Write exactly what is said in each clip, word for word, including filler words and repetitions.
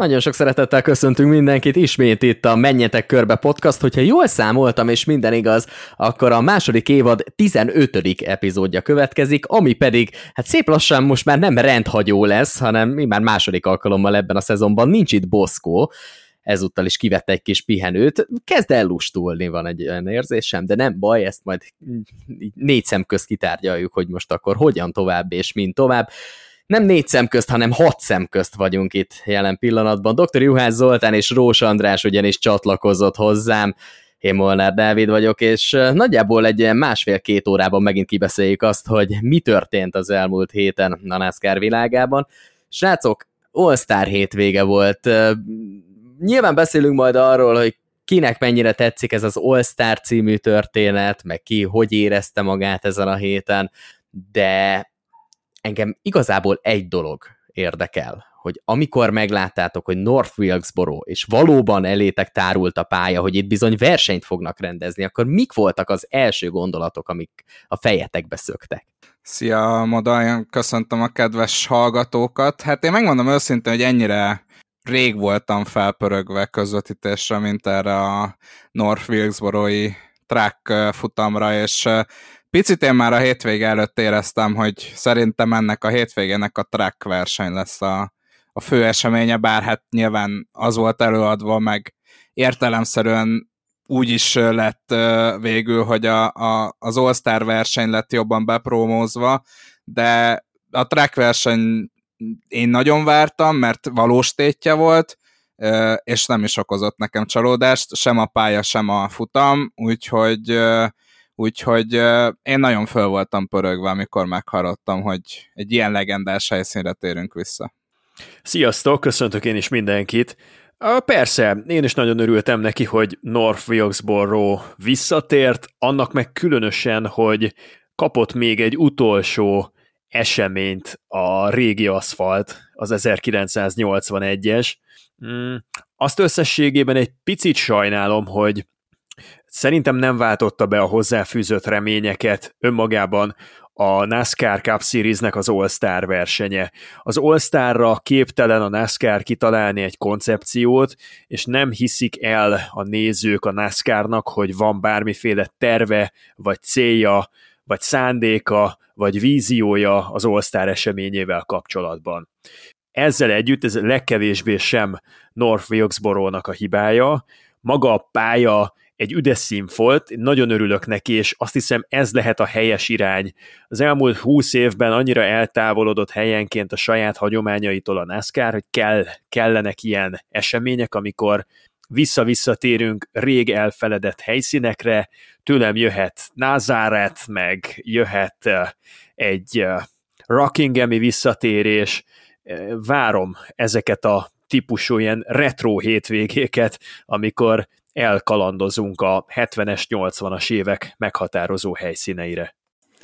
Nagyon sok szeretettel köszöntünk mindenkit ismét itt a Menjetek Körbe podcast. Hogyha jól számoltam és minden igaz, akkor a második évad tizenötödik epizódja következik, ami pedig hát szép lassan most már nem rendhagyó lesz, hanem mi már második alkalommal ebben a szezonban nincs itt Boszkó. Ezúttal is kivett egy kis pihenőt. Kezd el lustulni, van egy olyan érzésem, de nem baj, ezt majd négy szem közt kitárgyaljuk, hogy most akkor hogyan tovább és mint tovább. Nem négy szem közt, hanem hat szem közt vagyunk itt jelen pillanatban. doktor Juhász Zoltán és Rós András ugyanis csatlakozott hozzám. Én Molnár Dávid vagyok, és nagyjából egy másfél-két órában megint kibeszéljük azt, hogy mi történt az elmúlt héten a NASCAR világában. Srácok, All-Star hétvége volt. Nyilván beszélünk majd arról, hogy kinek mennyire tetszik ez az All-Star című történet, meg ki hogy érezte magát ezen a héten, de engem igazából egy dolog érdekel, hogy amikor megláttátok, hogy North Wilkesboro, és valóban elétek tárult a pálya, hogy itt bizony versenyt fognak rendezni, akkor mik voltak az első gondolatok, amik a fejetekbe szöktek? Szia, Moda, köszöntöm a kedves hallgatókat. Hát én megmondom őszintén, hogy ennyire rég voltam felpörögve közvetítésre, mint erre a North Wilkesboro-i track futamra, és picit én már a hétvége előtt éreztem, hogy szerintem ennek a hétvégének a track verseny lesz a, a fő eseménye, bár hát nyilván az volt előadva, meg értelemszerűen úgy is lett végül, hogy a, a, az All-Star verseny lett jobban beprómózva, de a track verseny én nagyon vártam, mert valós tétje volt, és nem is okozott nekem csalódást, sem a pálya, sem a futam, úgyhogy Úgyhogy én nagyon föl voltam pörögve, amikor meghallottam, hogy egy ilyen legendás helyszínre térünk vissza. Sziasztok, köszöntök én is mindenkit. Persze, én is nagyon örültem neki, hogy North Wilkesboro visszatért, annak meg különösen, hogy kapott még egy utolsó eseményt a régi aszfalt, az ezerkilencszáznyolcvanegyes. Azt összességében egy picit sajnálom, hogy szerintem nem váltotta be a hozzáfűzött reményeket önmagában a NASCAR Cup Series-nek az All-Star versenye. Az All-Starra képtelen a NASCAR kitalálni egy koncepciót, és nem hiszik el a nézők a NASCAR-nak, hogy van bármiféle terve, vagy célja, vagy szándéka, vagy víziója az All-Star eseményével kapcsolatban. Ezzel együtt ez legkevésbé sem North Wilkesboro-nak a hibája, maga a pálya egy üdes szín volt, nagyon örülök neki, és azt hiszem ez lehet a helyes irány. Az elmúlt húsz évben annyira eltávolodott helyenként a saját hagyományaitól a NASCAR, hogy kell, kellenek ilyen események, amikor vissza-visszatérünk rég elfeledett helyszínekre, tőlem jöhet Nazareth, meg jöhet egy Rockingham-i visszatérés, várom ezeket a típusú ilyen retro hétvégéket, amikor elkalandozunk a hetvenes, nyolcvanas évek meghatározó helyszíneire.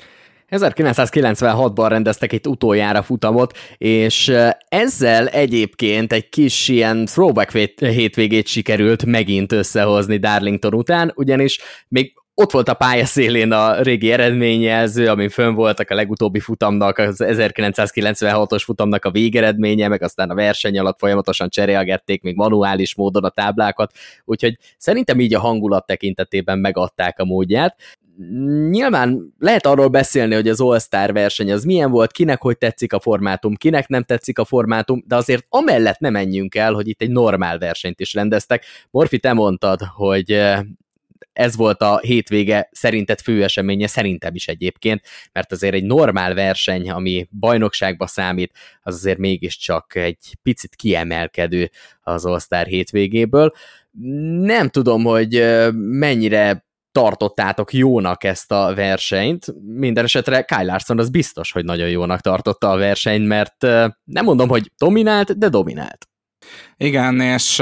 ezerkilencszázkilencvenhatban rendeztek itt utoljára futamot, és ezzel egyébként egy kis ilyen throwback hétvégét sikerült megint összehozni Darlington után, ugyanis még ott volt a pályaszélén a régi eredményjelző, amin fönn voltak a legutóbbi futamnak, az ezerkilencszázkilencvenhatos futamnak a végeredménye, meg aztán a verseny alatt folyamatosan cserélgették még manuális módon a táblákat, úgyhogy szerintem így a hangulat tekintetében megadták a módját. Nyilván lehet arról beszélni, hogy az All-Star verseny az milyen volt, kinek hogy tetszik a formátum, kinek nem tetszik a formátum, de azért amellett nem menjünk el, hogy itt egy normál versenyt is rendeztek. Morfi, te mondtad, hogy ez volt a hétvége szerinted főeseménye, szerintem is egyébként, mert azért egy normál verseny, ami bajnokságba számít, az azért mégiscsak egy picit kiemelkedő az All-Star hétvégéből. Nem tudom, hogy mennyire tartottátok jónak ezt a versenyt. Minden esetre Kyle Larson az biztos, hogy nagyon jónak tartotta a versenyt, mert nem mondom, hogy dominált, de dominált. Igen, és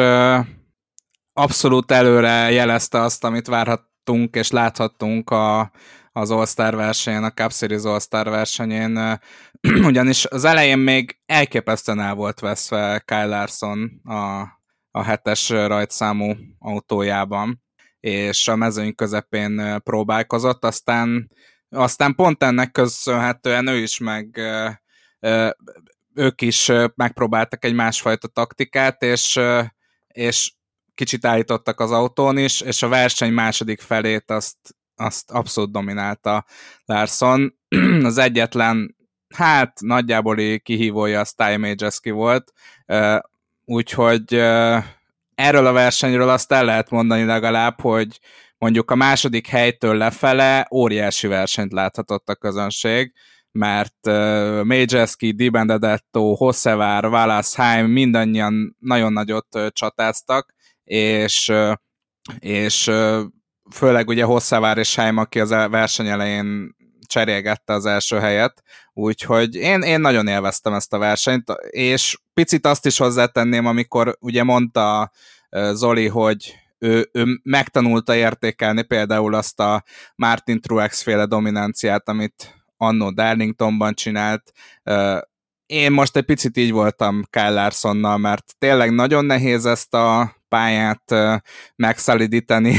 abszolút előre jelezte azt, amit várhattunk és láthattunk a, az All-Star versenyen, a Cup Series All-Star versenyén, ugyanis az elején még elképesztően el volt veszve Kyle Larson a, a hetes rajtszámú autójában, és a mezőny közepén próbálkozott, aztán, aztán pont ennek köszönhetően ő is meg ők is megpróbáltak egy másfajta taktikát, és, és kicsit állítottak az autón is, és a verseny második felét azt, azt abszolút dominálta Larson. Az egyetlen, hát nagyjából kihívója a Ty Majeski volt, úgyhogy erről a versenyről azt el lehet mondani legalább, hogy mondjuk a második helytől lefele óriási versenyt láthatott a közönség, mert uh, Majeski, Di Benedetto, Hocevar, Wallace, Heim mindannyian nagyon nagyot uh, csatáztak, és, uh, és uh, főleg ugye Hocevar és Heim, aki az verseny elején cserélgette az első helyet, úgyhogy én, én nagyon élveztem ezt a versenyt, és picit azt is hozzátenném, amikor ugye mondta uh, Zoli, hogy Ő, ő megtanulta értékelni például azt a Martin Truex féle dominanciát, amit annó Darlingtonban csinált. Én most egy picit így voltam Kyle Larsonnal, mert tényleg nagyon nehéz ezt a pályát megszelidíteni.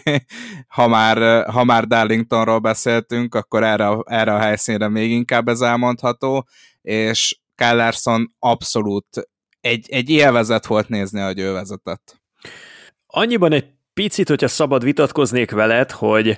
ha, már, ha már Darlingtonról beszéltünk, akkor erre, erre a helyszínre még inkább ez elmondható, és Kyle Larson abszolút egy, egy élvezet volt nézni, hogy ő vezetett. Annyiban egy picit, hogyha szabad vitatkoznék veled, hogy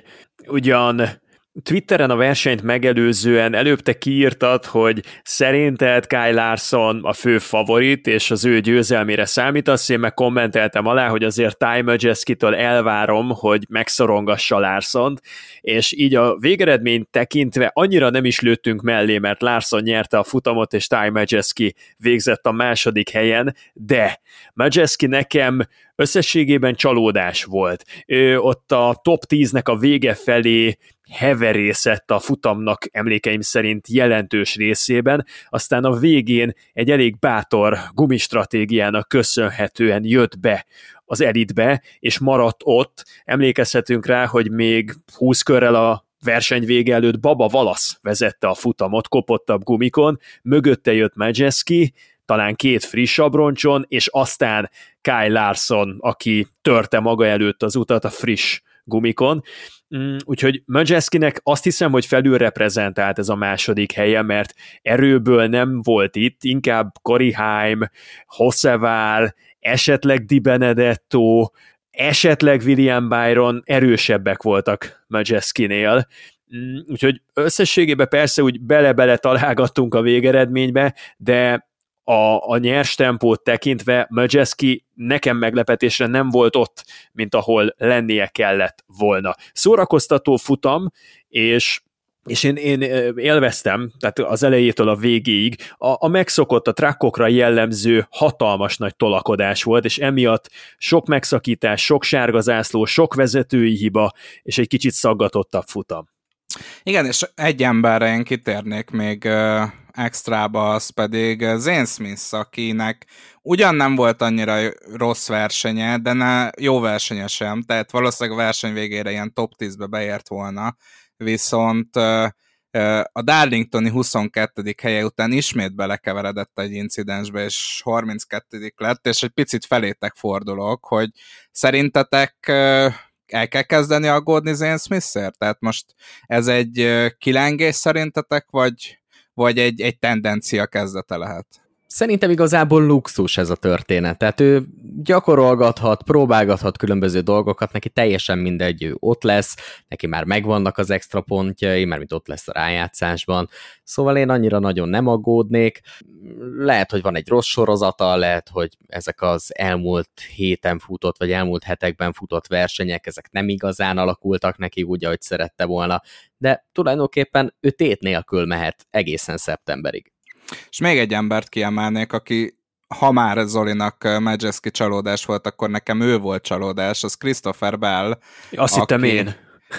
ugyan Twitteren a versenyt megelőzően előbb te kiírtad, hogy szerinted Kyle Larson a fő favorit, és az ő győzelmére számítasz, én meg kommenteltem alá, hogy azért Ty Majeskitől elvárom, hogy megszorongassa Larsont, és így a végeredményt tekintve annyira nem is lőttünk mellé, mert Larson nyerte a futamot, és Ty Majeski végzett a második helyen, de Majeski nekem összességében csalódás volt. Ő ott a top tíznek a vége felé heverészett a futamnak emlékeim szerint jelentős részében, aztán a végén egy elég bátor gumistratégiának köszönhetően jött be az elitbe, és maradt ott. Emlékezhetünk rá, hogy még húsz körrel a verseny vége előtt Baba Wallace vezette a futamot kopottabb gumikon, mögötte jött Majeski, talán két friss abroncson, és aztán Kyle Larson, aki törte maga előtt az utat a friss gumikon. Úgyhogy Majeskinek azt hiszem, hogy felül reprezentált ez a második helye, mert erőből nem volt itt, inkább Corey Heim, Hocevar, esetleg Di Benedetto, esetleg William Byron erősebbek voltak Majeskinél. Úgyhogy összességében persze úgy bele-bele találgattunk a végeredménybe, de A, a nyers tempót tekintve Majeski nekem meglepetésre nem volt ott, mint ahol lennie kellett volna. Szórakoztató futam, és, és én, én élveztem, tehát az elejétől a végéig. A, a megszokott, a trackokra jellemző hatalmas nagy tolakodás volt, és emiatt sok megszakítás, sok sárgazászló, sok vezetői hiba, és egy kicsit szaggatottabb futam. Igen, és egy emberre én kitérnék még uh, extrába, az pedig Zane Smith, akinek ugyan nem volt annyira rossz versenye, de ne, jó versenye sem, tehát valószínűleg a verseny végére ilyen top tízbe beért volna, viszont uh, uh, a Darlingtoni huszonkettedik helye után ismét belekeveredett egy incidensbe, és harminckettedik lett, és egy picit felétek fordulok, hogy szerintetek uh, el kell kezdeni aggódni Zane Smith-ért? Tehát most ez egy kilengés szerintetek, vagy, vagy egy, egy tendencia kezdete lehet? Szerintem igazából luxus ez a történet. Tehát ő gyakorolgathat, próbálgathat különböző dolgokat, neki teljesen mindegy, ő ott lesz, neki már megvannak az extra pontjai, már mint ott lesz a rájátszásban. Szóval én annyira nagyon nem aggódnék. Lehet, hogy van egy rossz sorozata, lehet, hogy ezek az elmúlt héten futott, vagy elmúlt hetekben futott versenyek, ezek nem igazán alakultak neki úgy, ahogy szerette volna, de tulajdonképpen ő tét nélkül mehet egészen szeptemberig. És még egy embert kiemelnék, aki ha már Zolinak Majeski csalódás volt, akkor nekem ő volt csalódás, az Christopher Bell. Azt aki, hittem én.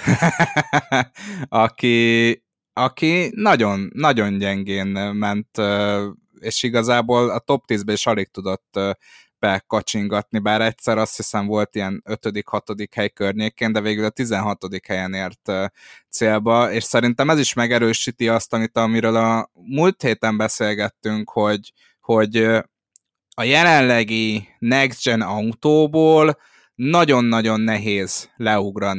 aki, aki nagyon, nagyon gyengén ment, és igazából a top tízbe is alig tudott bekacsingatni, bár egyszer azt hiszem volt ilyen ötödik-hatodik hely környékén, de végül a tizenhatodik helyen ért célba, és szerintem ez is megerősíti azt, amit, amiről a múlt héten beszélgettünk, hogy, hogy a jelenlegi next gen autóból nagyon-nagyon nehéz leugrani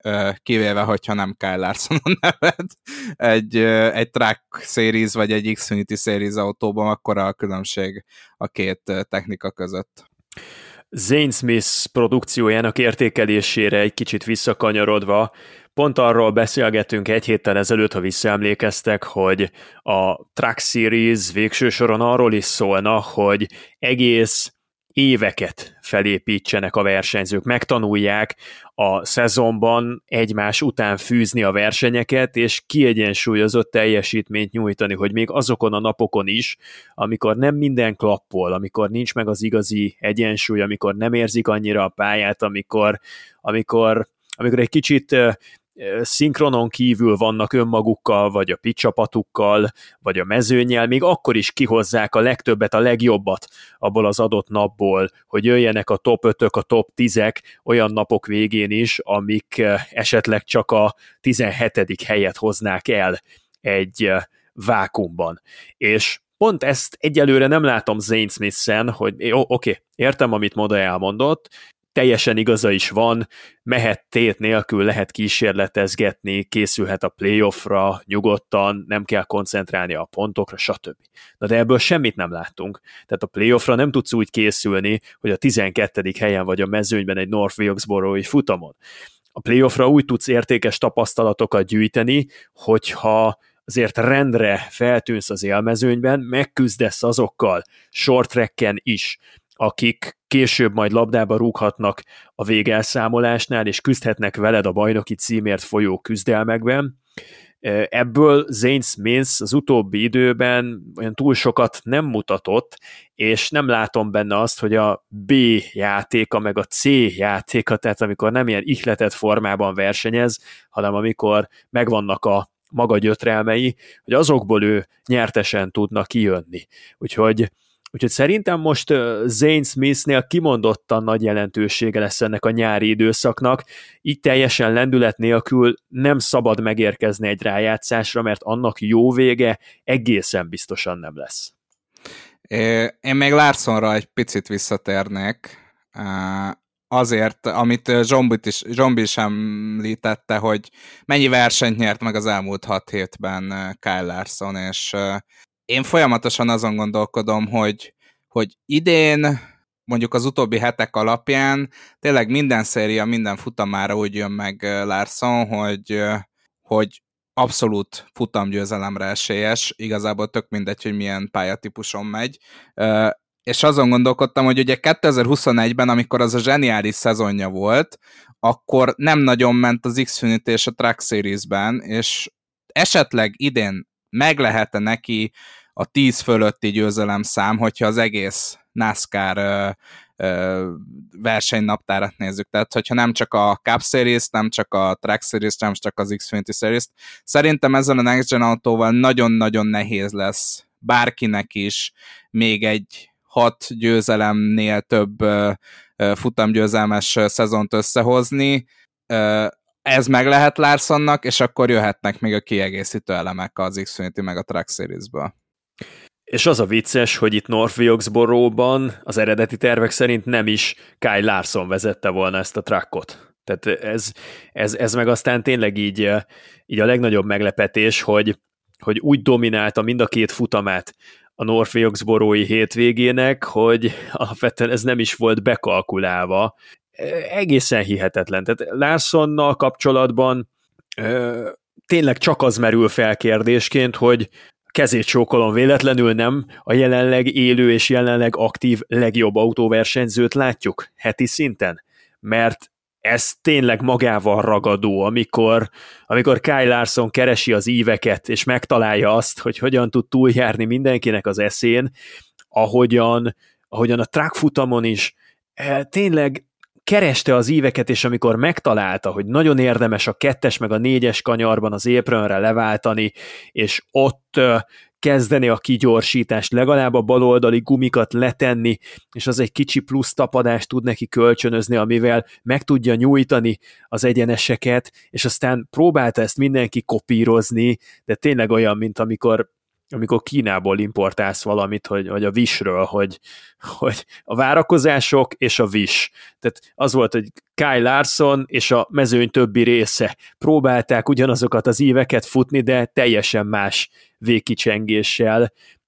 kivéve, hogyha nem Kyle Larsonon neved, egy, egy Track Series vagy egy Xfinity Series autóban, akkor a különbség a két technika között. Zane Smith produkciójának értékelésére egy kicsit visszakanyarodva, pont arról beszélgettünk egy héttel ezelőtt, ha visszaemlékeztek, hogy a Truck Series végső soron arról is szólna, hogy egész éveket felépítsenek a versenyzők, megtanulják a szezonban egymás után fűzni a versenyeket, és kiegyensúlyozott teljesítményt nyújtani, hogy még azokon a napokon is, amikor nem minden klappol, amikor nincs meg az igazi egyensúly, amikor nem érzik annyira a pályát, amikor, amikor, amikor egy kicsit szinkronon kívül vannak önmagukkal, vagy a pitcsapatukkal, vagy a mezőnnyel, még akkor is kihozzák a legtöbbet, a legjobbat abból az adott napból, hogy jöjjenek a top ötök, a top tízek olyan napok végén is, amik esetleg csak a tizenhetedik helyet hoznák el egy vákumban. És pont ezt egyelőre nem látom Zane Smith-en, hogy oké, okay, értem, amit Moda elmondott, teljesen igaza is van, mehet tét nélkül, lehet kísérletezgetni, készülhet a playoffra nyugodtan, nem kell koncentrálni a pontokra, stb. Na de ebből semmit nem láttunk. Tehát a playoffra nem tudsz úgy készülni, hogy a tizenkettedik helyen vagy a mezőnyben egy North Wilkesboro-i futamon. A playoffra úgy tudsz értékes tapasztalatokat gyűjteni, hogyha azért rendre feltűnsz az élmezőnyben, megküzdesz azokkal short tracken is, akik később majd labdába rúghatnak a végelszámolásnál, és küzdhetnek veled a bajnoki címért folyó küzdelmekben. Ebből Zane Smith az utóbbi időben olyan túl sokat nem mutatott, és nem látom benne azt, hogy a B játéka, meg a C játéka, tehát amikor nem ilyen ihletett formában versenyez, hanem amikor megvannak a maga gyötrelmei, hogy azokból ő nyertesen tudna kijönni. Úgyhogy Úgyhogy szerintem most Zane Smithnél kimondottan nagy jelentősége lesz ennek a nyári időszaknak, így teljesen lendület nélkül nem szabad megérkezni egy rájátszásra, mert annak jó vége egészen biztosan nem lesz. Én még Larsonra egy picit visszatérnék, azért, amit Zsombi is, Zsombi is említette, hogy mennyi versenyt nyert meg az elmúlt hat hétben Kyle Larson, és én folyamatosan azon gondolkodom, hogy, hogy idén, mondjuk az utóbbi hetek alapján tényleg minden széria, minden futamára úgy jön meg Larson, hogy, hogy abszolút futamgyőzelemre esélyes, igazából tök mindegy, hogy milyen pályatípuson megy. És azon gondolkodtam, hogy ugye kétezer-huszonegyben, amikor az a zseniális szezonja volt, akkor nem nagyon ment az Xfinity és a Truck Series-ben, és esetleg idén meg lehet-e neki a tíz fölötti győzelemszám, hogyha az egész NASCAR ö, ö, versenynaptárat nézzük. Tehát, hogyha nem csak a Cup Series, nem csak a Truck Series, nem csak az Xfinity Series. Szerintem ezzel a Next Gen autóval nagyon-nagyon nehéz lesz bárkinek is még egy hat győzelemnél több ö, ö, futamgyőzelmes szezont összehozni. Ö, Ez meg lehet Larsonnak, és akkor jöhetnek még a kiegészítő elemek az Xfinity meg a Truck Series-ből. És az a vicces, hogy itt North Wilkesboro-ban az eredeti tervek szerint nem is Kyle Larson vezette volna ezt a truckot. Tehát ez, ez, ez meg aztán tényleg így, így a legnagyobb meglepetés, hogy, hogy úgy dominálta mind a két futamát a North Wilkesboro-i hétvégének, hogy alapvetően ez nem is volt bekalkulálva. Egészen hihetetlen. Tehát Larsonnal kapcsolatban ö, tényleg csak az merül fel kérdésként, hogy kezét csókolom véletlenül nem a jelenleg élő és jelenleg aktív legjobb autóversenyzőt látjuk heti szinten, mert ez tényleg magával ragadó, amikor, amikor Kyle Larson keresi az íveket, és megtalálja azt, hogy hogyan tud túljárni mindenkinek az eszén, ahogyan, ahogyan a track futamon is tényleg kereste az íveket, és amikor megtalálta, hogy nagyon érdemes a kettes meg a négyes kanyarban az apronre leváltani, és ott kezdeni a kigyorsítást, legalább a baloldali gumikat letenni, és az egy kicsi plusz tapadást tud neki kölcsönözni, amivel meg tudja nyújtani az egyeneseket, és aztán próbálta ezt mindenki kopírozni, de tényleg olyan, mint amikor amikor Kínából importálsz valamit, hogy, vagy a Wishről, hogy, hogy a várakozások és a Wish. Tehát az volt, hogy Kyle Larson és a mezőny többi része próbálták ugyanazokat az íveket futni, de teljesen más végkicsengéssel.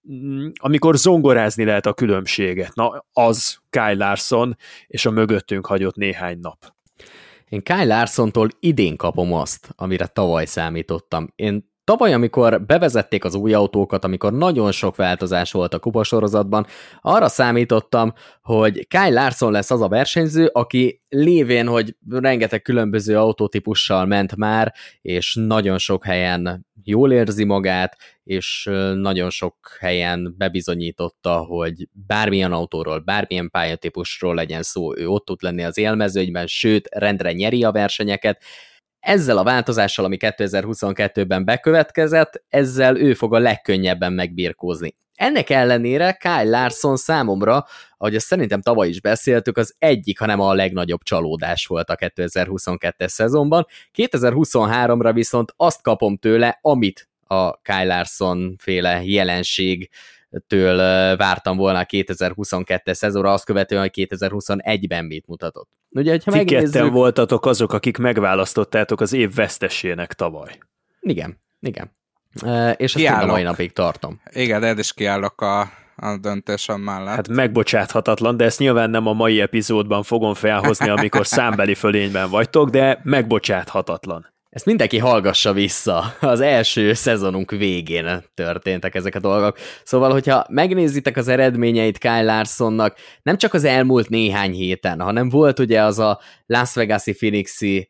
Amikor zongorázni lehet a különbséget, na az Kyle Larson és a mögöttünk hagyott néhány nap. Én Kyle Larsontól idén kapom azt, amire tavaly számítottam. Én tavaly, amikor bevezették az új autókat, amikor nagyon sok változás volt a kupasorozatban, arra számítottam, hogy Kyle Larson lesz az a versenyző, aki lévén, hogy rengeteg különböző autótípussal ment már, és nagyon sok helyen jól érzi magát, és nagyon sok helyen bebizonyította, hogy bármilyen autóról, bármilyen pályatípusról legyen szó, ő ott tud lenni az élmezőnyben, sőt, rendre nyeri a versenyeket. Ezzel a változással, ami kétezer-huszonkettőben bekövetkezett, ezzel ő fog a legkönnyebben megbirkózni. Ennek ellenére Kyle Larson számomra, ahogy azt szerintem tavaly is beszéltük, az egyik, hanem a legnagyobb csalódás volt a kétezer-huszonkettes szezonban. kétezer-huszonháromra viszont azt kapom tőle, amit a Kyle Larson féle jelenség től vártam volna a kétezer-huszonkettes szezonra, azt követően, hogy kétezer-huszonegyben mit mutatott. Ugye, Ti megnézzük... ketten voltatok azok, akik megválasztottátok az év vesztesének tavaly. Igen, igen. E, és ezt a mai napig tartom. Igen, de is kiállok a, a döntésem mellett. Hát megbocsáthatatlan, de ezt nyilván nem a mai epizódban fogom felhozni, amikor számbeli fölényben vagytok, de megbocsáthatatlan. Ezt mindenki hallgassa vissza. Az első szezonunk végén történtek ezek a dolgok. Szóval, hogyha megnézitek az eredményeit Kyle Larsonnak, nem csak az elmúlt néhány héten, hanem volt ugye az a Las Vegas-i Phoenix-i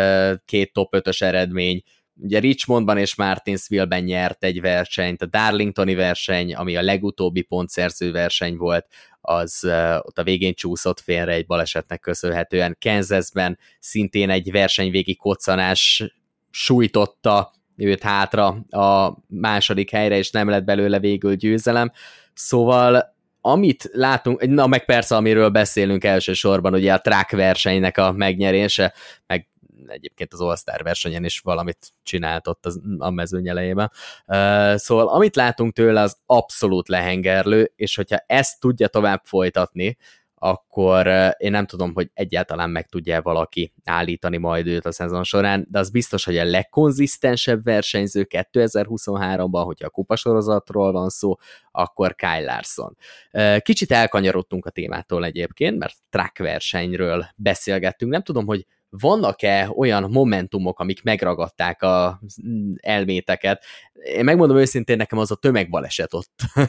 két top ötös eredmény. Ugye Richmondban és Martinsville-ben nyert egy versenyt, a Darlingtoni verseny, ami a legutóbbi pontszerző verseny volt, az uh, ott a végén csúszott félre egy balesetnek köszönhetően. Kansasben szintén egy versenyvégi koccanás sújtotta őt hátra a második helyre, és nem lett belőle végül győzelem. Szóval amit látunk, na meg persze, amiről beszélünk elsősorban, ugye a track versenynek a megnyerése, meg egyébként az All-Star versenyen is valamit csinált ott az, a mezőny elejében. Uh, szóval amit látunk tőle, az abszolút lehengerlő, és hogyha ezt tudja tovább folytatni, akkor uh, én nem tudom, hogy egyáltalán meg tudja valaki állítani majd őt a szezon során, de az biztos, hogy a legkonzisztensebb versenyző kétezer-huszonháromban, hogyha a kupasorozatról van szó, akkor Kyle Larson. Uh, kicsit elkanyarodtunk a témától egyébként, mert track versenyről beszélgettünk. Nem tudom, hogy vannak-e olyan momentumok, amik megragadták az elméteket? Én megmondom őszintén, nekem az a tömegbaleset ott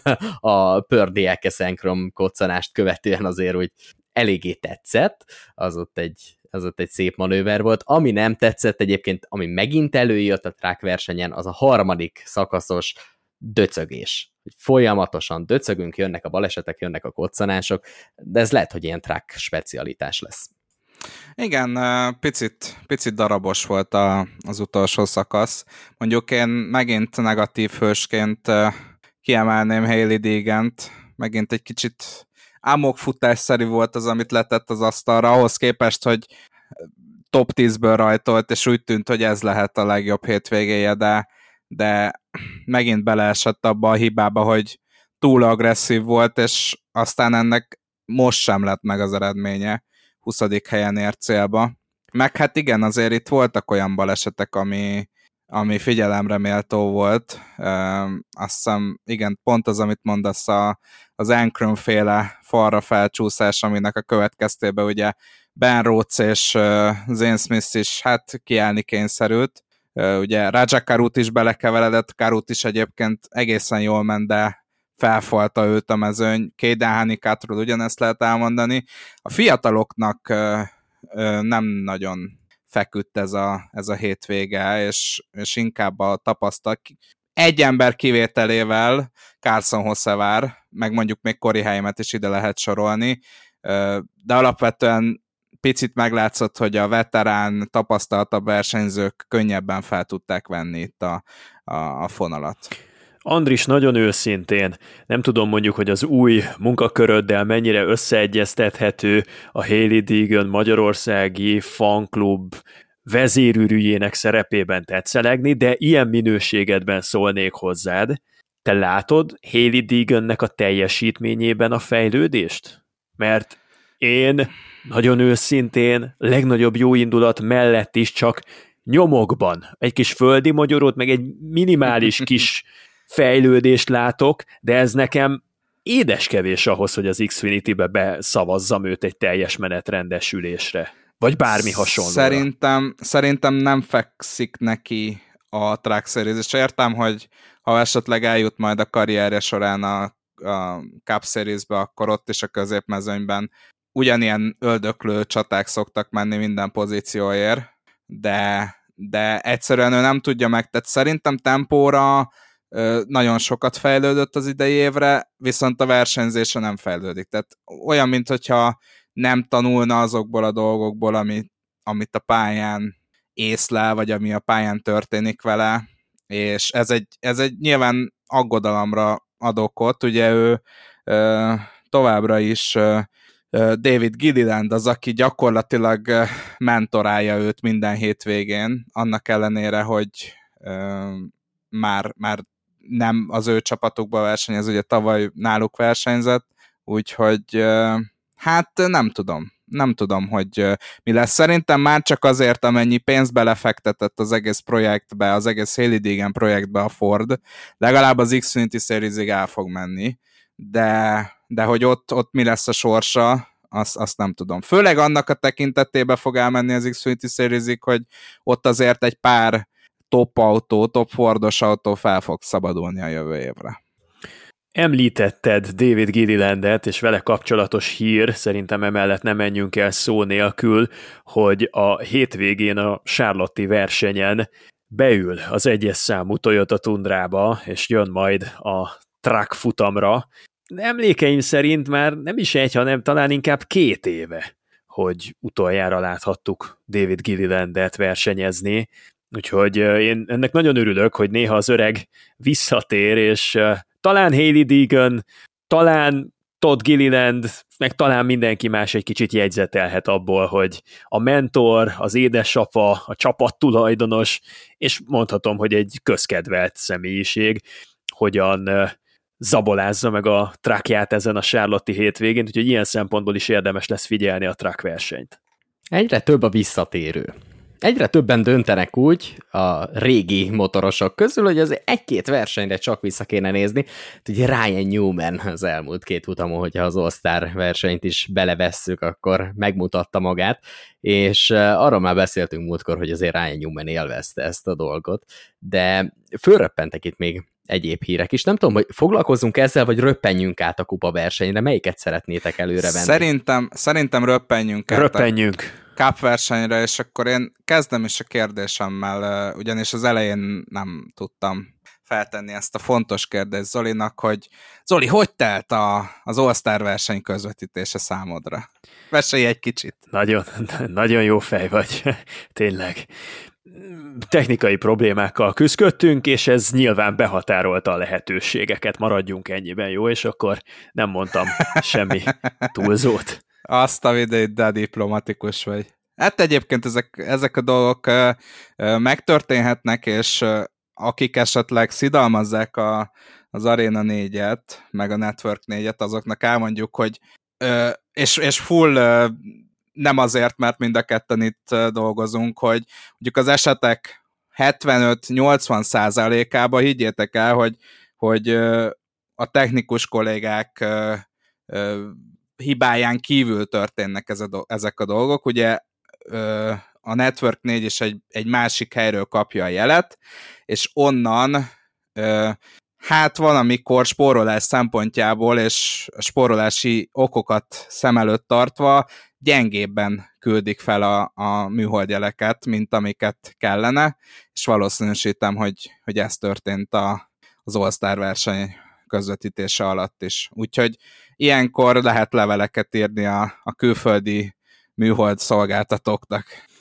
a Purdy-Ekeszenkrom koccanást követően azért úgy eléggé tetszett, az ott egy, az ott egy szép manőver volt. Ami nem tetszett egyébként, ami megint előjött a track versenyen, az a harmadik szakaszos döcögés. Folyamatosan döcögünk, jönnek a balesetek, jönnek a koccanások, de ez lehet, hogy ilyen track specialitás lesz. Igen, picit, picit darabos volt a, az utolsó szakasz. Mondjuk én megint negatív hősként kiemelném Hailie Deegant, megint egy kicsit ámokfutásszerű volt az, amit letett az asztalra, ahhoz képest, hogy top tízből rajtolt, és úgy tűnt, hogy ez lehet a legjobb hétvégéje, de, de megint beleesett abba a hibába, hogy túl agresszív volt, és aztán ennek most sem lett meg az eredménye. huszadik helyen ért célba. Meg hát igen, azért itt voltak olyan balesetek, ami, ami figyelemre méltó volt. E, azt hiszem, igen, pont az, amit mondasz, a, az Ankrum-féle falra felcsúszás, aminek a következtében ugye Ben Rhodes és uh, Zane Smith is hát kiállni kényszerült. Uh, ugye Raja Karut is belekeveredett, Karut is egyébként egészen jól ment, de felfalta őt a mezőny. Caden Honeycuttról ugyanezt lehet elmondani. A fiataloknak ö, ö, nem nagyon feküdt ez a, ez a hétvége, és, és inkább a tapasztalat. Egy ember kivételével, Carson Hocevar, meg mondjuk még Corey Heimet is ide lehet sorolni, ö, de alapvetően picit meglátszott, hogy a veterán, tapasztaltabb versenyzők könnyebben fel tudták venni itt a, a, a fonalat. Andris, nagyon őszintén, nem tudom mondjuk, hogy az új munkaköröddel mennyire összeegyeztethető a Hailie Deegan magyarországi fanklub vezérűrűjének szerepében tetszelegni, de ilyen minőségedben szólnék hozzád. te látod Hailie Deegannek a teljesítményében a fejlődést? Mert én nagyon őszintén legnagyobb jóindulat mellett is csak nyomokban egy kis földi magyarót, meg egy minimális kis fejlődést látok, de ez nekem édeskevés ahhoz, hogy az Xfinity-be beszavazzam őt egy teljes menetrendesülésre. Vagy bármi hasonló. Szerintem, szerintem nem fekszik neki a Truck Series, és értem, hogy ha esetleg eljut majd a karrierje során a, a Cup Series-be, akkor ott is a középmezőnyben ugyanilyen öldöklő csaták szoktak menni minden pozícióért, de, de egyszerűen ő nem tudja meg, tehát szerintem tempóra nagyon sokat fejlődött az idei évre, viszont a versenyzése nem fejlődik. Tehát olyan, mintha nem tanulna azokból a dolgokból, amit, amit a pályán észlel, vagy ami a pályán történik vele, és ez egy, ez egy nyilván aggodalomra ad okot. Ugye ő ö, továbbra is ö, David Gilliland az, aki gyakorlatilag mentorálja őt minden hétvégén, annak ellenére, hogy ö, már, már nem az ő csapatukban versenyez, ugye tavaly náluk versenyzett, úgyhogy hát nem tudom, nem tudom, hogy mi lesz. Szerintem már csak azért, amennyi pénzt belefektetett az egész projektbe, az egész Hailie Deegan projektbe a Ford, legalább az Xfinity Series-ig el fog menni, de, de hogy ott, ott mi lesz a sorsa, azt, azt nem tudom. Főleg annak a tekintetében fog elmenni az Xfinity Series-ig, hogy ott azért egy pár top autó, top Fordos autó fel fog szabadulni a jövő évre. Említetted David Gillilandet, és vele kapcsolatos hír, szerintem emellett nem menjünk el szó nélkül, hogy a hétvégén a Charlotte-i versenyen beül az egyes számú Toyota Tundrába, és jön majd a truck futamra. Emlékeim szerint már nem is egy, hanem talán inkább két éve, hogy utoljára láthattuk David Gillilandet versenyezni, úgyhogy én ennek nagyon örülök, hogy néha az öreg visszatér, és talán Hailie Deegan, talán Todd Gilliland, meg talán mindenki más egy kicsit jegyzetelhet abból, hogy a mentor, az édesapa, a csapattulajdonos, és mondhatom, hogy egy közkedvelt személyiség, hogyan zabolázza meg a truckját ezen a Charlotte-i hétvégén, úgyhogy ilyen szempontból is érdemes lesz figyelni a truck versenyt. Egyre több a visszatérő. Egyre többen döntenek úgy a régi motorosok közül, hogy az egy-két versenyre csak vissza kéne nézni. Ugye Ryan Newman az elmúlt két futamon, hogyha az All-Star versenyt is belevesszük, akkor megmutatta magát, és arról már beszéltünk múltkor, hogy azért Ryan Newman élvezte ezt a dolgot, de fölröppentek itt még egyéb hírek is. Nem tudom, hogy foglalkozzunk ezzel, vagy röppenjünk át a kupa versenyre. Melyiket szeretnétek előre venni? Szerintem, szerintem röppenjünk át. Röppenjünk. Cup versenyre, és akkor én kezdem is a kérdésemmel, ugyanis az elején nem tudtam feltenni ezt a fontos kérdést Zolinak, hogy Zoli, hogy telt a, az All-Star verseny közvetítése számodra? Mesélj egy kicsit. Nagyon, nagyon jó fej vagy, tényleg. Technikai problémákkal küzdöttünk, és ez nyilván behatárolta a lehetőségeket. Maradjunk ennyiben, jó? És akkor nem mondtam semmi túlzót. Azt a videót, de diplomatikus vagy. Hát egyébként ezek, ezek a dolgok uh, uh, megtörténhetnek, és uh, akik esetleg szidalmazzák a, az Arena négyet, meg a Network négyet, azoknak elmondjuk, hogy uh, és, és full uh, nem azért, mert mind a ketten itt uh, dolgozunk, hogy mondjuk az esetek hetvenöt-nyolcvan százalékában higgyétek el, hogy, hogy uh, a technikus kollégák uh, uh, hibáján kívül történnek ez a do- ezek a dolgok. Ugye ö, a Network négy is egy, egy másik helyről kapja a jelet, és onnan ö, hát van, amikor spórolás szempontjából és a spórolási okokat szem előtt tartva gyengébben küldik fel a, a műholdjeleket, mint amiket kellene, és valószínűsítem, hogy, hogy ez történt a, az All-Star verseny közvetítése alatt is. Úgyhogy ilyenkor lehet leveleket írni a, a külföldi műhold szolgáltatóknak.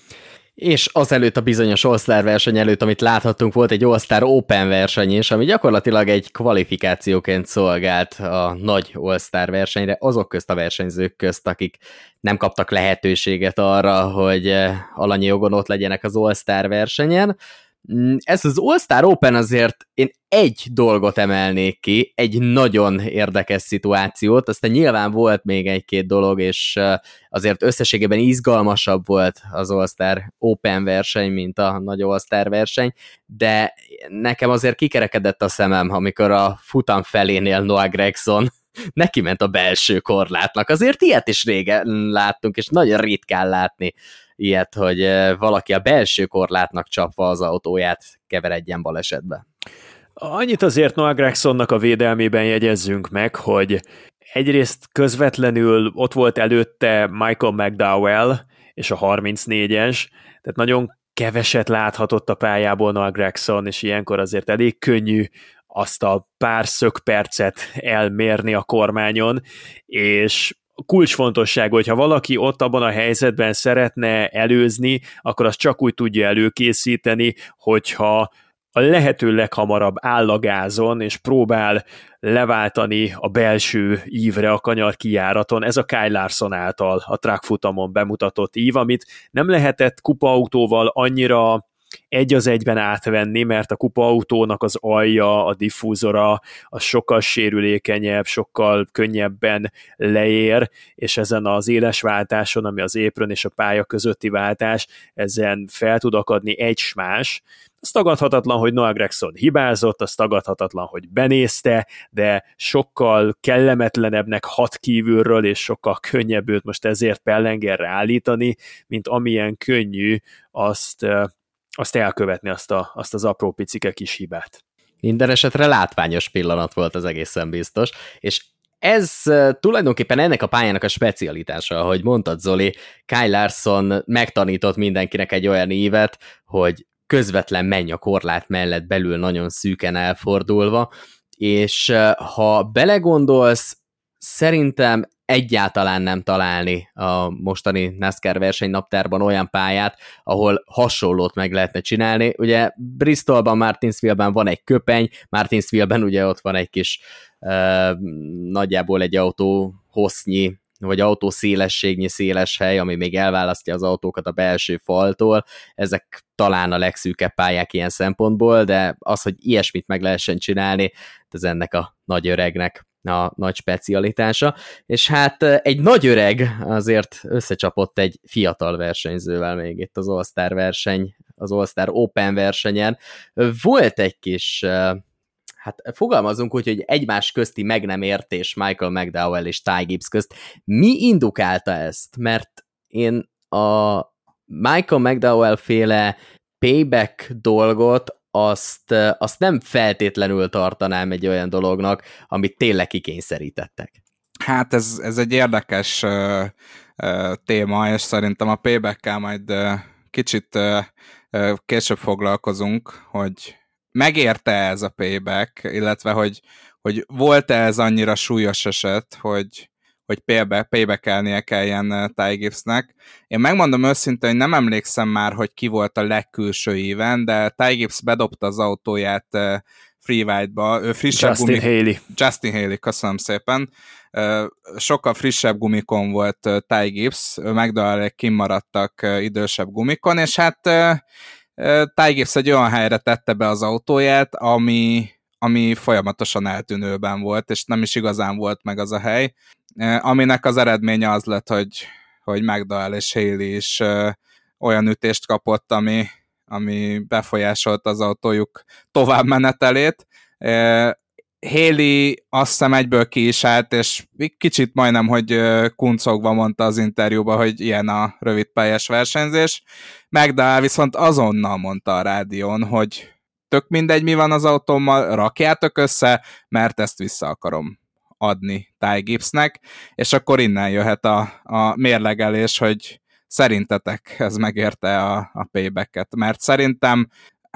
És azelőtt a bizonyos All-Star verseny előtt, amit láthattunk, volt egy All-Star Open verseny is, ami gyakorlatilag egy kvalifikációként szolgált a nagy All-Star versenyre, azok közt a versenyzők közt, akik nem kaptak lehetőséget arra, hogy alanyi jogon ott legyenek az All-Star versenyen. Ez az All-Star Open azért én egy dolgot emelnék ki, egy nagyon érdekes szituációt, aztán nyilván volt még egy-két dolog, és azért összességében izgalmasabb volt az All-Star Open verseny, mint a nagy All-Star verseny, de nekem azért kikerekedett a szemem, amikor a futam felénél Noah Gragson neki ment a belső korlátnak. Azért ilyet is régen láttunk, és nagyon ritkán látni ilyet, hogy valaki a belső korlátnak csapva az autóját keveredjen balesetbe. Annyit azért Noah Gragsonnak a védelmében jegyezzünk meg, hogy egyrészt közvetlenül ott volt előtte Michael McDowell és a harmincnégyes, tehát nagyon keveset láthatott a pályából Noah Gragson, és ilyenkor azért elég könnyű azt a pár szögpercet elmérni a kormányon, és kulcsfontosság, hogyha valaki ott abban a helyzetben szeretne előzni, akkor azt csak úgy tudja előkészíteni, hogyha a lehető leghamarabb áll a gázon, és próbál leváltani a belső ívre a kanyar kijáraton. Ez a Kyle Larson által a track futamon bemutatott ív, amit nem lehetett kupaautóval annyira egy az egyben átvenni, mert a kupaautónak az alja, a diffúzora, az sokkal sérülékenyebb, sokkal könnyebben leér, és ezen az éles váltáson, ami az apron és a pálya közötti váltás, ezen fel tud akadni egy smás. Az tagadhatatlan, hogy Noah Gragson hibázott, az tagadhatatlan, hogy benézte, de sokkal kellemetlenebbnek hat kívülről, és sokkal könnyebb őt most ezért pellengerre állítani, mint amilyen könnyű azt azt elkövetni, azt, a, azt az apró picike kis hibát. Minden esetre látványos pillanat volt, az egészen biztos, és ez uh, tulajdonképpen ennek a pályának a specialitása, ahogy mondtad, Zoli, Kyle Larson megtanított mindenkinek egy olyan ívet, hogy közvetlen menj a korlát mellett belül nagyon szűken elfordulva, és uh, ha belegondolsz, szerintem egyáltalán nem találni a mostani NASCAR versenynaptárban olyan pályát, ahol hasonlót meg lehetne csinálni. Ugye Bristolban, Martinsville-ben van egy köpeny, Martinsville-ben ugye ott van egy kis uh, nagyjából egy autó hossznyi, vagy autó szélességnyi széles hely, ami még elválasztja az autókat a belső faltól. Ezek talán a legszűkebb pályák ilyen szempontból, de az, hogy ilyesmit meg lehessen csinálni, ez ennek a nagy öregnek a nagy specialitása, és hát egy nagy öreg azért összecsapott egy fiatal versenyzővel még itt az All-Star verseny, az All-Star Open versenyen. Volt egy kis, hát fogalmazunk úgy, hogy egymás közti meg nem értés Michael McDowell és Ty Gibbs közt. Mi indukálta ezt? Mert én a Michael McDowell féle payback dolgot Azt, azt nem feltétlenül tartanám egy olyan dolognak, amit tényleg kikényszerítettek. Hát ez, ez egy érdekes uh, uh, téma, és szerintem a payback-kel majd uh, kicsit uh, uh, később foglalkozunk, hogy megérte ez a payback, illetve hogy, hogy volt-e ez annyira súlyos eset, hogy hogy payback-elnie kelljen Ty Gibbsnek. Én megmondom őszintén, hogy nem emlékszem már, hogy ki volt a legkülső íven, de Ty Gibbs bedobta az autóját freeride-ba. Ő frissebb Justin gumi... Haley. Justin Haley, köszönöm szépen. Sokkal frissebb gumikon volt Ty Gibbs, McDowell kimaradtak idősebb gumikon, és hát Ty Gibbs egy olyan helyre tette be az autóját, ami, ami folyamatosan eltűnőben volt, és nem is igazán volt meg az a hely, aminek az eredménye az lett, hogy, hogy McDowell és Haley is olyan ütést kapott, ami, ami befolyásolta az autójuk továbbmenetelét. Haley azt hiszem egyből ki is állt, és kicsit majdnem, hogy kuncogva mondta az interjúban, hogy ilyen a rövidpályás versenyzés. McDowell viszont azonnal mondta a rádión, hogy tök mindegy, mi van az autómmal, rakjátok össze, mert ezt vissza akarom adni Ty Gibbsnek, és akkor innen jöhet a, a mérlegelés, hogy szerintetek ez megérte a, a paybacket, mert szerintem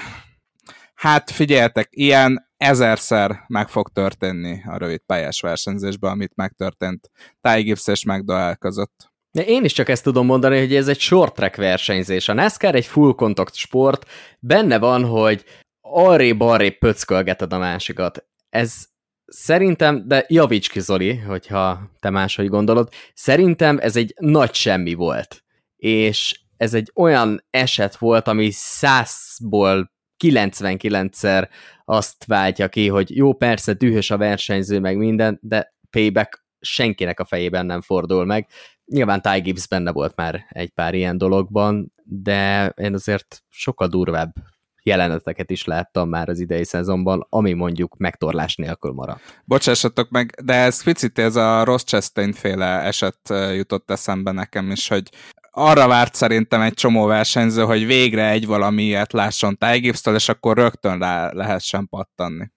hát figyeljetek, ilyen ezerszer meg fog történni a rövid pályás versenyzésben, amit megtörtént Ty Gibbs és McDowell között. De én is csak ezt tudom mondani, hogy ez egy short track versenyzés. A NASCAR egy full contact sport, benne van, hogy arrébb-arrébb pöckölgeted a másikat. Ez szerintem, de javíts ki, Zoli, hogyha te máshogy gondolod, szerintem ez egy nagy semmi volt. És ez egy olyan eset volt, ami százból kilencvenkilencszer azt váltja ki, hogy jó, persze dühös a versenyző, meg minden, de payback senkinek a fejében nem fordul meg. Nyilván Ty Gibbs benne volt már egy pár ilyen dologban, de én azért sokkal durvább jeleneteket is láttam már az idei szezonban, ami mondjuk megtorlás nélkül maradt. Bocsássatok meg, de ez picit ez a Ross Chastain féle eset jutott eszembe nekem is, hogy arra várt szerintem egy csomó versenyző, hogy végre egy valamilyet lásson Ty Gibbs-től, és akkor rögtön rá lehessen pattanni.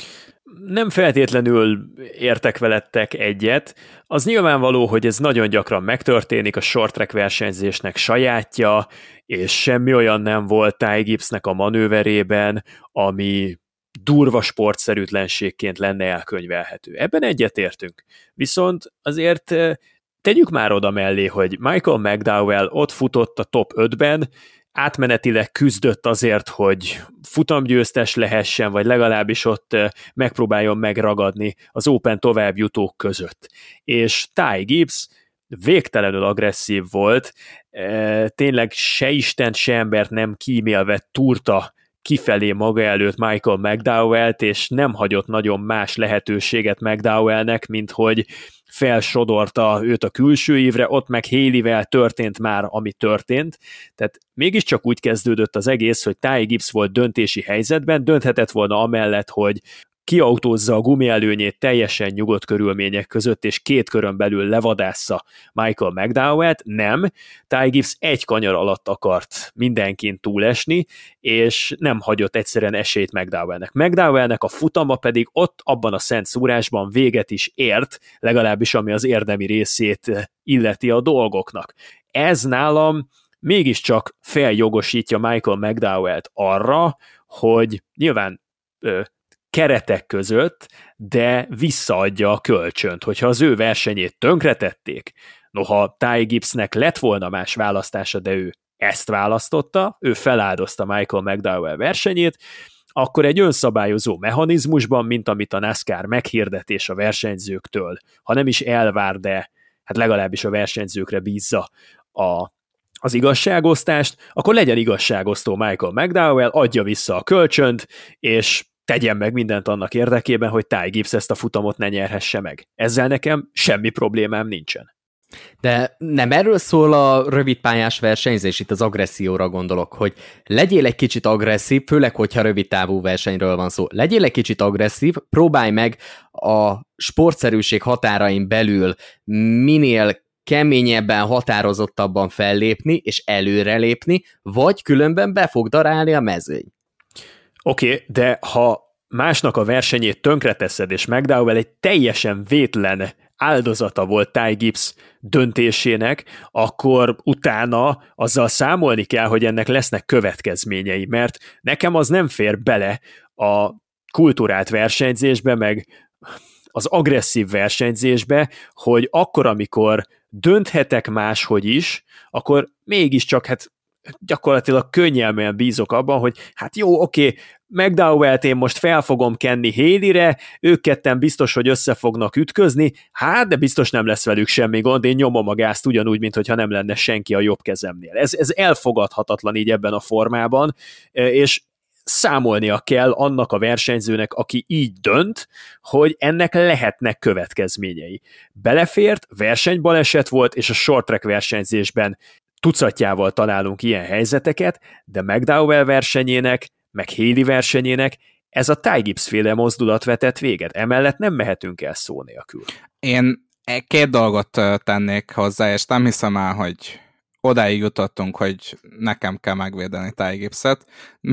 Nem feltétlenül értek velettek egyet. Az nyilvánvaló, hogy ez nagyon gyakran megtörténik, a short track versenyzésnek sajátja, és semmi olyan nem volt Ty Gibbsnek a manőverében, ami durva sportszerűtlenségként lenne elkönyvelhető. Ebben egyetértünk. Viszont azért tegyük már oda mellé, hogy Michael McDowell ott futott a top ötben, átmenetileg küzdött azért, hogy futamgyőztes lehessen, vagy legalábbis ott megpróbáljon megragadni az Open továbbjutók között. És Ty Gibbs végtelenül agresszív volt, tényleg se Isten, se embert nem kímélve túrta kifelé maga előtt Michael McDowell-t, és nem hagyott nagyon más lehetőséget McDowellnek, mint hogy felsodorta őt a külső ívre, ott meg Haley-vel történt már, ami történt. Tehát mégiscsak úgy kezdődött az egész, hogy Ty Gibbs volt döntési helyzetben, dönthetett volna amellett, hogy kiautózza a gumielőnyét teljesen nyugodt körülmények között, és két körön belül levadásza Michael McDowell-t. Nem, Ty Gibbs egy kanyar alatt akart mindenkin túlesni, és nem hagyott egyszerűen esélyt McDowellnek. McDowellnek a futama pedig ott abban a szent szúrásban véget is ért, legalábbis ami az érdemi részét illeti a dolgoknak. Ez nálam mégiscsak feljogosítja Michael McDowell-t arra, hogy nyilván ö, keretek között, de visszaadja a kölcsönt, hogyha az ő versenyét tönkretették. Noha Ty Gibbsnek lett volna más választása, de ő ezt választotta, ő feláldozta Michael McDowell versenyét, akkor egy önszabályozó mechanizmusban, mint amit a NASCAR meghirdetés a versenyzőktől, ha nem is elvár, de hát legalábbis a versenyzőkre bízza a az igazságosztást, akkor legyen igazságosztó Michael McDowell, adja vissza a kölcsönt, és tegyen meg mindent annak érdekében, hogy Ty Gibbs ezt a futamot ne nyerhesse meg. Ezzel nekem semmi problémám nincsen. De nem erről szól a rövidpályás versenyzés, itt az agresszióra gondolok, hogy legyél egy kicsit agresszív, főleg, hogyha rövid távú versenyről van szó. Legyél egy kicsit agresszív, próbálj meg a sportszerűség határain belül minél keményebben, határozottabban fellépni és előrelépni, vagy különben be fog darálni a mezőny. Oké, okay, de ha másnak a versenyét tönkreteszed, és McDowell egy teljesen vétlen áldozata volt Ty Gibbs döntésének, akkor utána azzal számolni kell, hogy ennek lesznek következményei, mert nekem az nem fér bele a kulturált versenyzésbe, meg az agresszív versenyzésbe, hogy akkor, amikor dönthetek máshogy is, akkor mégiscsak hát gyakorlatilag könnyelműen bízok abban, hogy hát jó, oké, McDowell-t én most fel fogom kenni Haley-re, ők ketten biztos, hogy össze fognak ütközni, hát de biztos nem lesz velük semmi gond, én nyomom a gázt ugyanúgy, mintha nem lenne senki a jobb kezemnél. Ez, ez elfogadhatatlan így ebben a formában, és számolnia kell annak a versenyzőnek, aki így dönt, hogy ennek lehetnek következményei. Belefért, versenybaleset volt, és a short track versenyzésben tucatjával találunk ilyen helyzeteket, de McDowell versenyének, meg Haley versenyének ez a Ty Gibbs féle mozdulat vetett véget. Emellett nem mehetünk el szó nélkül. Én két dolgot tennék hozzá, és nem hiszem el, hogy odáig jutottunk, hogy nekem kell megvédeni Ty Gibbset,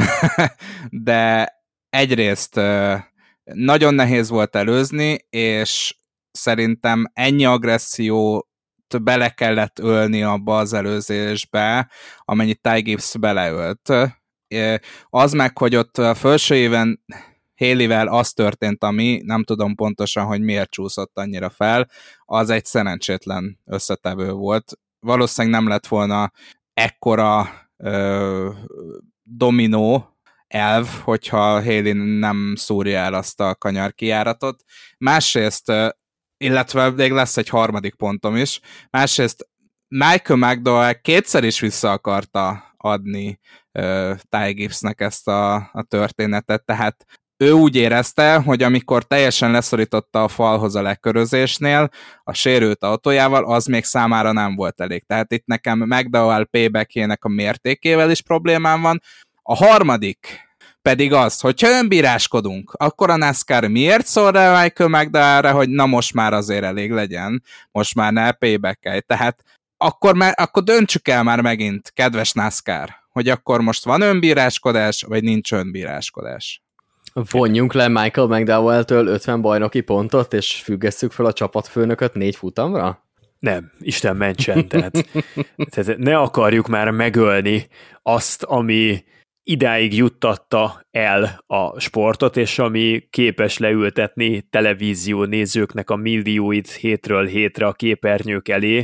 de egyrészt nagyon nehéz volt előzni, és szerintem ennyi agresszió bele kellett ölni abba az előzésbe, amennyit Ty Gibbs beleölt. Az meg, hogy ott a felső éven Haley-vel az történt, ami nem tudom pontosan, hogy miért csúszott annyira fel, az egy szerencsétlen összetevő volt. Valószínűleg nem lett volna ekkora ö, dominó elv, hogyha Haley nem szúrja el azt a kanyar kijáratot. Másrészt, illetve még lesz egy harmadik pontom is, másrészt Michael McDowell kétszer is vissza akarta adni uh, Ty Gibbsnek ezt a, a történetet, tehát ő úgy érezte, hogy amikor teljesen leszorította a falhoz a lekörözésnél a sérült autójával, az még számára nem volt elég. Tehát itt nekem McDowell paybackjének a mértékével is problémám van. A harmadik pedig az, hogyha önbíráskodunk, akkor a NASCAR miért szól rá Michael McDowellre, hogy na most már azért elég legyen, most már ne paybackelj. Tehát akkor, már, akkor döntsük el már megint, kedves NASCAR, hogy akkor most van önbíráskodás, vagy nincs önbíráskodás. Vonjunk le Michael McDowell-től ötven bajnoki pontot, és függesszük fel a csapatfőnököt négy futamra? Nem, Isten mentsen, tehát, tehát ne akarjuk már megölni azt, ami idáig juttatta el a sportot, és ami képes leültetni televízió nézőknek a millióit hétről hétre a képernyők elé.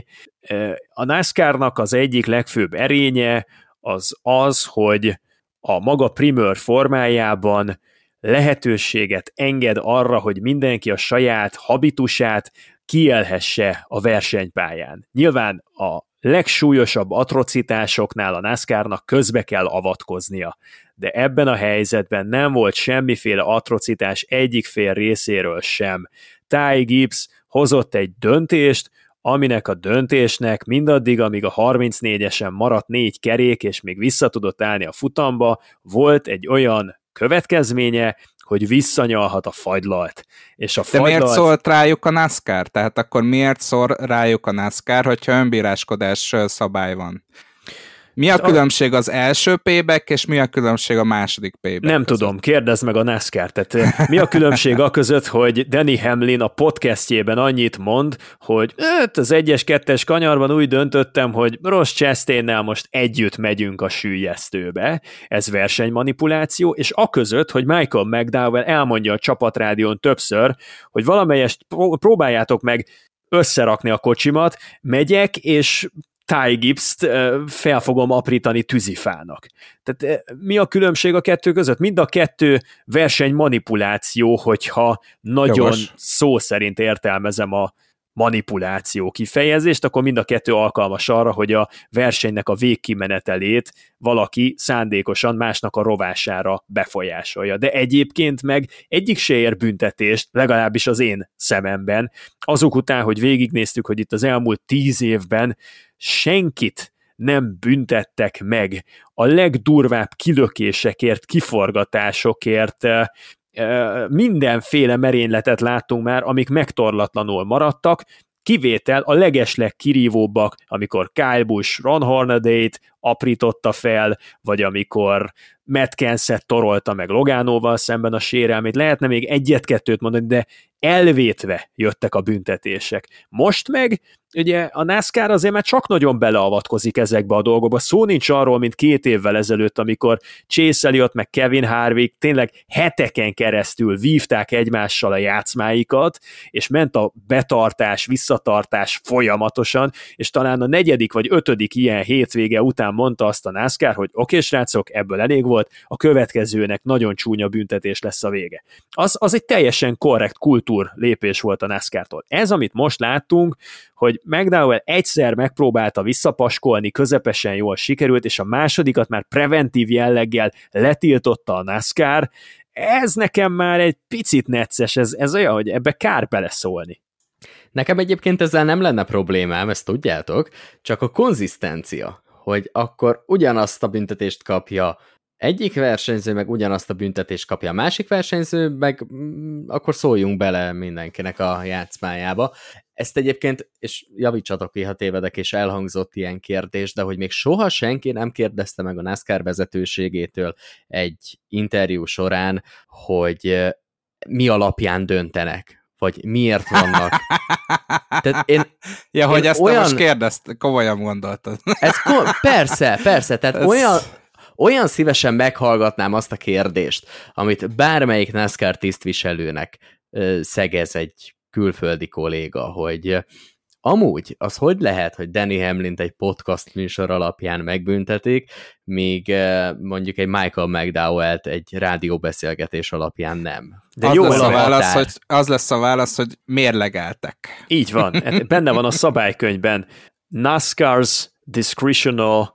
A NASCAR-nak az egyik legfőbb erénye az az, hogy a maga primőr formájában lehetőséget enged arra, hogy mindenki a saját habitusát kielhesse a versenypályán. Nyilván a legsúlyosabb atrocitásoknál a NASCAR-nak közbe kell avatkoznia, de ebben a helyzetben nem volt semmiféle atrocitás egyik fél részéről sem. Ty Gibbs hozott egy döntést, aminek a döntésnek mindaddig, amíg a harmincnégyesen maradt négy kerék, és még vissza tudott állni a futamba, volt egy olyan következménye, hogy visszanyalhat a fagylalt. És a De fagylalt... miért szólt rájuk a NASCAR? Tehát akkor miért szól rájuk a NASCAR, hogyha önbíráskodás szabály van? Mi a különbség az első payback, és mi a különbség a második payback? Nem között? tudom, kérdezd meg a NASCAR. Tehát mi a különbség a között, hogy Danny Hamlin a podcastjében annyit mond, hogy hát az egyes, kettes kanyarban úgy döntöttem, hogy Ross Chastainnel most együtt megyünk a süllyesztőbe. Ez versenymanipuláció, és a között, hogy Michael McDowell elmondja a csapatrádión többször, hogy valamelyest próbáljátok meg összerakni a kocsimat, megyek, és Ty Gibbst fel fogom aprítani tűzifának. Tehát mi a különbség a kettő között? Mind a kettő versenymanipuláció, hogyha nagyon Jogos. Szó szerint értelmezem a manipuláció kifejezést, akkor mind a kettő alkalmas arra, hogy a versenynek a végkimenetelét valaki szándékosan másnak a rovására befolyásolja. De egyébként meg egyik se ér büntetést, legalábbis az én szememben. Azok után, hogy végignéztük, hogy itt az elmúlt tíz évben senkit nem büntettek meg a legdurvább kilökésekért, kiforgatásokért, mindenféle merényletet láttunk már, amik megtorlatlanul maradtak, kivétel a legesleg kirívóbbak, amikor Kyle Busch Ron Hornaday-t aprította fel, vagy amikor Matt Kenseth torolta meg Loganoval szemben a sérelmét. Lehetne még egyet-kettőt mondani, de elvétve jöttek a büntetések. Most meg ugye a NASCAR azért már csak nagyon beleavatkozik ezekbe a dolgokba. Szó nincs arról, mint két évvel ezelőtt, amikor Chase Elliott meg Kevin Harvick tényleg heteken keresztül vívták egymással a játszmáikat, és ment a betartás, visszatartás folyamatosan, és talán a negyedik vagy ötödik ilyen hétvége után mondta azt a NASCAR, hogy oké, okay, srácok, ebből elég volt, a következőnek nagyon csúnya büntetés lesz a vége. Az, az egy teljesen korrekt kultúr lépés volt a NASCAR-tól. Ez, amit most láttunk, hogy McDowell egyszer megpróbálta visszapaskolni, közepesen jól sikerült, és a másodikat már preventív jelleggel letiltotta a NASCAR, ez nekem már egy picit necces, ez, ez olyan, hogy ebbe kár beleszólni. Nekem egyébként ezzel nem lenne problémám, ezt tudjátok, csak a konzisztencia, hogy akkor ugyanazt a büntetést kapja egyik versenyző, meg ugyanazt a büntetést kapja a másik versenyző, meg mm, akkor szóljunk bele mindenkinek a játszmájába. Ezt egyébként, és javítsatok ki, ha tévedek, és elhangzott ilyen kérdés, de hogy még soha senki nem kérdezte meg a NASCAR vezetőségétől egy interjú során, hogy mi alapján döntenek, vagy miért vannak. Tehát én, ja, én hogy ezt olyan... most kérdezt, komolyan gondoltad. Ez ko- persze, persze, tehát ez... olyan... Olyan szívesen meghallgatnám azt a kérdést, amit bármelyik NASCAR tisztviselőnek ö, szegez egy külföldi kolléga, hogy amúgy az hogy lehet, hogy Danny Hamlint egy podcast műsor alapján megbüntetik, míg ö, mondjuk egy Michael McDowell-t egy rádióbeszélgetés alapján nem. De az, jó lesz a válasz, hogy, az lesz a válasz, hogy mérlegeltek. Így van, benne van a szabálykönyvben. NASCAR's discretional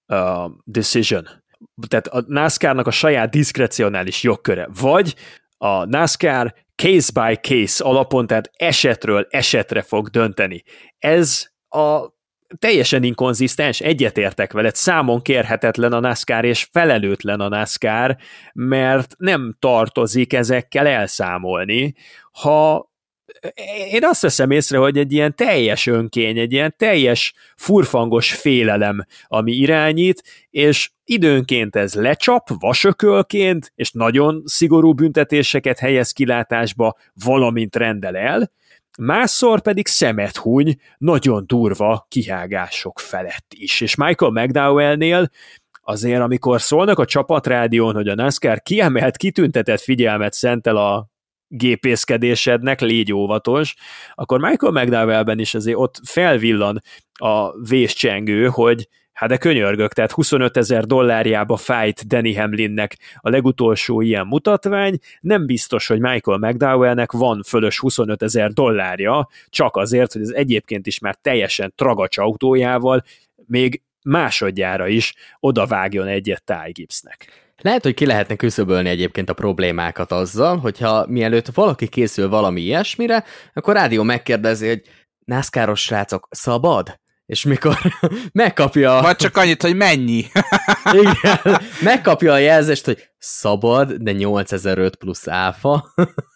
uh, decision. Tehát a NASCAR-nak a saját diszkrecionális jogköre. Vagy a NASCAR case by case alapon, tehát esetről esetre fog dönteni. Ez a teljesen inkonzisztens, egyetértek veled, számon kérhetetlen a NASCAR, és felelőtlen a NASCAR, mert nem tartozik ezekkel elszámolni. Ha én azt veszem észre, hogy egy ilyen teljes önkény, egy ilyen teljes furfangos félelem, ami irányít, és időnként ez lecsap, vasökölként, és nagyon szigorú büntetéseket helyez kilátásba, valamint rendel el, másszor pedig szemet húny nagyon durva kihágások felett is. És Michael McDowell-nél azért, amikor szólnak a csapatrádión, hogy a NASCAR kiemelt, kitüntetett figyelmet szentel a gépészkedésednek, légy óvatos, akkor Michael McDowell-ben is azért ott felvillan a vészcsengő, hogy hát de könyörgök, tehát huszonötezer dollárjába fájt Denny Hamlinnek a legutolsó ilyen mutatvány, nem biztos, hogy Michael McDowellnek van fölös huszonötezer dollárja, csak azért, hogy az egyébként is már teljesen tragacs autójával még másodjára is odavágjon egyet Ty Gibbsnek. Lehet, hogy ki lehetne küszöbölni egyébként a problémákat azzal, hogyha mielőtt valaki készül valami ilyesmire, akkor rádió megkérdezi, hogy NASCAR-os srácok, szabad? És mikor megkapja... Vagy csak annyit, hogy mennyi. Igen, megkapja a jelzést, hogy szabad, de nyolcezer-öt plusz áfa.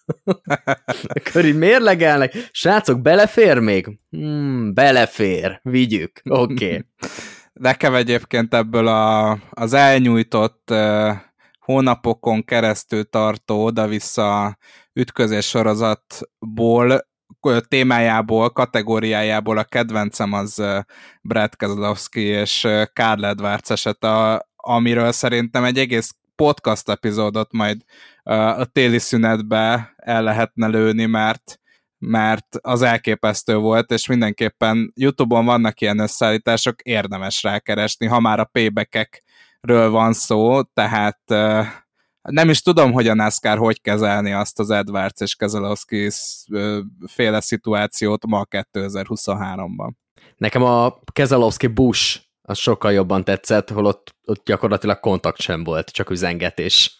Akkor így mérlegelnek. Srácok, belefér még? Hmm, belefér. Vigyük. Oké. Okay. Nekem egyébként ebből a, az elnyújtott uh, hónapokon keresztül tartó oda-vissza ütközés sorozatból, témájából, kategóriájából a kedvencem az uh, Brad Keselowski és uh, Carl Edwards eset, a, amiről szerintem egy egész podcast epizódot majd uh, a téli szünetbe el lehetne lőni, mert mert az elképesztő volt, és mindenképpen YouTube-on vannak ilyen összeállítások, érdemes rákeresni, ha már a payback-ekről van szó, tehát uh, nem is tudom, hogy a NASCAR hogy kezelni azt az Edwards és Keselowski uh, féle szituációt ma kétezer-huszonháromban. Nekem a Keselowski Busch az sokkal jobban tetszett, holott ott gyakorlatilag kontakt sem volt, csak üzengetés.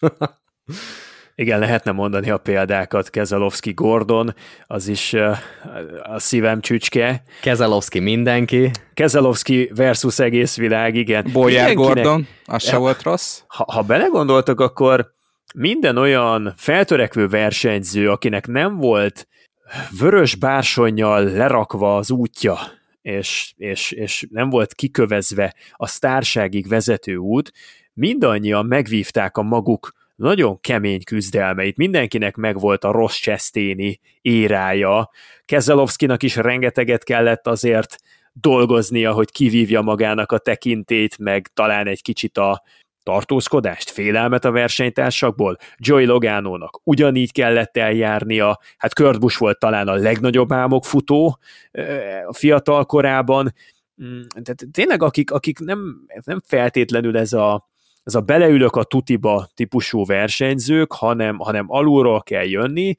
Igen, lehetne mondani a példákat, Keselowski Gordon, az is uh, a szívem csücske. Keselowski mindenki. Keselowski versus egész világ, igen. Boyer Gordon, az se volt rossz. Ha, ha belegondoltak, akkor minden olyan feltörekvő versenyző, akinek nem volt vörös bársonnyal lerakva az útja, és, és, és nem volt kikövezve a sztárságig vezető út, mindannyian megvívták a maguk nagyon kemény küzdelmeit, mindenkinek megvolt a Ross Chastain-i érája, Keselowskinak is rengeteget kellett azért dolgoznia, hogy kivívja magának a tekintét, meg talán egy kicsit a tartózkodást, félelmet a versenytársakból. Joey Logano-nak ugyanígy kellett eljárnia, hát Kurt Busch volt talán a legnagyobb álmokfutó a fiatal korában, tehát tényleg akik, akik nem, nem feltétlenül ez a ez a beleülök a tutiba típusú versenyzők, hanem, hanem alulról kell jönni,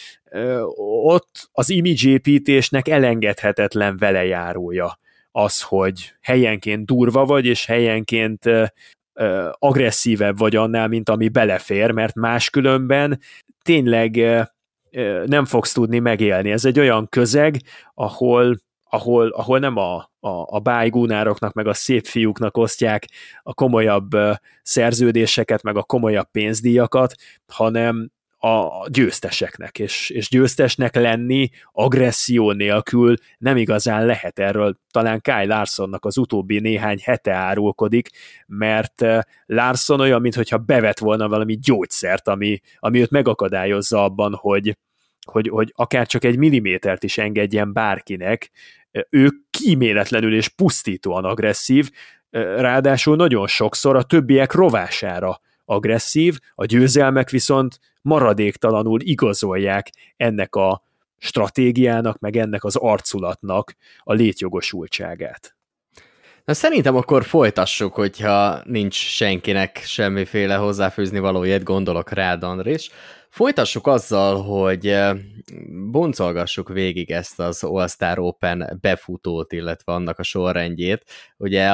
ott az image-építésnek elengedhetetlen velejárója az, hogy helyenként durva vagy, és helyenként agresszívebb vagy annál, mint ami belefér, mert máskülönben tényleg nem fogsz tudni megélni. Ez egy olyan közeg, ahol ahol, ahol nem a, a, a bájgúnároknak, meg a szép fiúknak osztják a komolyabb szerződéseket, meg a komolyabb pénzdíjakat, hanem a győzteseknek, és, és győztesnek lenni agresszió nélkül nem igazán lehet. Erről talán Kyle Larsonnak az utóbbi néhány hete árulkodik, mert Larson olyan, mintha bevett volna valami gyógyszert, ami, ami őt megakadályozza abban, hogy Hogy, hogy akár csak egy millimétert is engedjen bárkinek, ő kíméletlenül és pusztítóan agresszív, ráadásul nagyon sokszor a többiek rovására agresszív, a győzelmek viszont maradéktalanul igazolják ennek a stratégiának, meg ennek az arculatnak a létjogosultságát. Na szerintem akkor folytassuk, hogyha nincs senkinek semmiféle hozzáfűzni valóját, gondolok rád, Andris. Folytassuk azzal, hogy boncolgassuk végig ezt az All-Star Open befutót, illetve annak a sorrendjét. Ugye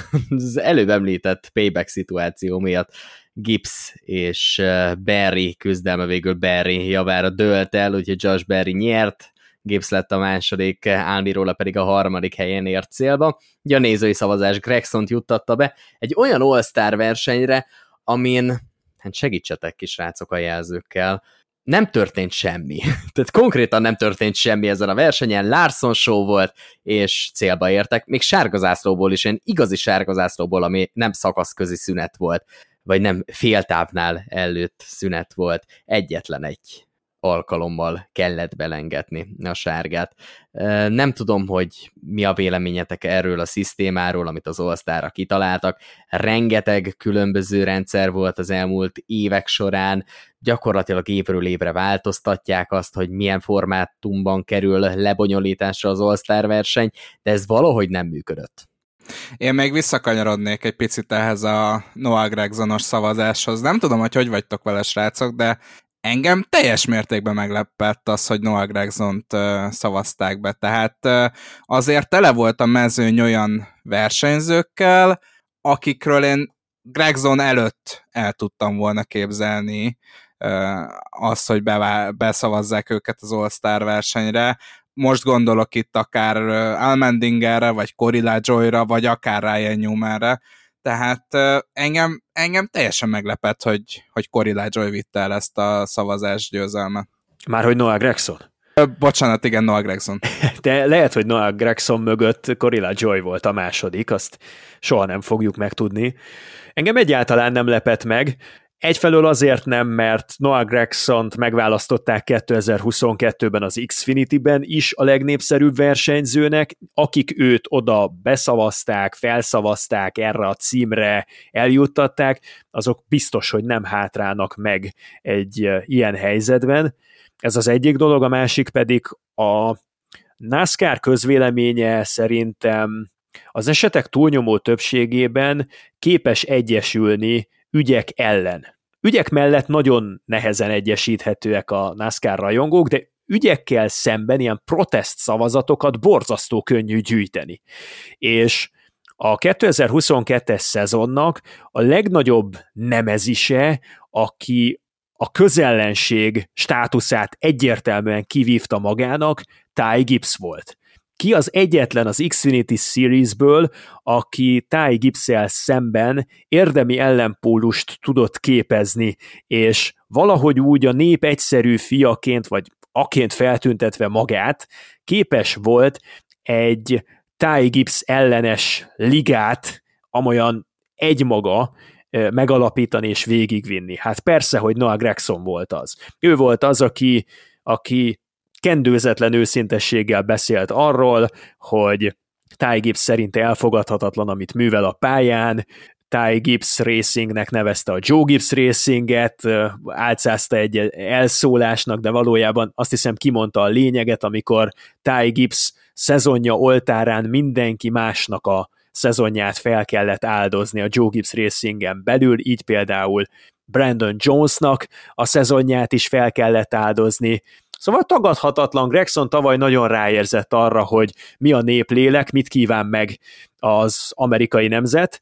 az előbb említett payback szituáció miatt Gibbs és Berry küzdelme végül Berry javára dőlt el, úgyhogy Josh Berry nyert, Gibbs lett a második, Almirola pedig a harmadik helyen ért célba. Ugye a nézői szavazás Gregsont juttatta be egy olyan All-Star versenyre, amin, hát segítsetek ki srácok a jelzőkkel, nem történt semmi. Tehát konkrétan nem történt semmi ezen a versenyen, Larson show volt, és célba értek, még sárgazászlóból is, egy igazi sárgazászlóból, ami nem szakaszközi szünet volt, vagy nem féltávnál előtt szünet volt, egyetlen egy alkalommal kellett belengetni a sárgát. Nem tudom, hogy mi a véleményetek erről a szisztémáról, amit az All-Starra kitaláltak. Rengeteg különböző rendszer volt az elmúlt évek során, gyakorlatilag évről évre változtatják azt, hogy milyen formátumban kerül lebonyolításra az All-Star verseny, de ez valahogy nem működött. Én még visszakanyarodnék egy picit ehhez a Noah Gregsonos szavazáshoz. Nem tudom, hogy hogy vagytok vele, srácok, de engem teljes mértékben meglepett az, hogy Noah Gregsont uh, szavazták be. Tehát uh, azért tele volt a mezőny olyan versenyzőkkel, akikről én Gregson előtt el tudtam volna képzelni uh, azt, hogy bevá- beszavazzák őket az All-Star versenyre. Most gondolok itt akár Allmendingerre, vagy Corey LaJoyra, vagy akár Ryan Newmanre. Tehát uh, engem, engem teljesen meglepett, hogy, hogy Corey LaJoy vitte el ezt a szavazás győzelmet. Márhogy Noah Gragson? Ö, bocsánat, igen, Noah Gragson. De lehet, hogy Noah Gragson mögött Corey LaJoy volt a második, azt soha nem fogjuk megtudni. Engem egyáltalán nem lepett meg, egyfelől azért nem, mert Noah Gregsont megválasztották kétezer-huszonkettőben az Xfinity-ben is a legnépszerűbb versenyzőnek, akik őt oda beszavazták, felszavazták, erre a címre eljuttatták, azok biztos, hogy nem hátrálnak meg egy ilyen helyzetben. Ez az egyik dolog, a másik pedig a NASCAR közvéleménye szerintem az esetek túlnyomó többségében képes egyesülni ügyek ellen. Ügyek mellett nagyon nehezen egyesíthetőek a NASCAR rajongók, de ügyekkel szemben ilyen protest szavazatokat borzasztó könnyű gyűjteni. És a kétezer-huszonkettes szezonnak a legnagyobb nemezise, aki a közellenség státuszát egyértelműen kivívta magának, Ty Gibbs volt. Ki az egyetlen az Xfinity Seriesből, aki Ty Gibbs-szel szemben érdemi ellenpólust tudott képezni, és valahogy úgy a nép egyszerű fiaként, vagy aként feltüntetve magát, képes volt egy Ty Gibbs ellenes ligát amolyan egymaga megalapítani és végigvinni. Hát persze, hogy Noah Gragson volt az. Ő volt az, aki, aki kendőzetlen őszintességgel beszélt arról, hogy Ty Gibbs szerint elfogadhatatlan, amit művel a pályán, Ty Gibbs Racingnek nevezte a Joe Gibbs Racinget, álcázta egy elszólásnak, de valójában azt hiszem kimondta a lényeget, amikor Ty Gibbs szezonja oltárán mindenki másnak a szezonját fel kellett áldozni a Joe Gibbs Racingen belül, így például Brandon Jonesnak a szezonját is fel kellett áldozni. Szóval tagadhatatlan, Gragson tavaly nagyon ráérzett arra, hogy mi a néplélek, mit kíván meg az amerikai nemzet,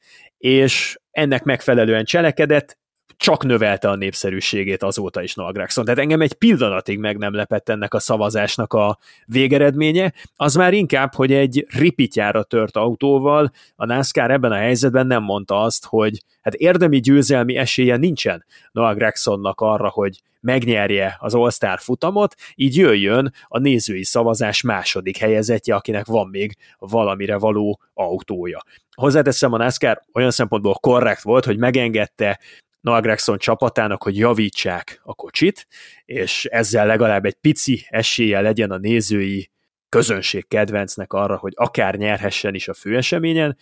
és ennek megfelelően cselekedett, csak növelte a népszerűségét azóta is Noah Gragson. Tehát engem egy pillanatig meg nem lepett ennek a szavazásnak a végeredménye, az már inkább, hogy egy ripityára tört autóval a NASCAR ebben a helyzetben nem mondta azt, hogy hát érdemi győzelmi esélye nincsen Noah Gragsonnak arra, hogy megnyerje az All-Star futamot, így jöjjön a nézői szavazás második helyezettje, akinek van még valamire való autója. Hozzáteszem, a NASCAR olyan szempontból korrekt volt, hogy megengedte Noah Gragson csapatának, hogy javítsák a kocsit, és ezzel legalább egy pici esélye legyen a nézői közönség kedvencnek arra, hogy akár nyerhessen is a főeseményen,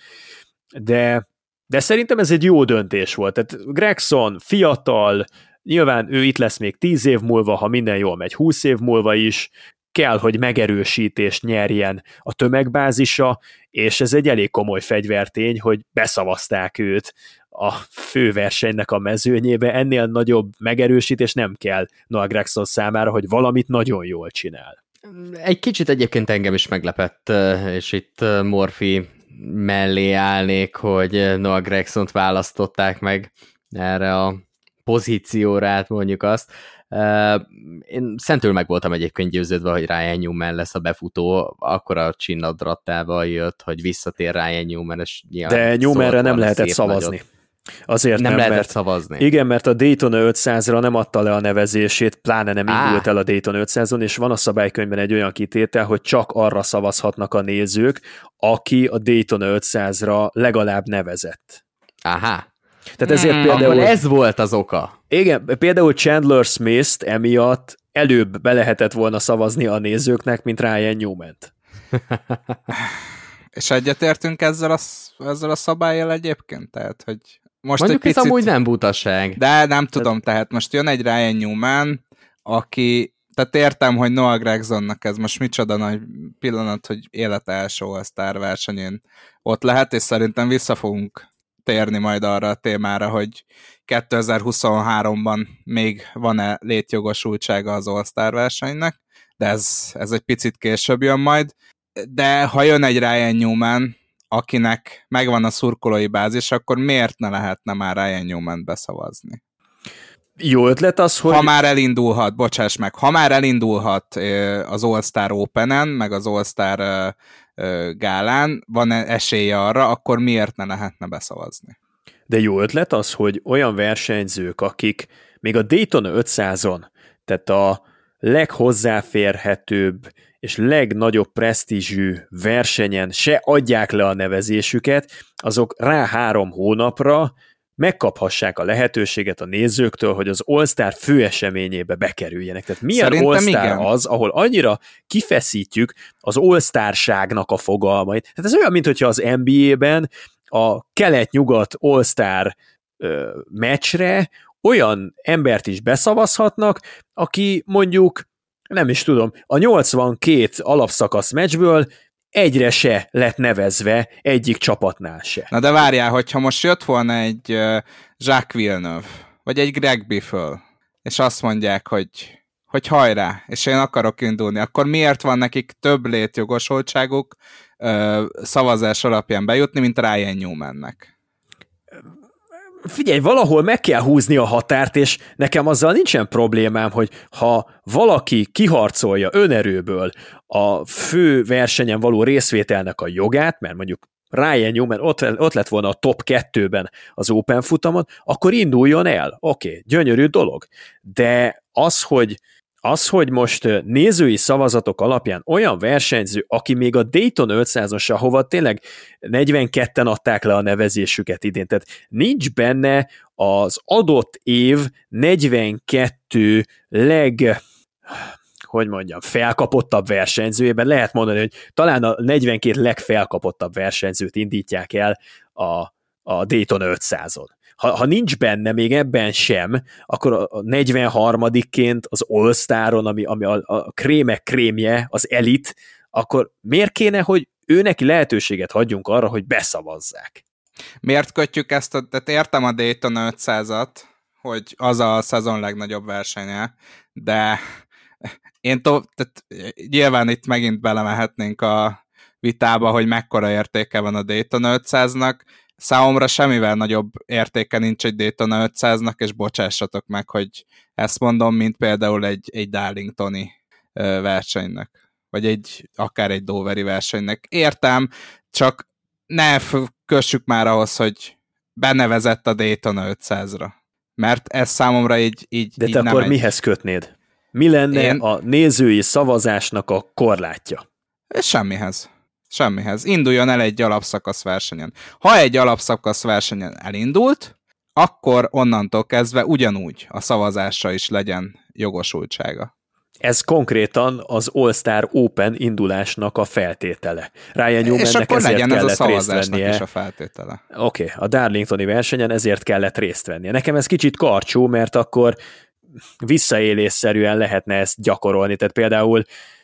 de, de szerintem ez egy jó döntés volt. Tehát Gragson fiatal, nyilván ő itt lesz még tíz év múlva, ha minden jól megy, húsz év múlva is, kell, hogy megerősítést nyerjen a tömegbázisa, és ez egy elég komoly fegyvertény, hogy beszavazták őt a főversenynek a mezőnyébe, ennél nagyobb megerősítés nem kell Noah Gragson számára, hogy valamit nagyon jól csinál. Egy kicsit egyébként engem is meglepett, és itt Murphy mellé állnék, hogy Noah Gragsont választották meg erre a pozícióra, hát mondjuk azt. Én szentül meg voltam egyébként győződve, hogy Ryan Newman lesz a befutó, akkor a csinnadrattával jött, hogy visszatér Ryan Newman, és de Newmanre nem lehetett szavazni. Nagyot. Azért nem, nem lehetett mert, szavazni. Igen, mert a Daytona ötszázra nem adta le a nevezését, pláne nem Á. indult el a Daytona ötszázon, és van a szabálykönyvben egy olyan kitétel, hogy csak arra szavazhatnak a nézők, aki a Daytona ötszázra legalább nevezett. Aha. Tehát ezért hmm, például... Akkor ez volt az oka. Igen, például Chandler Smith-t emiatt előbb be lehetett volna szavazni a nézőknek, mint Ryan Newman-t. És egyetértünk ezzel a, ezzel a szabállyal egyébként? Tehát, hogy most mondjuk egy ez picit... amúgy nem butaság. De nem tudom, tehát most jön egy Ryan Newman, aki, tehát értem, hogy Noah Gragsonnak ez most micsoda nagy pillanat, hogy élete első All-Star versenyén ott lehet, és szerintem vissza fogunk térni majd arra a témára, hogy kétezer-huszonháromban még van-e létjogosultsága az All-Star versenynek, de ez, ez egy picit később jön majd. De ha jön egy Ryan Newman, akinek megvan a szurkolói bázis, akkor miért ne lehetne már Ryan Newman beszavazni? Jó ötlet az, hogy... Ha már elindulhat, bocsáss meg, ha már elindulhat az All-Star Openen, meg az All-Star gálán, van esélye arra, akkor miért ne lehetne beszavazni? De jó ötlet az, hogy olyan versenyzők, akik még a Daytona ötszázon, tehát a leghozzáférhetőbb és legnagyobb presztízsű versenyen se adják le a nevezésüket, azok rá három hónapra megkaphassák a lehetőséget a nézőktől, hogy az All-Star főeseményébe bekerüljenek. Tehát milyen Szerintem All-Star igen. az, ahol annyira kifeszítjük az All-Starságnak a fogalmait. Tehát ez olyan, mintha az en bé á-ben a kelet-nyugat All-Star ö, meccsre olyan embert is beszavazhatnak, aki mondjuk, nem is tudom, a nyolcvankét alapszakasz meccsből egyre se lett nevezve egyik csapatnál se. Na de várjál, hogyha most jött volna egy uh, Jacques Villeneuve, vagy egy Greg Biffle, és azt mondják, hogy, hogy hajrá, és én akarok indulni, akkor miért van nekik több létjogosultságuk uh, szavazás alapján bejutni, mint Ryan Newmannek? Figyelj, valahol meg kell húzni a határt, és nekem azzal nincsen problémám, hogy ha valaki kiharcolja önerőből a fő versenyen való részvételnek a jogát, mert mondjuk Ryan Newman ott, ott lett volna a top kettőben az Open futamon, akkor induljon el. Oké, okay, gyönyörű dolog. De az, hogy Az, hogy most nézői szavazatok alapján olyan versenyző, aki még a Daytona ötszázas, ahova tényleg negyvenketten adták le a nevezésüket idén, tehát nincs benne az adott év negyvenkettő leg, hogy mondjam, felkapottabb versenyzőjében, lehet mondani, hogy talán a negyvenkét legfelkapottabb versenyzőt indítják el a, a Daytona ötszázon. Ha, ha nincs benne még ebben sem, akkor a negyvenharmadikként az All-Staron, ami, ami a, a krémek krémje, az elit, akkor miért kéne, hogy ő neki lehetőséget hagyjunk arra, hogy beszavazzák? Miért kötjük ezt? A, tehát értem a Daytona ötszázat, hogy az a szezon legnagyobb versenye, de én to, tehát nyilván itt megint belemehetnénk a vitába, hogy mekkora értéke van a Daytona ötszáznak. Számomra semmivel nagyobb értéke nincs egy Daytona ötszáznak, és bocsássatok meg, hogy ezt mondom, mint például egy, egy Darlingtoni versenynek, vagy egy, akár egy Doveri versenynek. Értem, csak ne kössük már ahhoz, hogy benevezett a Daytona ötszázra. Mert ez számomra így, így De így te nem akkor egy... mihez kötnéd? Mi lenne Én... a nézői szavazásnak a korlátja? Semmihez. Semmihez. Induljon el egy alapszakasz versenyen. Ha egy alapszakasz versenyen elindult, akkor onnantól kezdve ugyanúgy a szavazásra is legyen jogosultsága. Ez konkrétan az All-Star Open indulásnak a feltétele. Ryan Newmannek ezért legyen kellett ez a részt vennie. Is a feltétele. Oké, okay, a Darlingtoni versenyen ezért kellett részt vennie. Nekem ez kicsit karcsú, mert akkor visszaélésszerűen lehetne ezt gyakorolni. Tehát például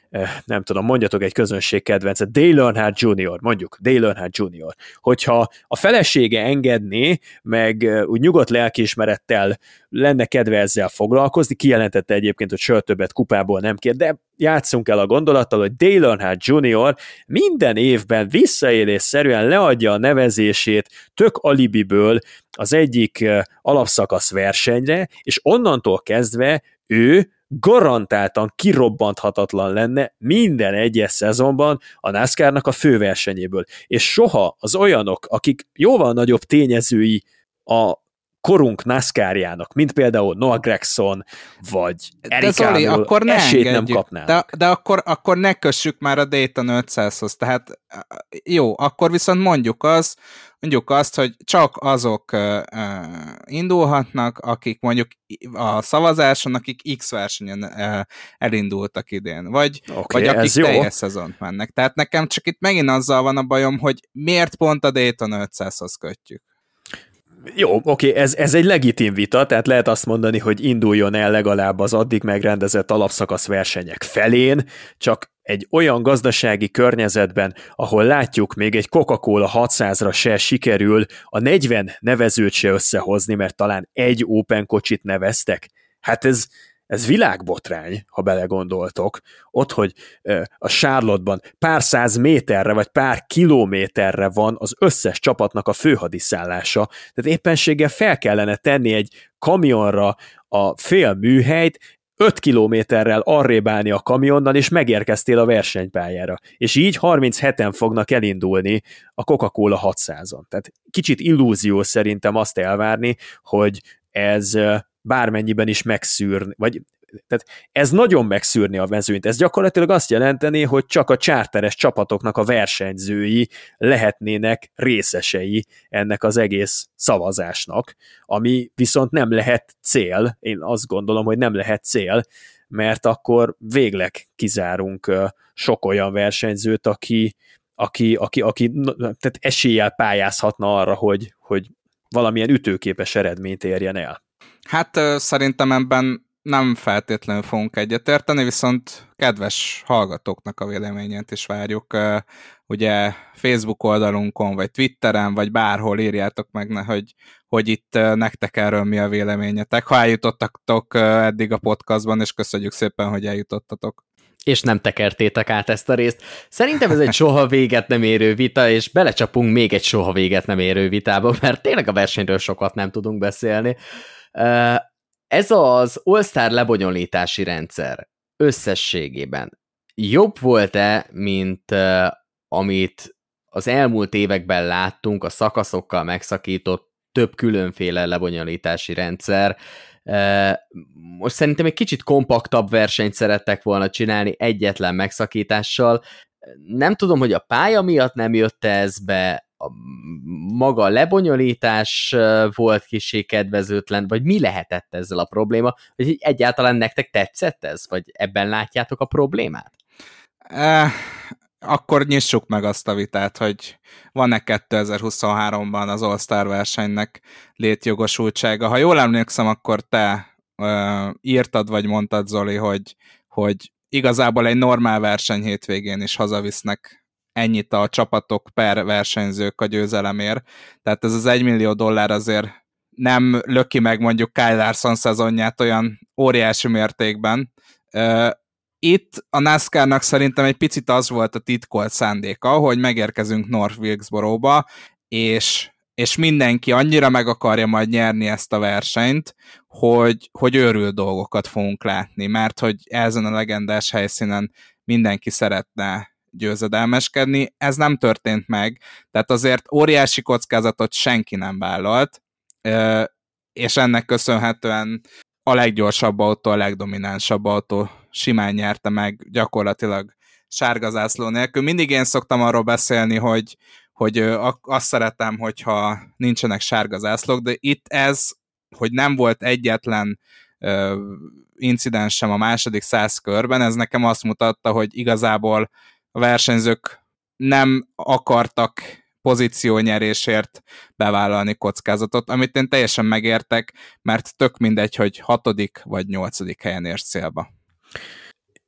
nem tudom, mondjatok egy közönség kedvencet, Dale Earnhardt junior, mondjuk, Dale Earnhardt junior Hogyha a felesége engedné, meg úgy nyugodt lelkiismerettel lenne kedve ezzel foglalkozni, kijelentette egyébként, hogy soha többet kupából nem kér, de játsszunk el a gondolattal, hogy Dale Earnhardt junior minden évben visszaélésszerűen leadja a nevezését tök alibiből az egyik alapszakasz versenyre, és onnantól kezdve ő garantáltan kirobbanthatatlan lenne minden egyes szezonban a NASCAR-nak a főversenyéből. És soha az olyanok, akik jóval nagyobb tényezői a korunk NASCAR-jának, mint például Noah Gragson, vagy Eric Arnold, esélyt nem kapnának. De, de akkor, akkor ne kössük már a Daytona ötszázhoz. Tehát jó, akkor viszont mondjuk az, mondjuk azt, hogy csak azok uh, uh, indulhatnak, akik mondjuk a szavazáson, akik X versenyen uh, elindultak idén, vagy, okay, vagy akik teljes szezont mennek. Tehát nekem csak itt megint azzal van a bajom, hogy miért pont a Daytona ötszázhoz kötjük. Jó, oké, ez, ez egy legitim vita, tehát lehet azt mondani, hogy induljon el legalább az addig megrendezett alapszakasz versenyek felén, csak egy olyan gazdasági környezetben, ahol látjuk, még egy Coca-Cola hatszázra se sikerül a negyven nevezőt se összehozni, mert talán egy Open kocsit neveztek. Hát ez, ez világbotrány, ha belegondoltok. Ott, hogy a Charlotte-ban pár száz méterre, vagy pár kilométerre van az összes csapatnak a főhadiszállása. Tehát éppenséggel fel kellene tenni egy kamionra a fél műhelyt, öt kilométerrel arrébb állni a kamionnal, és megérkeztél a versenypályára. És így harmincheten fognak elindulni a Coca-Cola hatszázon. Tehát kicsit illúzió szerintem azt elvárni, hogy ez bármennyiben is megszűrni, vagy tehát ez nagyon megszűrni a mezőnyt. Ez gyakorlatilag azt jelenteni, hogy csak a charteres csapatoknak a versenyzői lehetnének részesei ennek az egész szavazásnak, ami viszont nem lehet cél. Én azt gondolom, hogy nem lehet cél, mert akkor végleg kizárunk sok olyan versenyzőt, aki, aki, aki, aki tehát eséllyel pályázhatna arra, hogy, hogy valamilyen ütőképes eredményt érjen el. Hát szerintem ebben nem feltétlenül fogunk egyetérteni, viszont kedves hallgatóknak a véleményét is várjuk. Ugye Facebook oldalunkon, vagy Twitteren, vagy bárhol írjátok meg, hogy, hogy itt nektek erről mi a véleményetek. Ha eljutottatok eddig a podcastban, és köszönjük szépen, hogy eljutottatok. És nem tekertétek át ezt a részt. Szerintem ez egy soha véget nem érő vita, és belecsapunk még egy soha véget nem érő vitába, mert tényleg a versenyről sokat nem tudunk beszélni. Ez az All-Star lebonyolítási rendszer összességében jobb volt-e, mint uh, amit az elmúlt években láttunk, a szakaszokkal megszakított több különféle lebonyolítási rendszer? Uh, most szerintem egy kicsit kompaktabb versenyt szerettek volna csinálni egyetlen megszakítással. Nem tudom, hogy a pálya miatt nem jött ez be, a maga a lebonyolítás volt kissé kedvezőtlen, vagy mi lehetett ezzel a probléma, hogy egyáltalán nektek tetszett ez, vagy ebben látjátok a problémát? Eh, akkor nyissuk meg azt a vitát, hogy van-e kétezer-huszonháromban az All-Star versenynek létjogosultsága. Ha jól emlékszem, akkor te uh, írtad, vagy mondtad, Zoli, hogy, hogy igazából egy normál verseny hétvégén is hazavisznek ennyit a csapatok per versenyzők a győzelemért. Tehát ez az egymillió dollár azért nem löki meg mondjuk Kyle Larson szezonját olyan óriási mértékben. Itt a NASCAR-nak szerintem egy picit az volt a titkolt szándéka, hogy megérkezünk North Wilkesboro-ba, és, és mindenki annyira meg akarja majd nyerni ezt a versenyt, hogy, hogy őrült dolgokat fogunk látni, mert hogy ezen a legendás helyszínen mindenki szeretne győzedelmeskedni, ez nem történt meg, tehát azért óriási kockázatot senki nem vállalt, és ennek köszönhetően a leggyorsabb autó, a legdominánsabb autó simán nyerte meg gyakorlatilag sárga zászló nélkül. Mindig én szoktam arról beszélni, hogy, hogy azt szeretem, hogyha nincsenek sárga zászlók, de itt ez, hogy nem volt egyetlen incidens sem a második száz körben, ez nekem azt mutatta, hogy igazából a versenyzők nem akartak pozíciónyerésért bevállalni kockázatot, amit én teljesen megértek, mert tök mindegy, hogy hatodik vagy nyolcadik helyen érsz célba.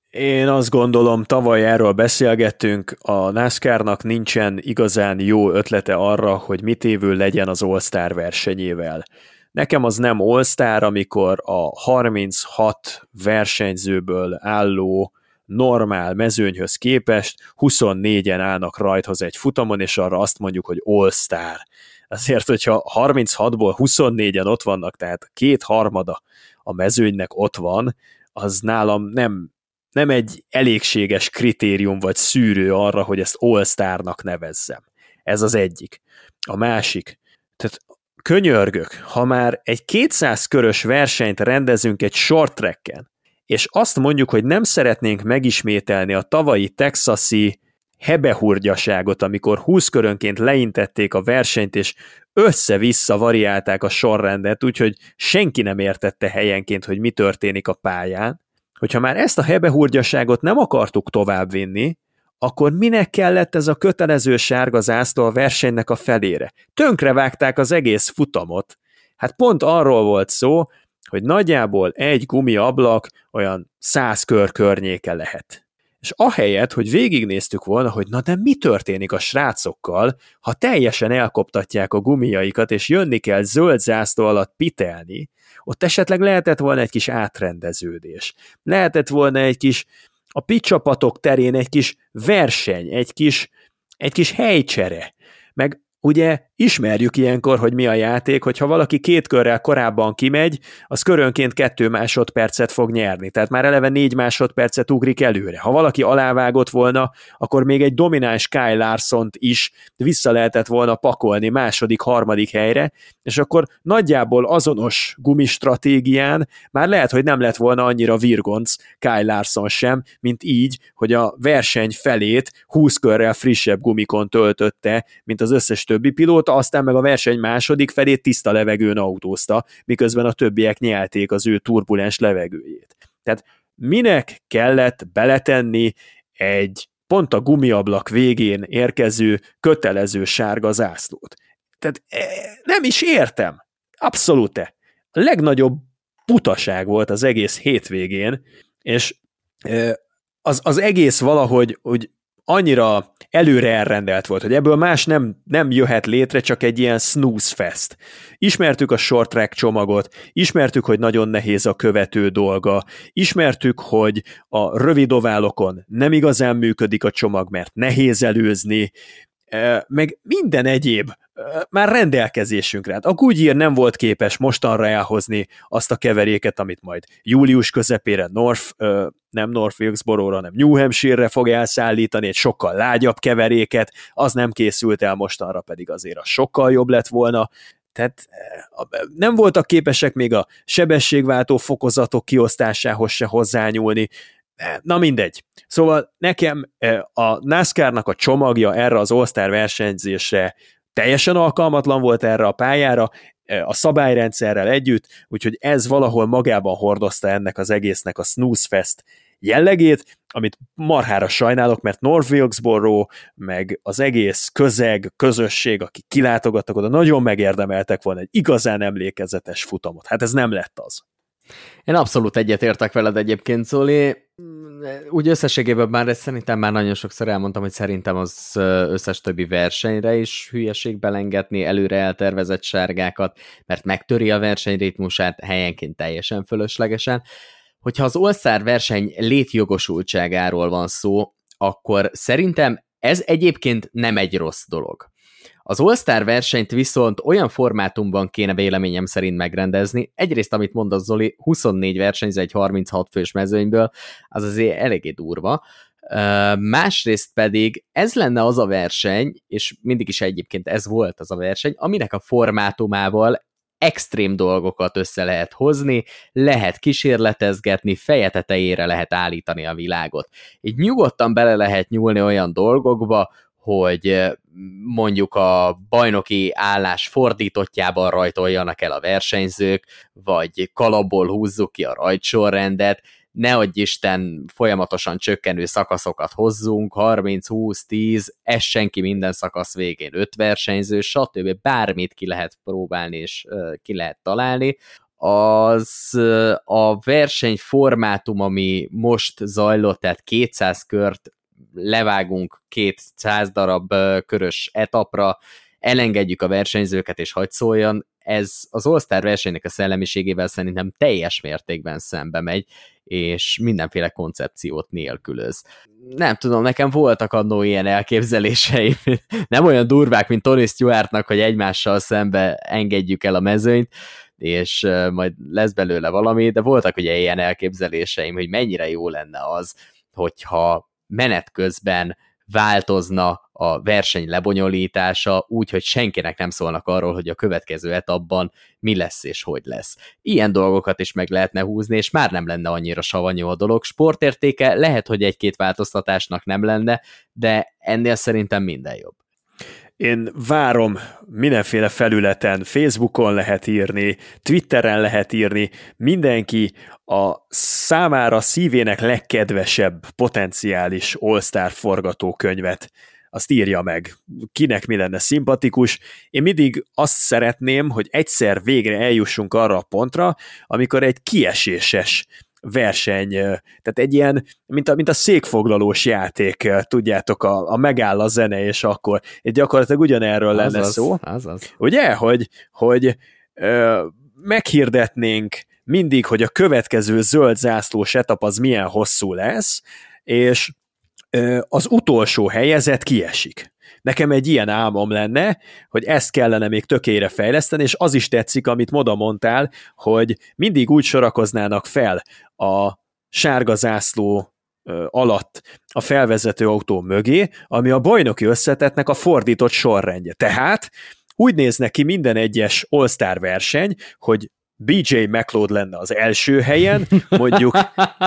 Én azt gondolom, tavaly erről beszélgettünk, a NASCAR-nak nincsen igazán jó ötlete arra, hogy mit évül legyen az All-Star versenyével. Nekem az nem All-Star, amikor a harminchat versenyzőből álló normál mezőnyhöz képest huszonnégyen állnak rajthoz egy futamon, és arra azt mondjuk, hogy All-Star. Azért, hogyha harminchatból huszonnégyen ott vannak, tehát két harmada a mezőnynek ott van, az nálam nem, nem egy elégséges kritérium vagy szűrő arra, hogy ezt All-Starnak nevezzem. Ez az egyik. A másik, tehát könyörgök, ha már egy kétszáz körös versenyt rendezünk egy short tracken, és azt mondjuk, hogy nem szeretnénk megismételni a tavalyi texasi hebehurgyaságot, amikor húsz körönként leintették a versenyt, és össze-vissza variálták a sorrendet, úgyhogy senki nem értette helyenként, hogy mi történik a pályán. Hogyha már ezt a hebehurgyaságot nem akartuk továbbvinni, akkor minek kellett ez a kötelező sárga zászló a versenynek a felére? Tönkrevágták az egész futamot. Hát pont arról volt szó, hogy nagyjából egy gumiablak olyan száz kör környéke lehet. És ahelyett, hogy végignéztük volna, hogy na de mi történik a srácokkal, ha teljesen elkoptatják a gumiaikat, és jönni kell zöld zászló alatt pitelni, ott esetleg lehetett volna egy kis átrendeződés. Lehetett volna egy kis, a pitcsapatok terén egy kis verseny, egy kis, egy kis helycsere, meg ugye ismerjük ilyenkor, hogy mi a játék, hogyha valaki két körrel korábban kimegy, az körönként kettő másodpercet fog nyerni, tehát már eleve négy másodpercet ugrik előre. Ha valaki alávágott volna, akkor még egy domináns Kyle Larsont is vissza lehetett volna pakolni második, harmadik helyre, és akkor nagyjából azonos gumistratégián már lehet, hogy nem lett volna annyira virgonc Kyle Larson sem, mint így, hogy a verseny felét húsz körrel frissebb gumikon töltötte, mint az összes többi pilóta, aztán meg a verseny második felét tiszta levegőn autózta, miközben a többiek nyelték az ő turbulens levegőjét. Tehát minek kellett beletenni egy pont a gumiablak végén érkező kötelező sárga zászlót? Tehát nem is értem. Abszolút. A legnagyobb butaság volt az egész hétvégén, és az, az egész valahogy hogy annyira előre elrendelt volt, hogy ebből más nem, nem jöhet létre, csak egy ilyen snooze fest. Ismertük a short track csomagot, ismertük, hogy nagyon nehéz a követő dolga, ismertük, hogy a rövid oválokon nem igazán működik a csomag, mert nehéz előzni, meg minden egyéb már rendelkezésünkre. Hát a Goodyear nem volt képes mostanra elhozni azt a keveréket, amit majd július közepére North, nem North Wilkesboro-ra, hanem New Hampshire-re fog elszállítani, egy sokkal lágyabb keveréket, az nem készült el mostanra, pedig azért az sokkal jobb lett volna. Tehát nem voltak képesek még a sebességváltó fokozatok kiosztásához se hozzányúlni. Na mindegy. Szóval nekem a NASCAR-nak a csomagja erre az All-Star versenyzésre teljesen alkalmatlan volt erre a pályára, a szabályrendszerrel együtt, úgyhogy ez valahol magában hordozta ennek az egésznek a snooze fest jellegét, amit marhára sajnálok, mert North Wilkesboro, meg az egész közeg, közösség, aki kilátogattak oda, nagyon megérdemeltek volna egy igazán emlékezetes futamot. Hát ez nem lett az. Én abszolút egyetértek veled egyébként, Zoli. Úgy összességében már szerintem már nagyon sokszor elmondtam, hogy szerintem az összes többi versenyre is hülyeség belengetni előre eltervezett sárgákat, mert megtöri a versenyritmusát helyenként teljesen fölöslegesen. Hogyha az All-Star verseny létjogosultságáról van szó, akkor szerintem ez egyébként nem egy rossz dolog. Az All-Star versenyt viszont olyan formátumban kéne véleményem szerint megrendezni, egyrészt, amit mondasz Zoli, huszonnégy versenyző egy harminchat fős mezőnyből, az azért eléggé durva. Másrészt pedig ez lenne az a verseny, és mindig is egyébként ez volt az a verseny, aminek a formátumával extrém dolgokat össze lehet hozni, lehet kísérletezgetni, feje tetejére lehet állítani a világot. Így nyugodtan bele lehet nyúlni olyan dolgokba, hogy mondjuk a bajnoki állás fordítottjában rajtoljanak el a versenyzők, vagy kalapból húzzuk ki a rajtsorrendet, nehogy Isten folyamatosan csökkenő szakaszokat hozzunk, harminc, húsz, tíz, essen ki minden szakasz végén öt versenyző, stb. Bármit ki lehet próbálni és uh, ki lehet találni, az a versenyformátum, ami most zajlott, tehát kétszáz kört levágunk kétszáz darab körös etapra, elengedjük a versenyzőket és hagy szóljon, ez az All-Star versenynek a szellemiségével szerintem teljes mértékben szembe megy, és mindenféle koncepciót nélkülöz. Nem tudom, nekem voltak annó ilyen elképzeléseim, nem olyan durvák, mint Tony Stewartnak, hogy egymással szembe engedjük el a mezőnyt, és majd lesz belőle valami, de voltak ugye ilyen elképzeléseim, hogy mennyire jó lenne az, hogyha menet közben változna a verseny lebonyolítása úgy, hogy senkinek nem szólnak arról, hogy a következő etapban mi lesz és hogy lesz. Ilyen dolgokat is meg lehetne húzni, és már nem lenne annyira savanyú a dolog. Sportértéke lehet, hogy egy-két változtatásnak nem lenne, de ennél szerintem minden jobb. Én várom, mindenféle felületen, Facebookon lehet írni, Twitteren lehet írni, mindenki a számára szívének legkedvesebb potenciális All-Star forgatókönyvet, azt írja meg. Kinek mi lenne szimpatikus. Én mindig azt szeretném, hogy egyszer végre eljussunk arra a pontra, amikor egy kieséses verseny, tehát egy ilyen, mint a, mint a székfoglalós játék, tudjátok, a, a megáll a zene, és akkor egy gyakorlatilag ugyanerről az lenne az, szó. Az az. Ugye, hogy, hogy ö, meghirdetnénk mindig, hogy a következő zöld zászlós etap az milyen hosszú lesz, és ö, az utolsó helyezett kiesik. Nekem egy ilyen álmom lenne, hogy ezt kellene még tökére fejleszteni, és az is tetszik, amit Moda mondtál, hogy mindig úgy sorakoznának fel a sárga zászló alatt a felvezető autó mögé, ami a bajnoki összetettnek a fordított sorrendje. Tehát úgy nézne ki minden egyes All-Star verseny, hogy bé jé McLeod lenne az első helyen, mondjuk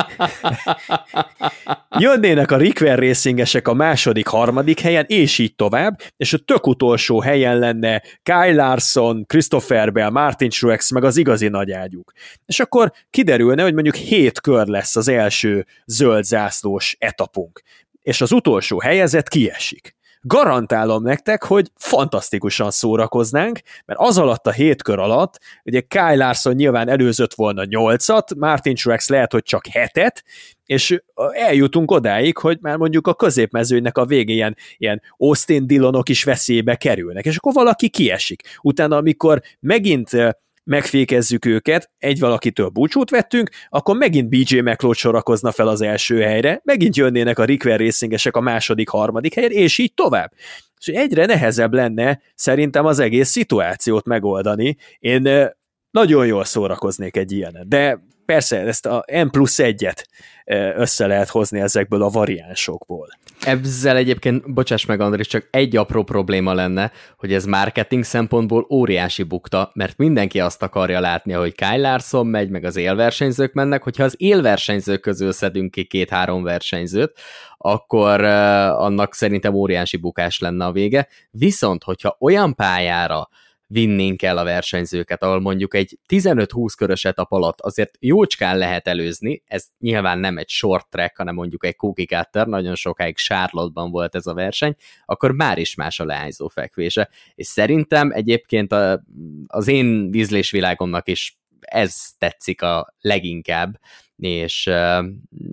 jönnének a Rickwer Racingesek a második, harmadik helyen, és így tovább, és a tök utolsó helyen lenne Kyle Larson, Christopher Bell, Martin Truex, meg az igazi nagyágyuk. És akkor kiderülne, hogy mondjuk hét kör lesz az első zöld zászlós etapunk, és az utolsó helyezett kiesik. Garantálom nektek, hogy fantasztikusan szórakoznánk, mert az alatt a hét kör alatt, ugye Kyle Larson nyilván előzött volna nyolcat, Martin Truex lehet, hogy csak hetet, és eljutunk odáig, hogy már mondjuk a középmezőnynek a végén ilyen, ilyen Austin Dillonok is veszélybe kerülnek, és akkor valaki kiesik. Utána, amikor megint megfékezzük őket, egy valakitől búcsút vettünk, akkor megint bé jé McLeod sorakozna fel az első helyre, megint jönnének a Rickwer Racingesek a második, harmadik helyen, és így tovább. És egyre nehezebb lenne szerintem az egész szituációt megoldani. Én nagyon jól szórakoznék egy ilyenen, de persze ezt a N plusz egyet össze lehet hozni ezekből a variánsokból. Ezzel egyébként, bocsáss meg Andris, csak egy apró probléma lenne, hogy ez marketing szempontból óriási bukta, mert mindenki azt akarja látni, hogy Kyle Larson megy, meg az élversenyzők mennek, hogyha az élversenyzők közül szedünk ki két-három versenyzőt, akkor uh, annak szerintem óriási bukás lenne a vége. Viszont, hogyha olyan pályára vinnénk el a versenyzőket, ahol mondjuk egy tizenöt-húsz körös etap alatt azért jócskán lehet előzni, ez nyilván nem egy short track, hanem mondjuk egy cookie cutter, nagyon sokáig Charlotte-ban volt ez a verseny, akkor már is más a leányzó fekvése. És szerintem egyébként a, az én ízlésvilágomnak is ez tetszik a leginkább, és uh,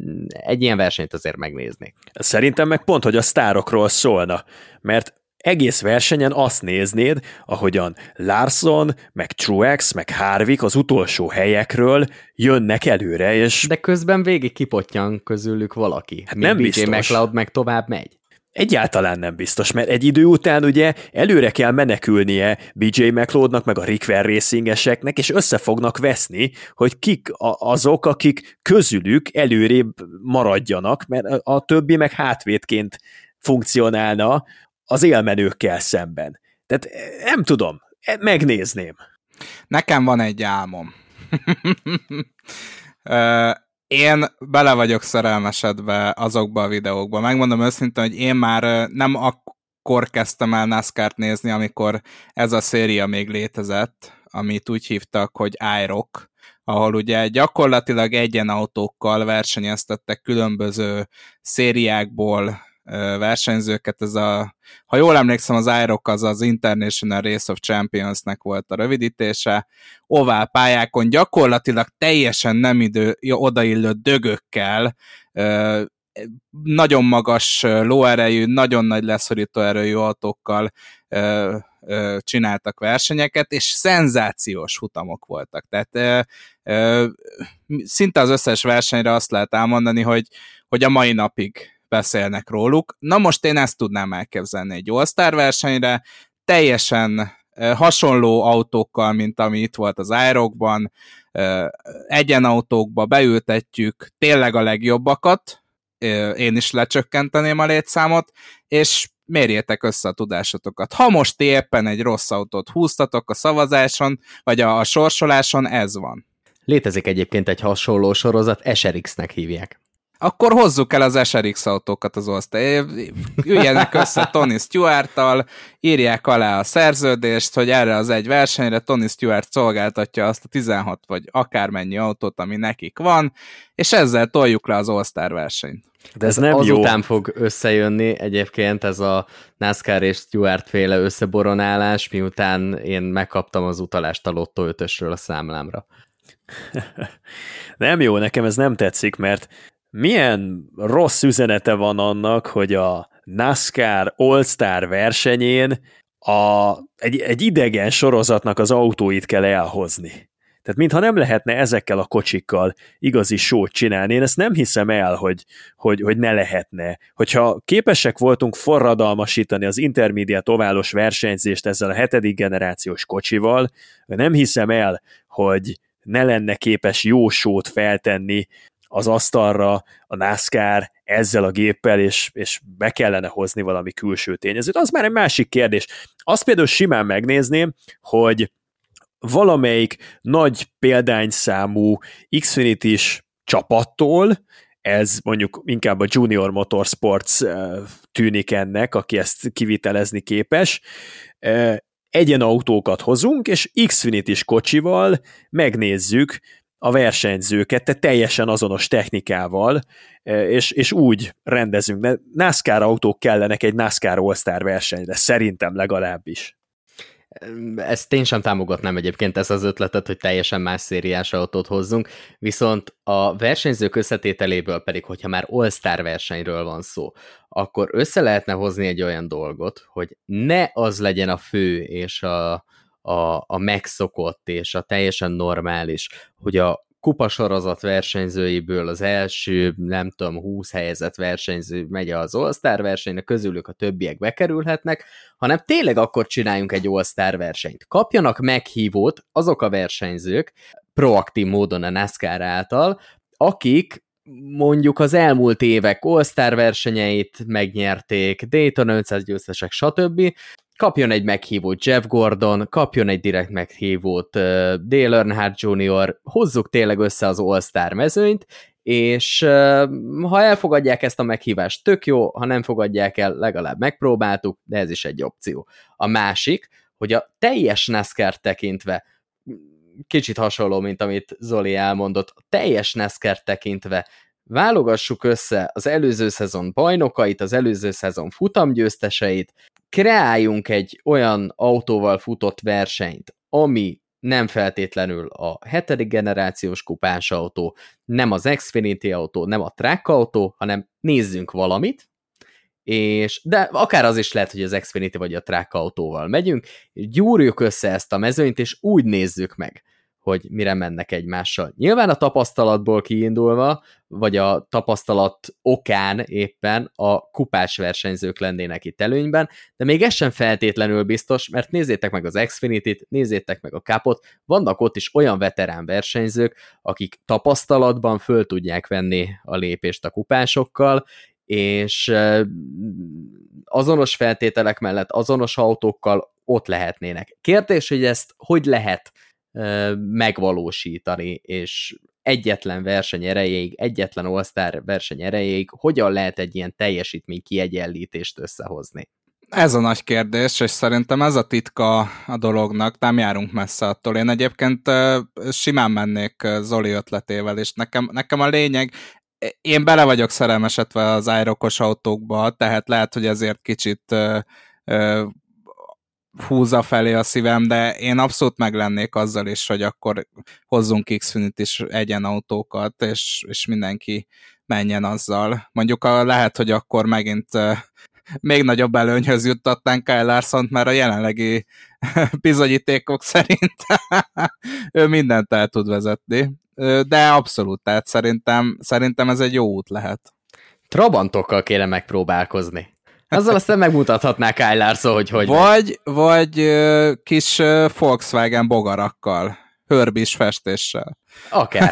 egy ilyen versenyt azért megnéznék. Szerintem meg pont, hogy a sztárokról szólna, mert egész versenyen azt néznéd, ahogyan Larson, meg Truex, meg Harvick az utolsó helyekről jönnek előre, és... De közben végig kipottyan közülük valaki. Hát nem biztos. bé jé McLeod meg tovább megy. Egyáltalán nem biztos, mert egy idő után ugye előre kell menekülnie bé jé McLeodnak, meg a Rickwer Racingeseknek, és össze fognak veszni, hogy kik azok, akik közülük előrébb maradjanak, mert a többi meg hátvédként funkcionálna az élmenőkkel szemben. Tehát nem tudom, megnézném. Nekem van egy álmom. Én bele vagyok szerelmesedve azokba a videókba. Megmondom őszintén, hogy én már nem akkor kezdtem el NASCAR-t nézni, amikor ez a széria még létezett, amit úgy hívtak, hogy iRock, ahol ugye gyakorlatilag egyenautókkal versenyeztettek különböző szériákból versenyzőket, ez a, ha jól emlékszem, az i roc az az International Race of Championsnek volt a rövidítése, ovál pályákon gyakorlatilag teljesen nem idő, odaillő dögökkel, nagyon magas lóerejű, nagyon nagy leszorító erőjű autókkal csináltak versenyeket, és szenzációs futamok voltak. Tehát szinte az összes versenyre azt lehet elmondani, hogy, hogy a mai napig beszélnek róluk. Na most én ezt tudnám elképzelni egy All-Star versenyre, teljesen hasonló autókkal, mint ami itt volt az i roc-ban, egyenautókba beültetjük tényleg a legjobbakat, én is lecsökkenteném a létszámot, és mérjétek össze a tudásotokat. Ha most ti éppen egy rossz autót húztatok a szavazáson, vagy a, a sorsoláson, ez van. Létezik egyébként egy hasonló sorozat, es er iksz-nek hívják. Akkor hozzuk el az es er iksz autókat az osztály. Üljenek össze Tony Stewart-tal, írják alá a szerződést, hogy erre az egy versenyre Tony Stewart szolgáltatja azt a tizenhat vagy akármennyi autót, ami nekik van, és ezzel toljuk le az All-Star versenyt. De ez, ez nem azután jó. Fog összejönni egyébként ez a NASCAR és Stewart féle összeboronálás, miután én megkaptam az utalást a Lotto ötösről a számlámra. Nem jó, nekem ez nem tetszik, mert milyen rossz üzenete van annak, hogy a NASCAR All-Star versenyén a, egy, egy idegen sorozatnak az autóit kell elhozni. Tehát mintha nem lehetne ezekkel a kocsikkal igazi sót csinálni. Én ezt nem hiszem el, hogy, hogy, hogy ne lehetne. Hogyha képesek voltunk forradalmasítani az intermediate oválos versenyzést ezzel a hetedik generációs kocsival, nem hiszem el, hogy ne lenne képes jó sót feltenni az asztalra a NASCAR ezzel a géppel, és, és be kellene hozni valami külső tényezőt. Az már egy másik kérdés. Azt például simán megnézném, hogy valamelyik nagy példányszámú Xfinity-s csapattól, ez mondjuk inkább a Junior Motorsports tűnik ennek, aki ezt kivitelezni képes, egyenautókat hozunk, és Xfinity-s kocsival megnézzük a versenyzőket, tehát teljesen azonos technikával, és, és úgy rendezünk. NASCAR autók kellenek egy NASCAR All-Star versenyre, szerintem legalábbis. Ezt én sem támogatnám egyébként, ezt az ötletet, hogy teljesen más szériás autót hozzunk, viszont a versenyzők összetételéből pedig, hogyha már All-Star versenyről van szó, akkor össze lehetne hozni egy olyan dolgot, hogy ne az legyen a fő és a, a, a megszokott és a teljesen normális, hogy a kupasorozat versenyzőiből az első, nem tudom, húsz helyezett versenyző megy az All-Star versenyre, közülük a többiek bekerülhetnek, hanem tényleg akkor csináljunk egy All-Star versenyt. Kapjanak meghívót azok a versenyzők, proaktív módon a NASCAR által, akik mondjuk az elmúlt évek All-Star versenyeit megnyerték, Daytona ötszáz győztesek, stb., kapjon egy meghívót Jeff Gordon, kapjon egy direkt meghívót uh, Dale Earnhardt junior, hozzuk tényleg össze az All-Star mezőnyt, és uh, ha elfogadják ezt a meghívást, tök jó, ha nem fogadják el, legalább megpróbáltuk, de ez is egy opció. A másik, hogy a teljes NASCAR tekintve, kicsit hasonló, mint amit Zoli elmondott, a teljes NASCAR tekintve válogassuk össze az előző szezon bajnokait, az előző szezon futamgyőzteseit, kreáljunk egy olyan autóval futott versenyt, ami nem feltétlenül a hetedik generációs kupás autó, nem az Xfinity autó, nem a track autó, hanem nézzünk valamit, és, de akár az is lehet, hogy az Xfinity vagy a track autóval megyünk, gyúrjuk össze ezt a mezőnyt, és úgy nézzük meg, hogy mire mennek egymással. Nyilván a tapasztalatból kiindulva, vagy a tapasztalat okán éppen a kupás versenyzők lennének itt előnyben, de még ez sem feltétlenül biztos, mert nézzétek meg az Xfinity-t, nézzétek meg a Cupot, vannak ott is olyan veterán versenyzők, akik tapasztalatban föl tudják venni a lépést a kupásokkal, és azonos feltételek mellett, azonos autókkal ott lehetnének. Kérdés, hogy ezt hogy lehet megvalósítani, és egyetlen verseny erejéig, egyetlen All-Star verseny erejéig hogyan lehet egy ilyen teljesítmény kiegyenlítést összehozni? Ez a nagy kérdés, és szerintem ez a titka a dolognak, nem járunk messze attól. Én egyébként simán mennék Zoli ötletével, és nekem, nekem a lényeg, én bele vagyok szerelmesedve az iRockos autókba, tehát lehet, hogy ezért kicsit ö, ö, húzza felé a szívem, de én abszolút meglennék azzal is, hogy akkor hozzunk Xfinity is egyen autókat, és, és mindenki menjen azzal. Mondjuk a, lehet, hogy akkor megint uh, még nagyobb előnyhöz juttatnánk Kyle Larsont, mert a jelenlegi bizonyítékok szerint ő mindent el tud vezetni. De abszolút, tehát szerintem, szerintem ez egy jó út lehet. Trabantokkal kéne megpróbálkozni. Azzal aztán megmutathatná Kyle Larson, hogy hogy Vagy, vagy uh, kis uh, Volkswagen bogarakkal, hörbis festéssel. Akár.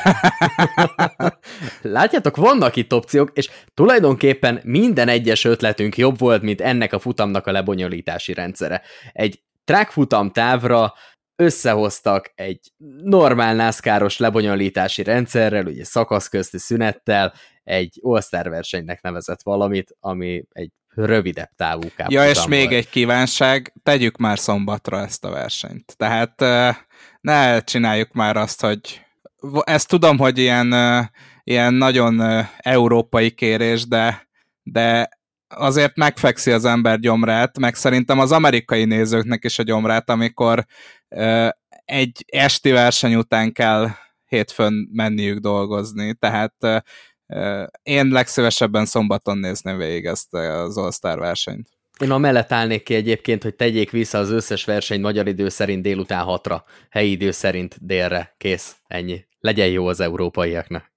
Látjátok, vannak itt opciók, és tulajdonképpen minden egyes ötletünk jobb volt, mint ennek a futamnak a lebonyolítási rendszere. Egy track futam távra összehoztak egy normál NASCAR-os lebonyolítási rendszerrel, ugye szakasz közti szünettel, egy All-Star versenynek nevezett valamit, ami egy rövidebb távú kápfutam. Ja, és még egy kívánság, tegyük már szombatra ezt a versenyt. Tehát ne csináljuk már azt, hogy ezt tudom, hogy ilyen, ilyen nagyon európai kérés, de, de azért megfekszi az ember gyomrát, meg szerintem az amerikai nézőknek is a gyomrát, amikor egy esti verseny után kell hétfőn menniük dolgozni, tehát én legszívesebben szombaton nézném végig ezt az All-Star versenyt. Én amellett állnék ki egyébként, hogy tegyék vissza az összes versenyt magyar idő szerint délután hatra, helyi idő szerint délre. Kész, ennyi. Legyen jó az európaiaknak.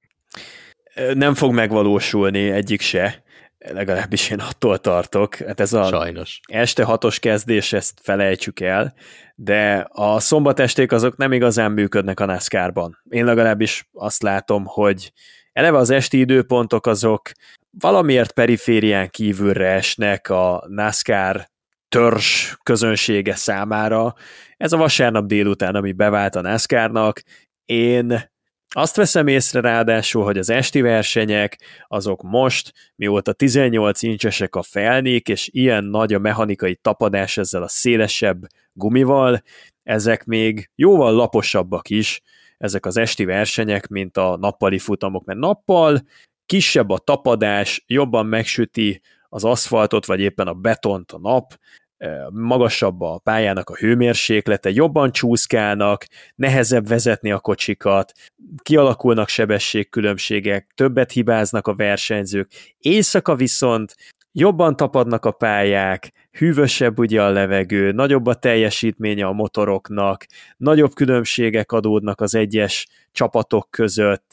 Nem fog megvalósulni egyik se, legalábbis én attól tartok. Hát ez a Sajnos. este hatos kezdés, ezt felejtsük el, de a szombatesték azok nem igazán működnek a NASCAR-ban. Én legalábbis azt látom, hogy eleve az esti időpontok azok valamiért periférián kívülre esnek a NASCAR törzs közönsége számára. Ez a vasárnap délután, ami bevált a NASCAR-nak. Én azt veszem észre ráadásul, hogy az esti versenyek azok most, mióta tizennyolc incsesek a felnék, és ilyen nagy a mechanikai tapadás ezzel a szélesebb gumival, ezek még jóval laposabbak is, ezek az esti versenyek, mint a nappali futamok, mert nappal kisebb a tapadás, jobban megsüti az aszfaltot, vagy éppen a betont a nap, magasabb a pályának a hőmérséklete, jobban csúszkálnak, nehezebb vezetni a kocsikat, kialakulnak sebességkülönbségek, többet hibáznak a versenyzők, éjszaka viszont jobban tapadnak a pályák, hűvösebb ugye a levegő, nagyobb a teljesítménye a motoroknak, nagyobb különbségek adódnak az egyes csapatok között,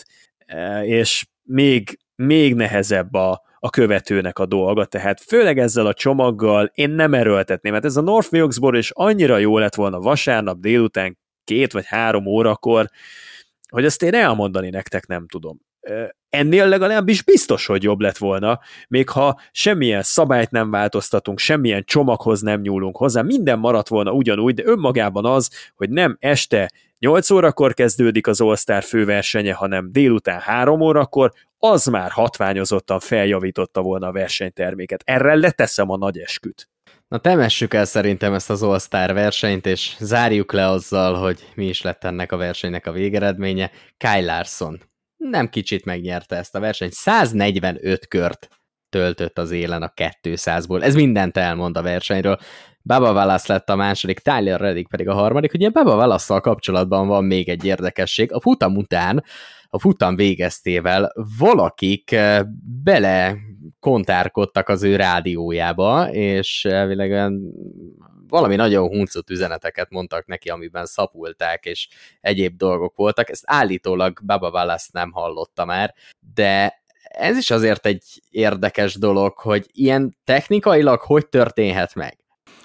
és még, még nehezebb a, a követőnek a dolga, tehát főleg ezzel a csomaggal én nem erőltetném, mert ez a North Wilkesboro is annyira jó lett volna vasárnap délután két vagy három órakor, hogy ezt én elmondani nektek nem tudom. Ennél legalábbis biztos, hogy jobb lett volna, még ha semmilyen szabályt nem változtatunk, semmilyen csomaghoz nem nyúlunk hozzá, minden maradt volna ugyanúgy, de önmagában az, hogy nem este nyolc órakor kezdődik az All-Star főversenye, hanem délután három órakor, az már hatványozottan feljavította volna a versenyterméket. Erre leteszem a nagy esküt. Na temessük el szerintem ezt az All-Star versenyt, és zárjuk le azzal, hogy mi is lett ennek a versenynek a végeredménye. Kyle Larson nem kicsit megnyerte ezt a versenyt, száznegyvenöt kört töltött az élen a kétszázból. Ez mindent elmond a versenyről. Bubba Wallace lett a második, Tyler Reddick pedig a harmadik. Ugye Bubba Wallace-szal kapcsolatban van még egy érdekesség. A futam után, a futam végeztével valakik bele kontárkodtak az ő rádiójába, és elvileg valami nagyon huncut üzeneteket mondtak neki, amiben szapulták, és egyéb dolgok voltak. Ezt állítólag Bubba Wallace nem hallotta már, de ez is azért egy érdekes dolog, hogy ilyen technikailag hogy történhet meg?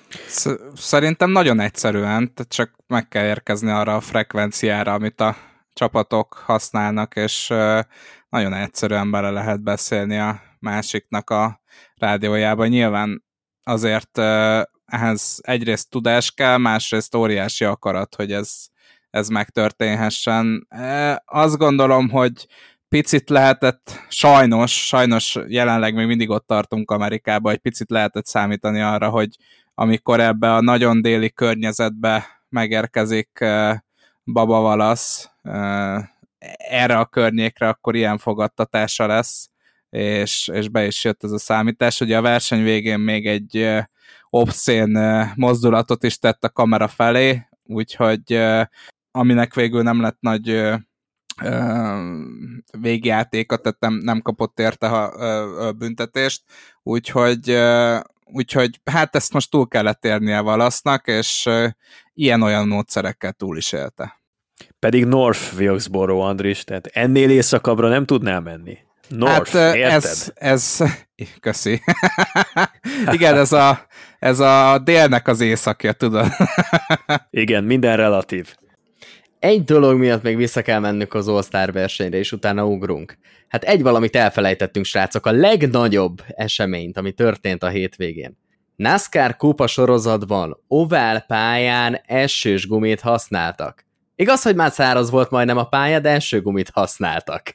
Szerintem nagyon egyszerűen, csak meg kell érkezni arra a frekvenciára, amit a csapatok használnak, és nagyon egyszerűen bele lehet beszélni a másiknak a rádiójában. Nyilván azért ehhez egyrészt tudás kell, másrészt óriási akarat, hogy ez, ez megtörténhessen. Azt gondolom, hogy picit lehetett, sajnos, sajnos jelenleg még mindig ott tartunk Amerikában, hogy picit lehetett számítani arra, hogy amikor ebbe a nagyon déli környezetbe megérkezik Bubba Wallace, erre a környékre akkor ilyen fogadtatása lesz, és, és be is jött ez a számítás. Ugye a verseny végén még egy obszén mozdulatot is tett a kamera felé, úgyhogy aminek végül nem lett nagy végjátéka, tehát nem, nem kapott érte a büntetést, úgyhogy, úgyhogy hát ezt most túl kellett érnie Wallace-nak, és ilyen-olyan módszerekkel túl is élte. Pedig North Wilkesboro, Andris, tehát ennél északabbra nem tudnál menni. North, hát érted? ez, ez köszi. Igen, ez a, ez a délnek az északja, tudod. Igen, minden relatív. Egy dolog miatt még vissza kell mennünk az All-Star versenyre, és utána ugrunk. Hát egy valamit elfelejtettünk, srácok, a legnagyobb eseményt, ami történt a hétvégén. NASCAR kupa sorozatban ovál pályán esős gumit használtak. Igaz, hogy már száraz volt majdnem a pálya, de esőgumit használtak.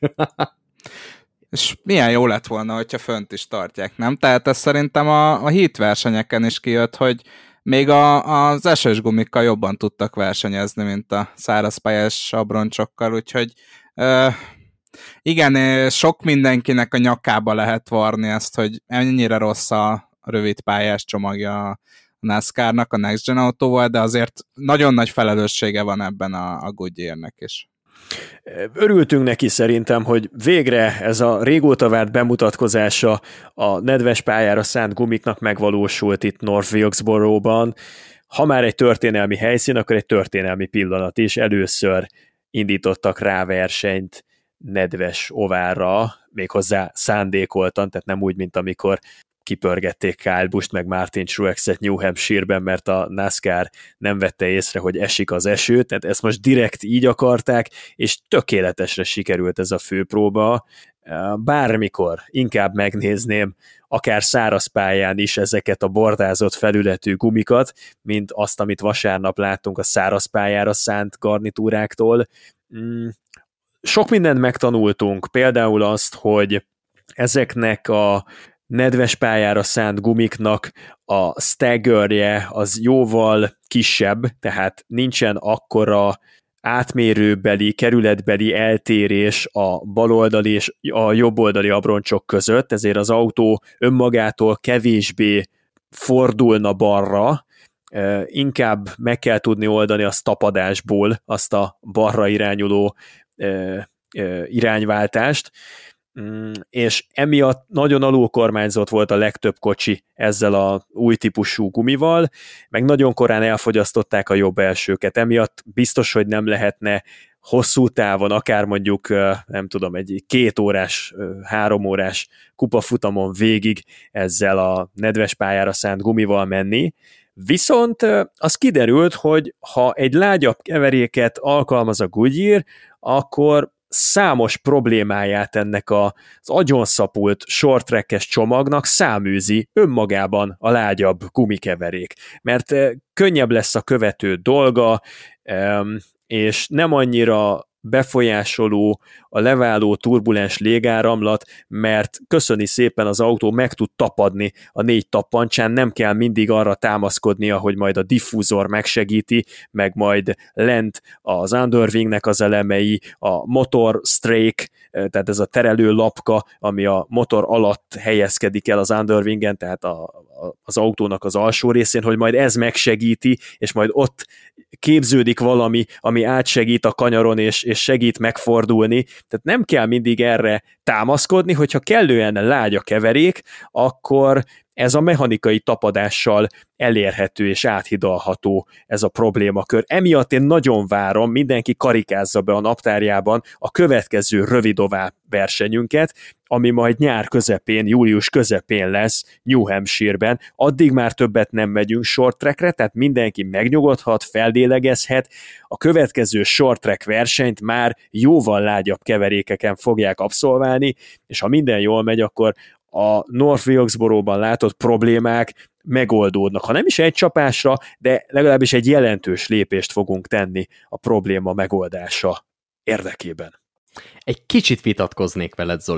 És milyen jó lett volna, hogyha fönt is tartják, nem? Tehát ez szerintem a, a heat versenyeken is kijött, hogy még a, az esős gumikkal jobban tudtak versenyezni, mint a szárazpályás abroncsokkal, úgyhogy uh, igen, sok mindenkinek a nyakába lehet varni ezt, hogy ennyire rossz a rövid pályás csomagja a NASCAR-nak, a Next Gen autóval, de azért nagyon nagy felelőssége van ebben a, a Goodyearnek is. Örültünk neki szerintem, hogy végre ez a régóta várt bemutatkozása a nedves pályára szánt gumiknak megvalósult itt North Wilkesboro-ban. Ha már egy történelmi helyszín, akkor egy történelmi pillanat is. Először indítottak rá versenyt nedves oválra, méghozzá szándékoltan, tehát nem úgy, mint amikor kipörgették Kyle Busch-t meg Martin Truex-et New Hampshire-ben, mert a NASCAR nem vette észre, hogy esik az eső, tehát ezt most direkt így akarták, és tökéletesre sikerült ez a főpróba. Bármikor inkább megnézném, akár száraz pályán is ezeket a bordázott felületű gumikat, mint azt, amit vasárnap láttunk a száraz pályára szánt garnitúráktól. Sok mindent megtanultunk, például azt, hogy ezeknek a nedves pályára szánt gumiknak a staggerje az jóval kisebb, tehát nincsen akkora átmérőbeli, kerületbeli eltérés a baloldali és a jobboldali abroncsok között, ezért az autó önmagától kevésbé fordulna balra, inkább meg kell tudni oldani azt tapadásból, azt a balra irányuló irányváltást, és emiatt nagyon alulkormányzott volt a legtöbb kocsi ezzel a új típusú gumival, meg nagyon korán elfogyasztották a jobb elsőket, emiatt biztos, hogy nem lehetne hosszú távon, akár mondjuk, nem tudom, egy két órás, három órás kupafutamon végig ezzel a nedves pályára szánt gumival menni, viszont az kiderült, hogy ha egy lágyabb keveréket alkalmaz a Goodyear, akkor számos problémáját ennek az agyonszapult short-track-es csomagnak száműzi önmagában a lágyabb gumikeverék, mert könnyebb lesz a követő dolga, és nem annyira befolyásoló a leváló turbulens légáramlat, mert köszöni szépen az autó meg tud tapadni a négy tappancsán, nem kell mindig arra támaszkodnia, hogy majd a diffúzor megsegíti, meg majd lent az underwingnek az elemei, a motor strake, tehát ez a terelő lapka, ami a motor alatt helyezkedik el az underwingen, tehát a, a, az autónak az alsó részén, hogy majd ez megsegíti, és majd ott képződik valami, ami átsegít a kanyaron, és, és segít megfordulni. Tehát nem kell mindig erre támaszkodni, hogyha kellően lágy a keverék, akkor ez a mechanikai tapadással elérhető és áthidalható ez a problémakör. Emiatt én nagyon várom, mindenki karikázza be a naptárjában a következő rövidová versenyünket, ami majd nyár közepén, július közepén lesz New Hampshire-ben. Addig már többet nem megyünk short trackre, tehát mindenki megnyugodhat, feldélegezhet. A következő short track versenyt már jóval lágyabb keverékeken fogják abszolválni, és ha minden jól megy, akkor a North Wilkesboro-ban látott problémák megoldódnak. Ha nem is egy csapásra, de legalábbis egy jelentős lépést fogunk tenni a probléma megoldása érdekében. Egy kicsit vitatkoznék veled, Zoli.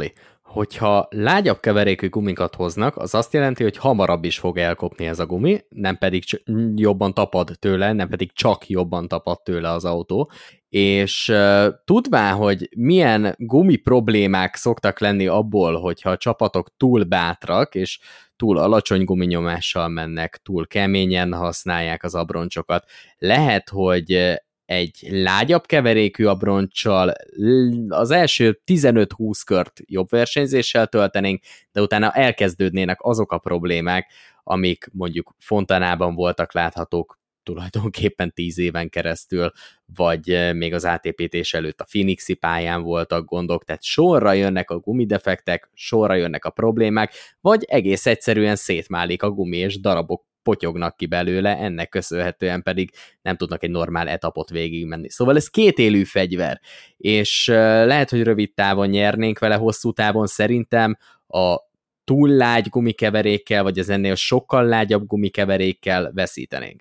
hogyha lágyabb keverékű gumikat hoznak, az azt jelenti, hogy hamarabb is fog elkopni ez a gumi, nem pedig jobban tapad tőle, nem pedig csak jobban tapad tőle az autó, és uh, tudván, hogy milyen gumi problémák szoktak lenni abból, hogyha a csapatok túl bátrak, és túl alacsony guminyomással mennek, túl keményen használják az abroncsokat, lehet, hogy egy lágyabb keverékű abronccsal az első tizenöt-húsz kört jobb versenyzéssel töltenénk, de utána elkezdődnének azok a problémák, amik mondjuk Fontanában voltak láthatók tulajdonképpen tíz éven keresztül, vagy még az á té pé-tés előtt a Phoenixi pályán voltak gondok, tehát sorra jönnek a gumidefektek, sorra jönnek a problémák, vagy egész egyszerűen szétmálik a gumi, és darabok potyognak ki belőle, ennek köszönhetően pedig nem tudnak egy normál etapot végigmenni. Szóval ez kétélű fegyver, és lehet, hogy rövid távon nyernénk vele, hosszú távon szerintem a túl lágy gumikeverékkel, vagy az ennél sokkal lágyabb gumikeverékkel veszítenénk.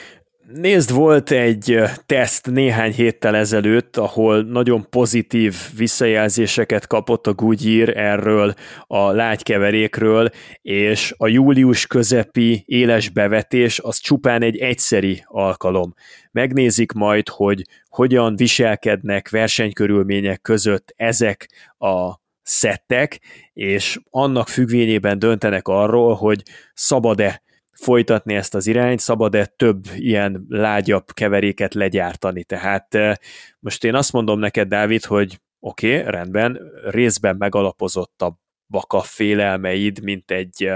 Nézd, volt egy teszt néhány héttel ezelőtt, ahol nagyon pozitív visszajelzéseket kapott a Goodyear erről a lágykeverékről, és a július közepi éles bevetés az csupán egy egyszeri alkalom. Megnézik majd, hogy hogyan viselkednek versenykörülmények között ezek a szettek, és annak függvényében döntenek arról, hogy szabad-e folytatni ezt az irányt, szabad-e több ilyen lágyabb keveréket legyártani. Tehát most én azt mondom neked, Dávid, hogy oké, okay, rendben, részben megalapozottabbak a félelmeid, mint egy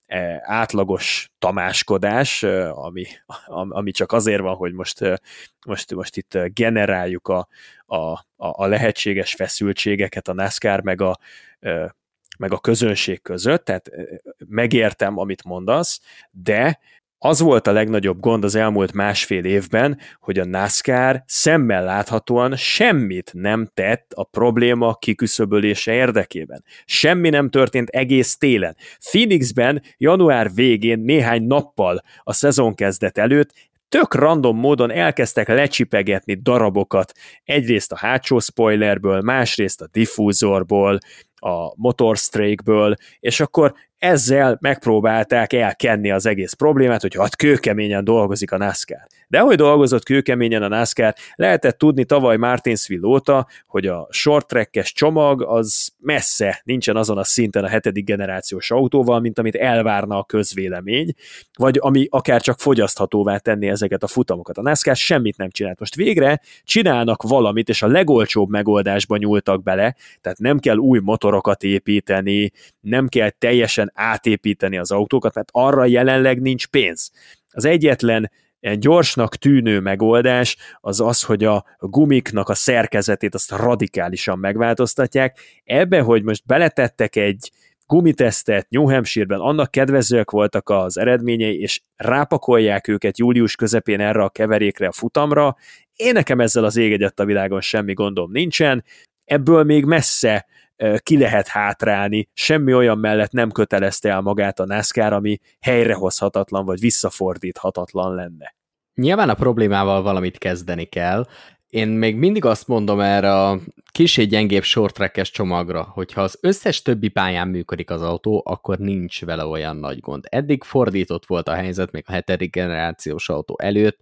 átlagos tamáskodás, ami, ami csak azért van, hogy most, most, most itt generáljuk a, a, a lehetséges feszültségeket a NASCAR meg a meg a közönség között, tehát megértem, amit mondasz, de az volt a legnagyobb gond az elmúlt másfél évben, hogy a NASCAR szemmel láthatóan semmit nem tett a probléma kiküszöbölése érdekében. Semmi nem történt egész télen. Phoenixben január végén néhány nappal a szezonkezdet előtt tök random módon elkezdtek lecsipegetni darabokat, egyrészt a hátsó spoilerből, másrészt a diffúzorból, a motorstrake-ből, és akkor ezzel megpróbálták elkenni az egész problémát, hogy hát kőkeményen dolgozik a NASCAR. De ahogy dolgozott kőkeményen a NASCAR, lehetett tudni tavaly Martinsville óta, hogy a short track-es csomag az messze nincsen azon a szinten a hetedik generációs autóval, mint amit elvárna a közvélemény, vagy ami akár csak fogyaszthatóvá tenni ezeket a futamokat. A NASCAR semmit nem csinált. Most végre csinálnak valamit, és a legolcsóbb megoldásba nyúltak bele, tehát nem kell új motorokat építeni, nem kell teljesen átépíteni az autókat, mert arra jelenleg nincs pénz. Az egyetlen gyorsnak tűnő megoldás az az, hogy a gumiknak a szerkezetét azt radikálisan megváltoztatják. Ebbe, hogy most beletettek egy gumitesztet New Hampshire-ben, annak kedvezőek voltak az eredményei, és rápakolják őket július közepén erre a keverékre, a futamra. Én nekem ezzel az ég egyet a világon semmi gondom nincsen, ebből még messze ki lehet hátrálni, semmi olyan mellett nem kötelezte el magát a NASCAR, ami helyrehozhatatlan vagy visszafordíthatatlan lenne. Nyilván a problémával valamit kezdeni kell. Én még mindig azt mondom erre a kicsit gyengébb short track-es csomagra, hogyha az összes többi pályán működik az autó, akkor nincs vele olyan nagy gond. Eddig fordított volt a helyzet, még a hetedik generációs autó előtt,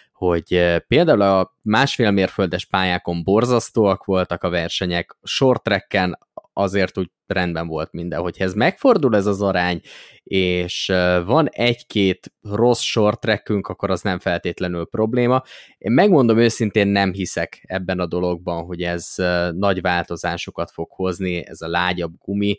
hogy például a másfél mérföldes pályákon borzasztóak voltak a versenyek, short tracken azért úgy rendben volt minden, hogyha ez megfordul ez az arány, és van egy-két rossz short trackünk, akkor az nem feltétlenül probléma. Én megmondom őszintén, nem hiszek ebben a dologban, hogy ez nagy változásokat fog hozni, ez a lágyabb gumi.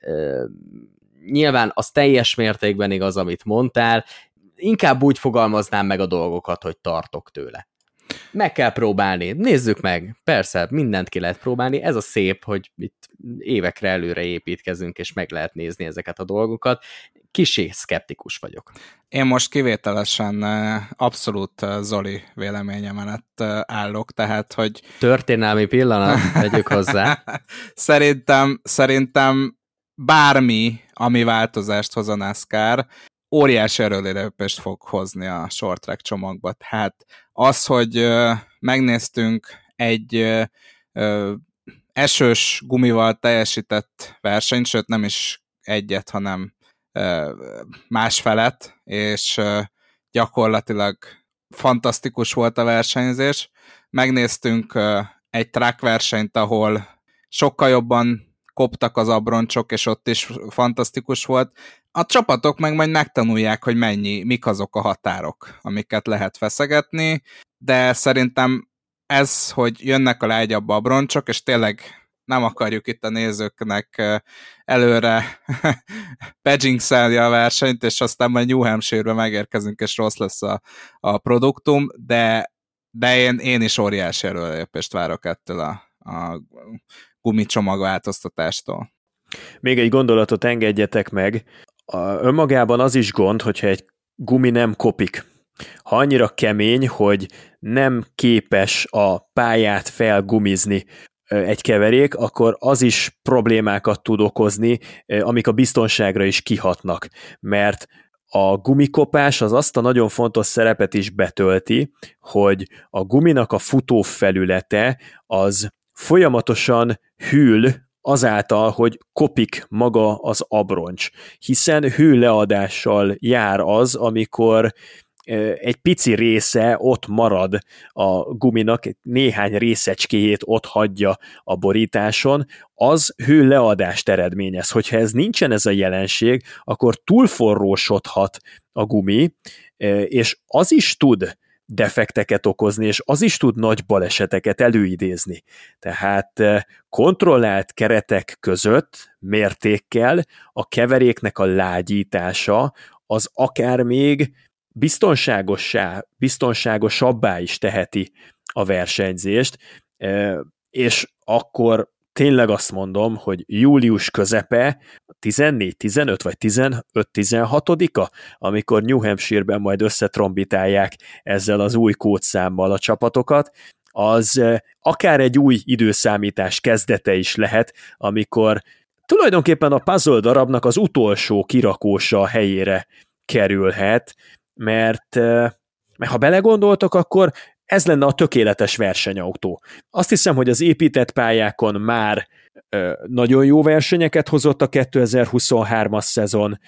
Nyilván az teljes mértékben igaz, amit mondtál, inkább úgy fogalmaznám meg a dolgokat, hogy tartok tőle. Meg kell próbálni, nézzük meg, persze, mindent ki lehet próbálni, ez a szép, hogy itt évekre előre építkezünk, és meg lehet nézni ezeket a dolgokat. Kissé szkeptikus vagyok. Én most kivételesen abszolút Zoli véleménye mellett állok, tehát, hogy... Történelmi pillanat, vegyük hozzá. szerintem, szerintem bármi, ami változást hoz a NASCAR, óriási erőlépést fog hozni a short track csomagba. Tehát az, hogy ö, megnéztünk egy ö, esős gumival teljesített versenyt, sőt nem is egyet, hanem másfelet, és gyakorlatilag fantasztikus volt a versenyzés. Megnéztünk egy track versenyt, ahol sokkal jobban koptak az abroncsok, és ott is fantasztikus volt. A csapatok meg majd megtanulják, hogy mennyi, mik azok a határok, amiket lehet feszegetni, de szerintem ez, hogy jönnek a lágyabb abroncsok, és tényleg nem akarjuk itt a nézőknek előre pejinkszelni a versenyt, és aztán majd New Hampshire-be megérkezünk, és rossz lesz a, a produktum, de, de én, én is óriási előrelépést várok ettől a, a gumicsomag változtatástól. Még egy gondolatot engedjetek meg. A, önmagában az is gond, hogyha egy gumi nem kopik. Ha annyira kemény, hogy nem képes a pályát felgumizni egy keverék, akkor az is problémákat tud okozni, amik a biztonságra is kihatnak, mert a gumikopás az azt a nagyon fontos szerepet is betölti, hogy a guminak a futófelülete az folyamatosan hűl azáltal, hogy kopik maga az abroncs, hiszen hőleadással jár az, amikor egy pici része ott marad a guminak, néhány részecskéjét ott hagyja a borításon, az hőleadást eredményez. Hogyha ez nincsen ez a jelenség, akkor túlforrósodhat a gumi, és az is tud defekteket okozni, és az is tud nagy baleseteket előidézni. Tehát kontrollált keretek között, mértékkel a keveréknek a lágyítása az akár még biztonságossá, biztonságosabbá is teheti a versenyzést, és akkor tényleg azt mondom, hogy július közepe, tizennégy, tizenöt vagy tizenöt tizenhatodika, amikor New Hampshire-ben majd összetrombitálják ezzel az új kódszámmal a csapatokat, az akár egy új időszámítás kezdete is lehet, amikor tulajdonképpen a puzzle darabnak az utolsó kirakósa a helyére kerülhet, mert, mert ha belegondoltok, akkor ez lenne a tökéletes versenyautó. Azt hiszem, hogy az épített pályákon már nagyon jó versenyeket hozott a kétezer-huszonhármas szezon,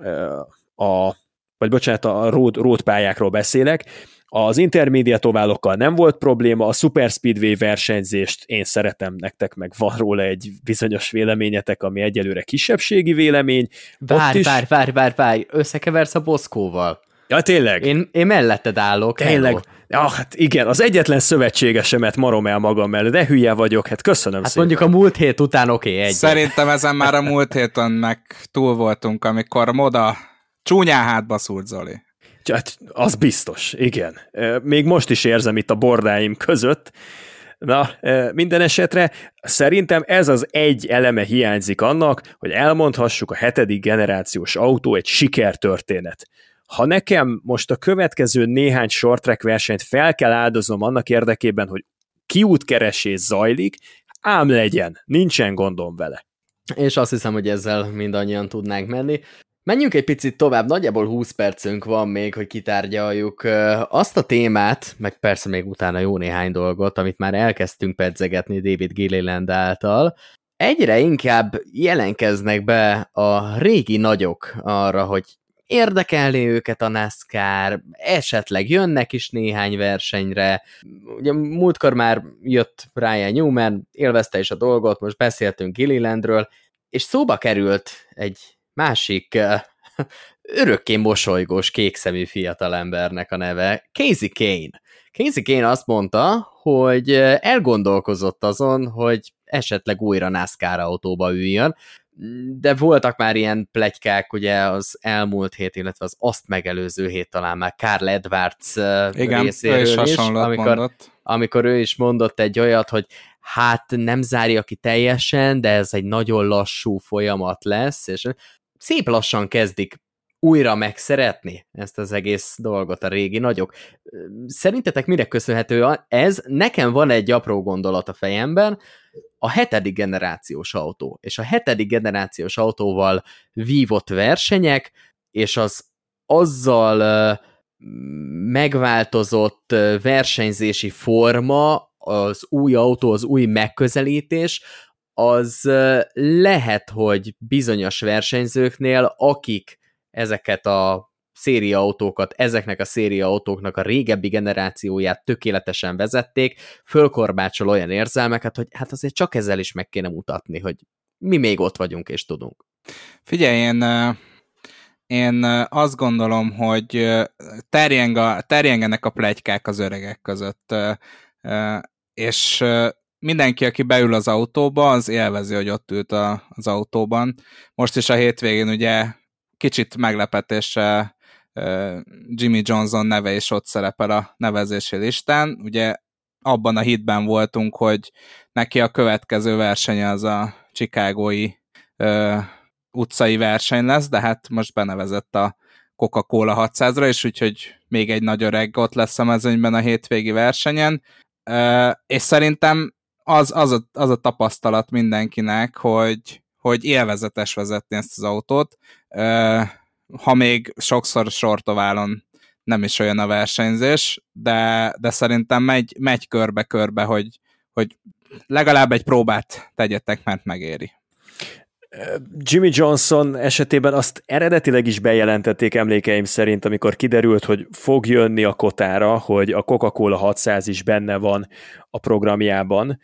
a, vagy bocsánat, a road, road pályákról beszélek. Az intermediate oválokkal nem volt probléma, a Super Speedway versenyzést én szeretem, nektek meg van róla egy bizonyos véleményetek, ami egyelőre kisebbségi vélemény. Várj, is... várj, várj, várj, várj, összekeversz a Boszkóval. Ja, tényleg? Én, én melletted állok. Tényleg? Ja, hát igen, az egyetlen szövetségesemet marom el magam mellett, de hülye vagyok, hát köszönöm hát szépen. mondjuk a múlt hét után oké, okay, egy. Szerintem ezen már a múlt héten meg túl voltunk, amikor Moda csúnyán hátba szúrt Zoli. Hát az biztos, igen. Még most is érzem itt a bordáim között. Na, minden esetre szerintem ez az egy eleme hiányzik annak, hogy elmondhassuk, a hetedik generációs autó egy sikertörténet. Ha nekem most a következő néhány short track versenyt fel kell áldoznom annak érdekében, hogy kiútkeresés zajlik, ám legyen, nincsen gondom vele. És azt hiszem, hogy ezzel mindannyian tudnánk menni. Menjünk egy picit tovább, nagyjából húsz percünk van még, hogy kitárgyaljuk azt a témát, meg persze még utána jó néhány dolgot, amit már elkezdtünk pedzegetni David Gilliland által. Egyre inkább jelenkeznek be a régi nagyok arra, hogy érdekelni őket a NASCAR, esetleg jönnek is néhány versenyre. Ugye múltkor már jött Ryan Newman, élvezte is a dolgot, most beszéltünk Gillilandről, és szóba került egy másik uh, örökké mosolygós, kékszemű fiatalembernek a neve, Kasey Kahne. Kasey Kahne azt mondta, hogy elgondolkozott azon, hogy esetleg újra NASCAR autóba üljön, de voltak már ilyen pletykák, ugye az elmúlt hét, illetve az azt megelőző hét talán már Carl Edwards igen, részéről is, is amikor, amikor ő is mondott egy olyat, hogy hát nem zárja ki teljesen, de ez egy nagyon lassú folyamat lesz, és szép lassan kezdik újra megszeretni ezt az egész dolgot a régi nagyok. Szerintetek mire köszönhető ez? Nekem van egy apró gondolat a fejemben, a hetedik generációs autó, és a hetedik generációs autóval vívott versenyek, és az azzal megváltozott versenyzési forma, az új autó, az új megközelítés, az lehet, hogy bizonyos versenyzőknél, akik ezeket a szériaautókat, ezeknek a szériaautóknak a régebbi generációját tökéletesen vezették, fölkorbácsol olyan érzelmeket, hogy hát azért csak ezzel is meg kéne mutatni, hogy mi még ott vagyunk és tudunk. Figyelj, én, én azt gondolom, hogy terjeng a, terjengenek a pletykák az öregek között, és mindenki, aki beül az autóba, az élvezi, hogy ott ült a, az autóban. Most is a hétvégén ugye kicsit meglepetésre Jimmy Johnson neve is ott szerepel a nevezési listán. Ugye abban a hitben voltunk, hogy neki a következő versenye az a chicagói ö, utcai verseny lesz, de hát most benevezett a Coca-Cola hatszázra, és úgyhogy még egy nagy öreg ott lesz a mezőnyben a hétvégi versenyen. Ö, és szerintem az, az, a, az a tapasztalat mindenkinek, hogy, hogy élvezetes vezetni ezt az autót, ö, ha még sokszor sortoválon nem is olyan a versenyzés, de, de szerintem megy, megy körbe-körbe, hogy, hogy legalább egy próbát tegyetek, mert megéri. Jimmy Johnson esetében azt eredetileg is bejelentették emlékeim szerint, amikor kiderült, hogy fog jönni a kotára, hogy a Coca-Cola hatszáz is benne van a programjában.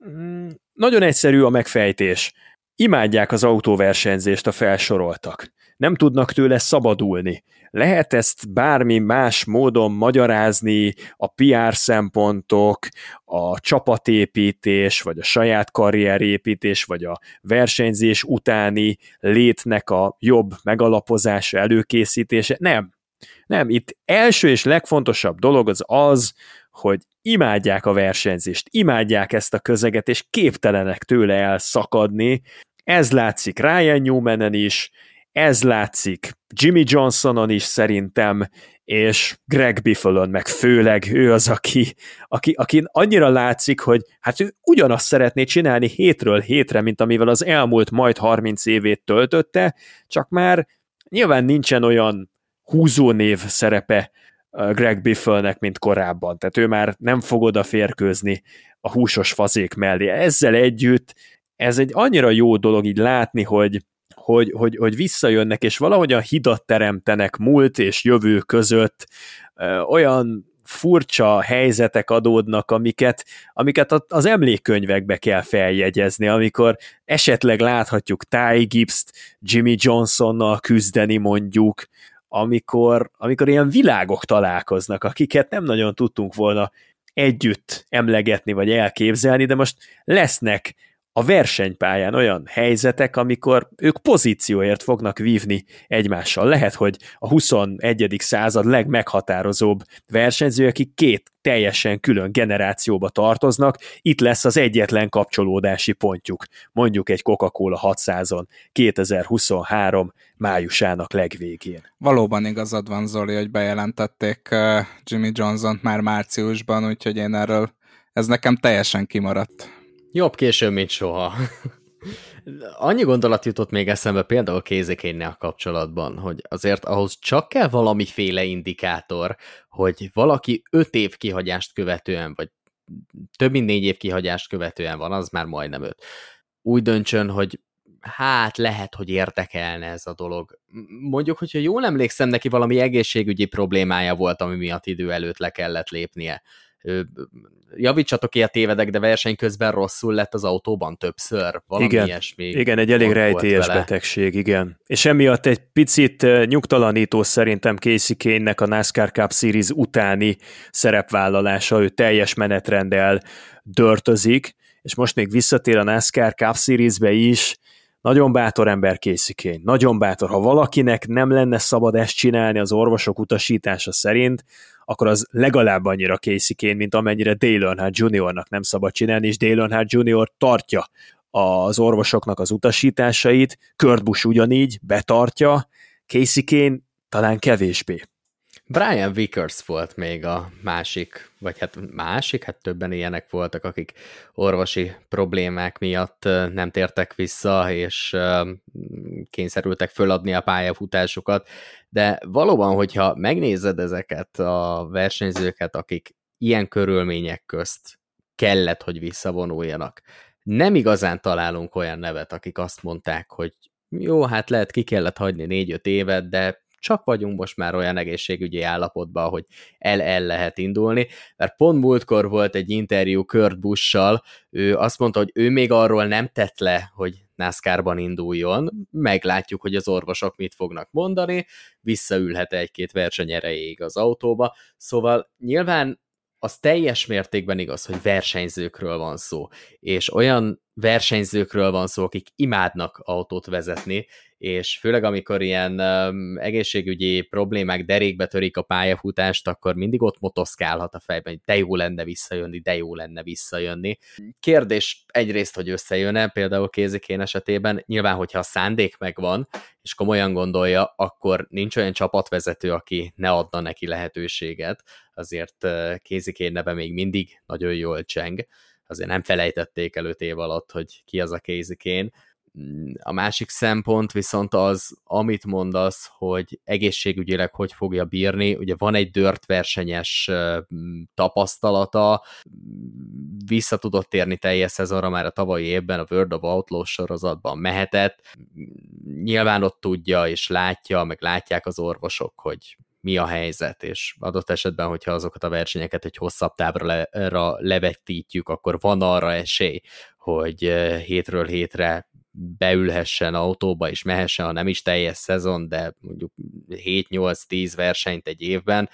Nagyon egyszerű a megfejtés. Imádják az autóversenyzést a felsoroltak. Nem tudnak tőle szabadulni. Lehet ezt bármi más módon magyarázni, a pé er szempontok, a csapatépítés, vagy a saját karrierépítés, vagy a versenyzés utáni létnek a jobb megalapozása, előkészítése. Nem. Nem, itt első és legfontosabb dolog az az, hogy imádják a versenyzést, imádják ezt a közeget, és képtelenek tőle elszakadni. Ez látszik Ryan Newmanen is, ez látszik Jimmy Johnsonon is szerintem, és Greg Bifflon meg főleg ő az, aki, aki, aki annyira látszik, hogy hát ő ugyanazt szeretné csinálni hétről hétre, mint amivel az elmúlt majd harminc évét töltötte, csak már nyilván nincsen olyan húzónév szerepe Greg Bifflnek, mint korábban. Tehát ő már nem fog odaférkőzni a húsos fazék mellé. Ezzel együtt ez egy annyira jó dolog így látni, hogy Hogy, hogy, hogy visszajönnek, és valahogyan hidat teremtenek múlt és jövő között, ö, olyan furcsa helyzetek adódnak, amiket, amiket az emlékkönyvekbe kell feljegyezni, amikor esetleg láthatjuk Ty Gibbst Jimmy Johnsonnal küzdeni mondjuk, amikor, amikor ilyen világok találkoznak, akiket nem nagyon tudtunk volna együtt emlegetni vagy elképzelni, de most lesznek a versenypályán olyan helyzetek, amikor ők pozícióért fognak vívni egymással. Lehet, hogy a huszonegyedik század legmeghatározóbb versenyzők, akik két teljesen külön generációba tartoznak, itt lesz az egyetlen kapcsolódási pontjuk, mondjuk egy Coca-Cola hatszázon kétezer-huszonhárom májusának legvégén. Valóban igazad van, Zoli, hogy bejelentették Jimmy Johnsont már márciusban, úgyhogy én erről, ez nekem teljesen kimaradt. Jobb később, mint soha. Annyi gondolat jutott még eszembe például Casey Kane-nel kapcsolatban, hogy azért ahhoz csak kell valamiféle indikátor, hogy valaki öt év kihagyást követően, vagy több mint négy év kihagyást követően van, az már majdnem öt. Úgy döntsön, hogy hát lehet, hogy érdekelne ez a dolog. Mondjuk, hogyha jól emlékszem, neki valami egészségügyi problémája volt, ami miatt idő előtt le kellett lépnie. Javítsatok ki a tévedek, de verseny közben rosszul lett az autóban többször, valami igen, ilyesmi. Igen, egy elég rejtélyes betegség, igen. És emiatt egy picit nyugtalanító szerintem Casey Kane-nek a NASCAR Cup Series utáni szerepvállalása, ő teljes menetrenddel dörtözik, és most még visszatér a NASCAR Cup Series-be is. Nagyon bátor ember Casey Kane, nagyon bátor. Ha valakinek nem lenne szabad ezt csinálni az orvosok utasítása szerint, akkor az legalább annyira Casey Kane, mint amennyire Dale Earnhardt juniornak nem szabad csinálni, és Dale Earnhardt junior tartja az orvosoknak az utasításait, Kurt Busch ugyanígy betartja, Casey Kane talán kevésbé. Brian Vickers volt még a másik, vagy hát másik, hát többen ilyenek voltak, akik orvosi problémák miatt nem tértek vissza, és kényszerültek föladni a pályafutásukat, de valóban, hogyha megnézed ezeket a versenyzőket, akik ilyen körülmények közt kellett, hogy visszavonuljanak. Nem igazán találunk olyan nevet, akik azt mondták, hogy jó, hát lehet ki kellett hagyni négy-öt évet, de csak vagyunk most már olyan egészségügyi állapotban, hogy el-el lehet indulni, mert pont múltkor volt egy interjú Kurt Busch-sal, ő azt mondta, hogy ő még arról nem tett le, hogy NASCAR-ban induljon, meglátjuk, hogy az orvosok mit fognak mondani, visszaülhet egy-két verseny erejéig az autóba, szóval nyilván az teljes mértékben igaz, hogy versenyzőkről van szó, és olyan versenyzőkről van szó, akik imádnak autót vezetni, és főleg amikor ilyen um, egészségügyi problémák derékbe törik a pályafutást, akkor mindig ott motoszkálhat a fejben, hogy de jó lenne visszajönni, de jó lenne visszajönni. Kérdés egyrészt, hogy összejön-e, például Kézikén esetében, nyilván, hogyha a szándék megvan, és komolyan gondolja, akkor nincs olyan csapatvezető, aki ne adna neki lehetőséget, azért Kézikén neve még mindig nagyon jól cseng, azért nem felejtették el öt év alatt, hogy ki az a Kézikén. A másik szempont viszont az, amit mondasz, hogy egészségügyileg hogy fogja bírni, ugye van egy dirt versenyes tapasztalata, vissza tudott térni teljes szezonra már a tavalyi évben, a World of Outlaws sorozatban mehetett, nyilván ott tudja és látja, meg látják az orvosok, hogy mi a helyzet, és adott esetben, hogyha azokat a versenyeket egy hosszabb távra le, levetítjük, akkor van arra esély, hogy hétről hétre beülhessen autóba, és mehessen, ha nem is teljes szezon, de mondjuk hét-nyolc-tíz versenyt egy évben,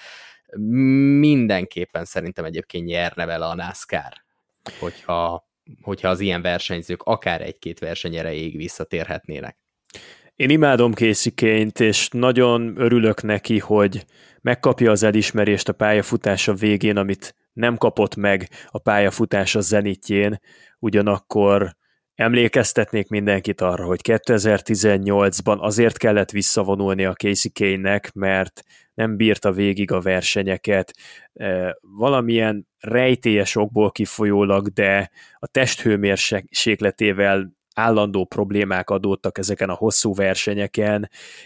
mindenképpen szerintem egyébként nyerne vele a NASCAR, hogyha, hogyha az ilyen versenyzők akár egy-két verseny erejéig visszatérhetnének. Én imádom Kasey Kahne-t, és nagyon örülök neki, hogy megkapja az elismerést a pályafutása végén, amit nem kapott meg a pályafutása zenitjén, ugyanakkor emlékeztetnék mindenkit arra, hogy kétezer-tizennyolcban azért kellett visszavonulni a Kasey Kahne-nek, mert nem bírta végig a versenyeket, valamilyen rejtélyes okból kifolyólag, de a testhőmérsékletével állandó problémák adódtak ezeken a hosszú versenyeken,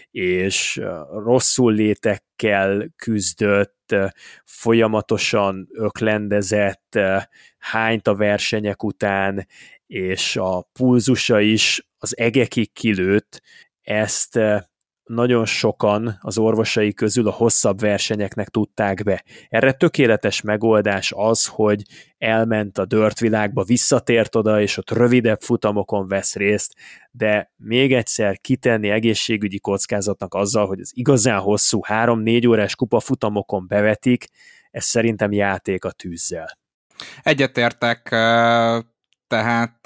és rosszul létekkel küzdött, folyamatosan öklendezett, hányt a versenyek után, és a pulzusa is az egekig kilőtt. Ezt nagyon sokan az orvosai közül a hosszabb versenyeknek tudták be. Erre tökéletes megoldás az, hogy elment a dirt világba, visszatért oda, és ott rövidebb futamokon vesz részt, de még egyszer kitenni egészségügyi kockázatnak azzal, hogy az igazán hosszú három-négy órás kupafutamokon bevetik, ez szerintem játék a tűzzel. Egyetértek, tehát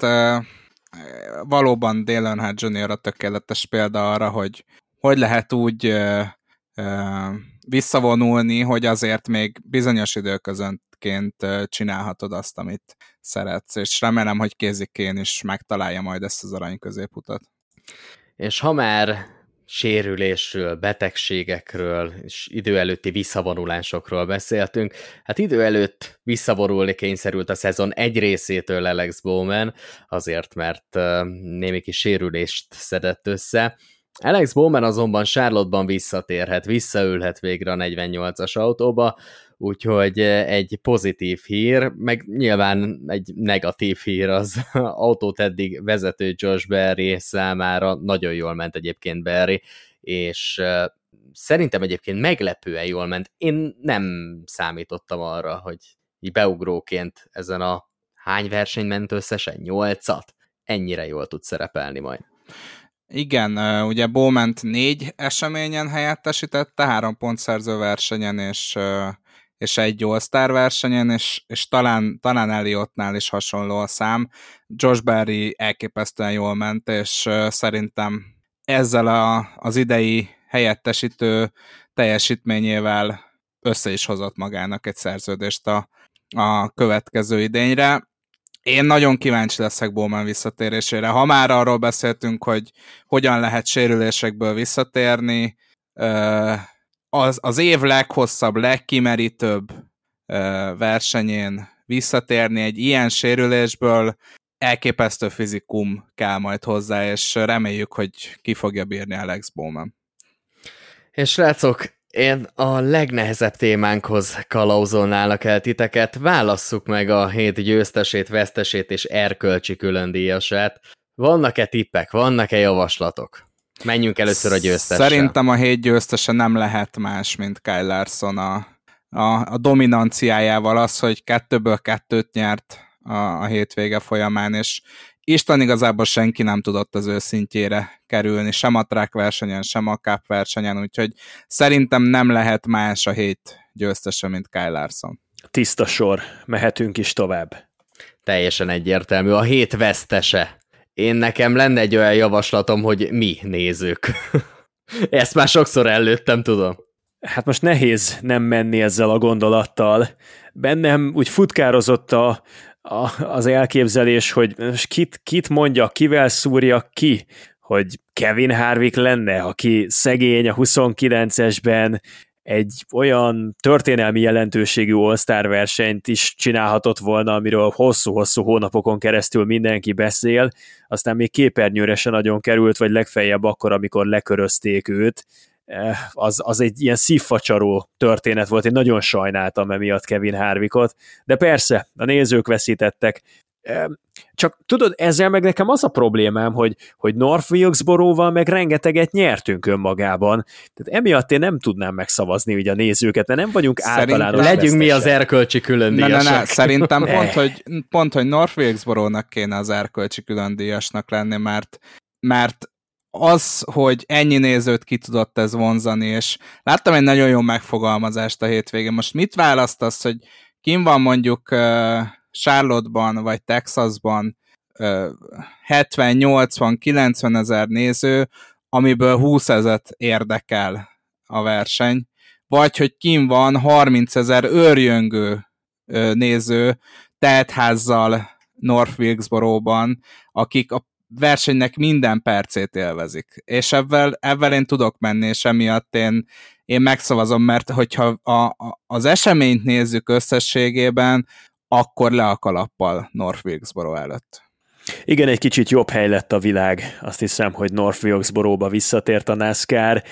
valóban Dale Earnhardt junior a tökéletes példa arra, hogy hogy lehet úgy ö, ö, visszavonulni, hogy azért még bizonyos időközönként csinálhatod azt, amit szeretsz, és remélem, hogy Kasey Kahne is megtalálja majd ezt az arany középutat. És ha már sérülésről, betegségekről és idő előtti visszavonulásokról beszéltünk, hát idő előtt visszavonulni kényszerült a szezon egy részétől Alex Bowman, azért, mert uh, némi kis sérülést szedett össze. Alex Bowman azonban Charlotte-ban visszatérhet, visszaülhet végre a negyvennyolcas autóba, úgyhogy egy pozitív hír, meg nyilván egy negatív hír az autót eddig vezető Josh Berry számára, nagyon jól ment egyébként Berry, és szerintem egyébként meglepően jól ment. Én nem számítottam arra, hogy így beugróként ezen a hány verseny ment összesen? Nyolcat? Ennyire jól tud szerepelni majd. Igen, ugye Bowman-t négy eseményen helyettesítette, három pontszerző versenyen és, és egy All-Star versenyen, és, és talán, talán Elliottnál is hasonló a szám. Josh Berry elképesztően jól ment, és szerintem ezzel a, az idei helyettesítő teljesítményével össze is hozott magának egy szerződést a, a következő idényre. Én nagyon kíváncsi leszek Bowman visszatérésére. Ha már arról beszéltünk, hogy hogyan lehet sérülésekből visszatérni, az, az év leghosszabb, legkimerítőbb versenyén visszatérni egy ilyen sérülésből, elképesztő fizikum kell majd hozzá, és reméljük, hogy ki fogja bírni Alex Bowman. És srácok, Én a legnehezebb témánkhoz kalauzolnálak el titeket, válasszuk meg a hét győztesét, vesztesét és erkölcsi különdíjasát. Vannak-e tippek, vannak-e javaslatok? Menjünk először a győztessel. Szerintem a hét győztese nem lehet más, mint Kyle Larson a, a, a dominanciájával, az, hogy kettőből kettőt nyert a, a hétvége folyamán, és Isten igazából senki nem tudott az ő szintjére kerülni, sem a track versenyen, sem a cup versenyen, úgyhogy szerintem nem lehet más a hét győztese, mint Kyle Larson. Tiszta sor, mehetünk is tovább. Teljesen egyértelmű, a hét vesztese. Én nekem lenne egy olyan javaslatom, hogy mi nézők. Ezt már sokszor előttem, tudom. Hát most nehéz nem menni ezzel a gondolattal. Bennem úgy futkározott a, a, az elképzelés, hogy kit, kit mondja, kivel szúrja ki, hogy Kevin Harvick lenne, aki szegény a huszonkilencesben egy olyan történelmi jelentőségű All-Star versenyt is csinálhatott volna, amiről hosszú-hosszú hónapokon keresztül mindenki beszél, aztán még képernyőre se nagyon került, vagy legfeljebb akkor, amikor lekörözték őt. Az, az egy ilyen szívfacsaró történet volt, én nagyon sajnáltam emiatt Kevin Harvickot, de persze, a nézők veszítettek. Csak tudod, ezzel meg nekem az a problémám, hogy, hogy North Wilkesboro-val meg rengeteget nyertünk önmagában. Tehát emiatt én nem tudnám megszavazni ugye a nézőket, mert nem vagyunk általános. Legyünk mi az erkölcsi különdíjasok. Ne, ne, ne. Szerintem pont, hogy, pont, hogy North Wilkesboro-nak kéne az erkölcsi különdíjasnak lenni, mert, mert az, hogy ennyi nézőt ki tudott ez vonzani, és láttam egy nagyon jó megfogalmazást a hétvégén. Most mit választasz, hogy kim van mondjuk uh, Charlotte-ban, vagy Texasban uh, hetven, nyolcvan, kilencven ezer néző, amiből húszezret érdekel a verseny, vagy hogy kim van harmincezer őrjöngő uh, néző teltházzal North Wilkesboro-ban, akik a versenynek minden percét élvezik. És ebben, ebben én tudok menni, és emiatt én, én megszavazom, mert hogyha a, a, az eseményt nézzük összességében, akkor le a kalappal North Wilkesboro előtt. Igen, egy kicsit jobb hely lett a világ. Azt hiszem, hogy North Wilkesboro-ba visszatért a NASCAR.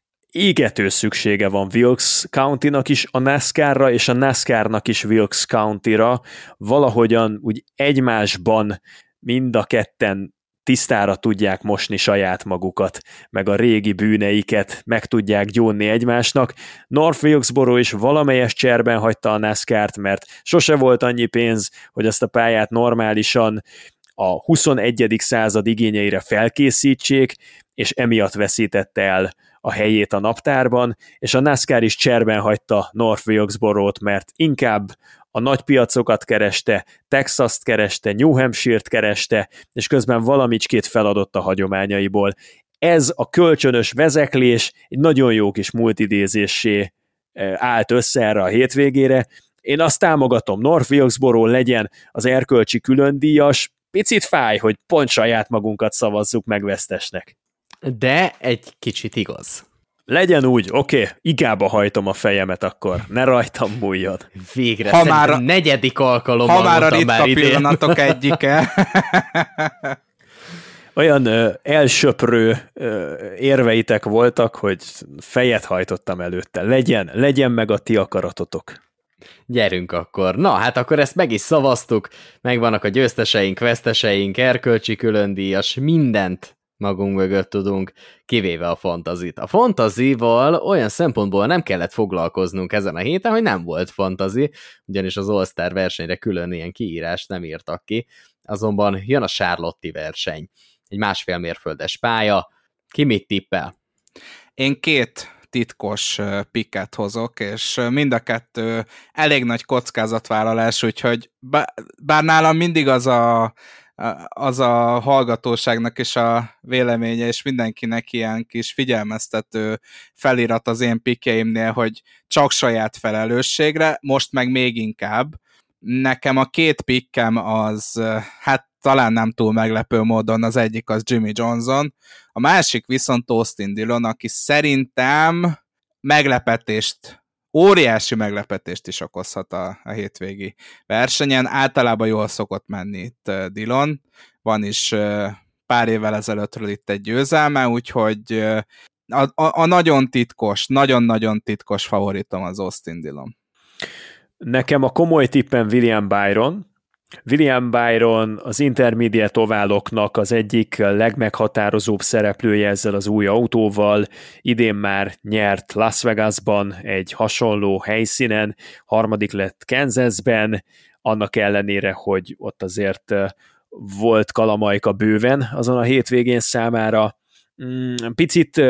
Égető szüksége van Wilkes County-nak is a NASCAR-ra, és a NASCAR-nak is Wilkes County-ra. Valahogyan úgy egymásban mind a ketten tisztára tudják mosni saját magukat, meg a régi bűneiket meg tudják gyónni egymásnak. North Wilkesboro is valamelyes cserben hagyta a NASCAR-t, mert sose volt annyi pénz, hogy azt a pályát normálisan a huszonegyedik század igényeire felkészítsék, és emiatt veszítette el a helyét a naptárban, és a NASCAR is cserben hagyta North Wilkesboro-t, mert inkább a nagy piacokat kereste, Texast kereste, New Hampshire-t kereste, és közben valamicskét feladott a hagyományaiból. Ez a kölcsönös vezeklés egy nagyon jó kis multidézéssé állt össze erre a hétvégére. Én azt támogatom, North Wilkesboro legyen az erkölcsi különdíjas. Picit fáj, hogy pont saját magunkat szavazzuk meg vesztesnek. De egy kicsit igaz. Legyen úgy, oké, okay, igába hajtom a fejemet akkor, ne rajtam múljon. Végre, ha már a negyedik alkalommal ha már a ritka idén. pillanatok egyike. Olyan ö, elsöprő ö, érveitek voltak, hogy fejet hajtottam előtte. Legyen, legyen meg a ti akaratotok. Gyerünk akkor. Na, hát akkor ezt meg is szavaztuk, megvannak a győzteseink, veszteseink, erkölcsi különdíjas, mindent magunk mögött tudunk, kivéve a fantazit. A fantazival olyan szempontból nem kellett foglalkoznunk ezen a héten, hogy nem volt fantazi, ugyanis az All-Star versenyre külön ilyen kiírást nem írtak ki, azonban jön a Charlotte-i verseny. Egy másfél mérföldes pálya. Ki mit tippel? Én két titkos pikket hozok, és mind a kettő elég nagy kockázatvállalás, úgyhogy bár nálam mindig az a az a hallgatóságnak is a véleménye, és mindenkinek ilyen kis figyelmeztető felirat az én pikjeimnél, hogy csak saját felelősségre, most meg még inkább. Nekem a két pikkem az, hát talán nem túl meglepő módon, az egyik az Jimmy Johnson, a másik viszont Austin Dillon, aki szerintem meglepetést óriási meglepetést is okozhat a, a hétvégi versenyen. Általában jól szokott menni itt uh, Dillon. Van is uh, pár évvel ezelőttről itt egy győzelme, úgyhogy uh, a, a, a nagyon titkos, nagyon-nagyon titkos favoritom az Austin Dillon. Nekem a komoly tippem William Byron. William Byron az intermediate ováloknak az egyik legmeghatározóbb szereplője ezzel az új autóval. Idén már nyert Las Vegasban egy hasonló helyszínen, harmadik lett Kansasben, annak ellenére, hogy ott azért volt kalamajka bőven azon a hétvégén számára. Picit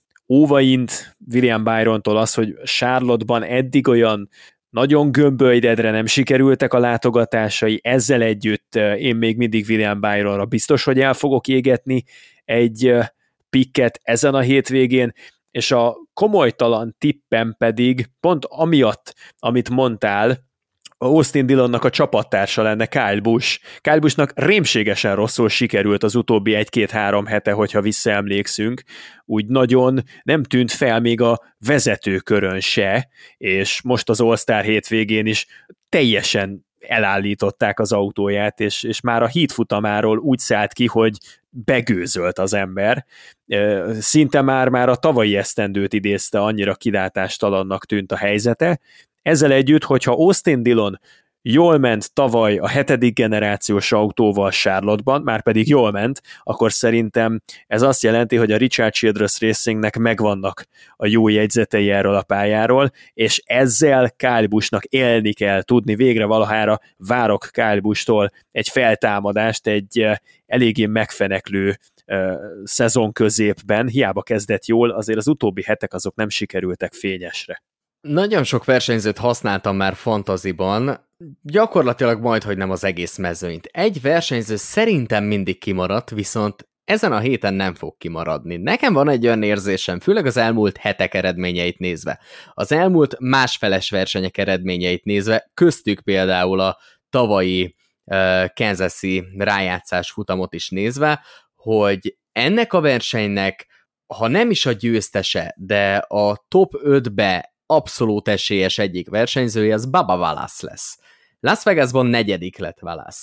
óvaint William Byrontól az, hogy Charlotte-ban eddig olyan nagyon gömbölydedre nem sikerültek a látogatásai, ezzel együtt én még mindig William Byronra biztos, hogy el fogok égetni egy pikket ezen a hétvégén, és a komolytalan tippem pedig pont amiatt, amit mondtál, Austin Dillonnak a csapattársa lenne Kyle Busch. Kyle Buschnak rémségesen rosszul sikerült az utóbbi egy-két-három hete, hogyha visszaemlékszünk. Úgy nagyon nem tűnt fel még a vezetőkörön se, és most az All-Star hétvégén is teljesen elállították az autóját, és, és már a heat futamáról úgy szállt ki, hogy begőzölt az ember. Szinte már-már a tavalyi esztendőt idézte, annyira kilátástalannak tűnt a helyzete. Ezzel együtt, hogyha Austin Dillon jól ment tavaly a hetedik generációs autóval Charlotte-ban, már pedig jól ment, akkor szerintem ez azt jelenti, hogy a Richard Childress Racingnek megvannak a jó jegyzetei erről a pályáról, és ezzel Kyle Buschnak élni kell tudni. Végre valahára várok Kyle Buschtól egy feltámadást, egy eléggé megfeneklő uh, szezon középben, hiába kezdett jól, azért az utóbbi hetek azok nem sikerültek fényesre. Nagyon sok versenyzőt használtam már fantaziban, gyakorlatilag majd, hogy nem az egész mezőnyt. Egy versenyző szerintem mindig kimaradt, viszont ezen a héten nem fog kimaradni. Nekem van egy olyan érzésem, főleg az elmúlt hetek eredményeit nézve. Az elmúlt másfeles versenyek eredményeit nézve, köztük például a tavalyi uh, Kansas-i rájátszás futamot is nézve, hogy ennek a versenynek, ha nem is a győztese, de a top ötbe abszolút esélyes egyik versenyzője, az Bubba Wallace lesz. Las Vegasban negyedik lett Wallace.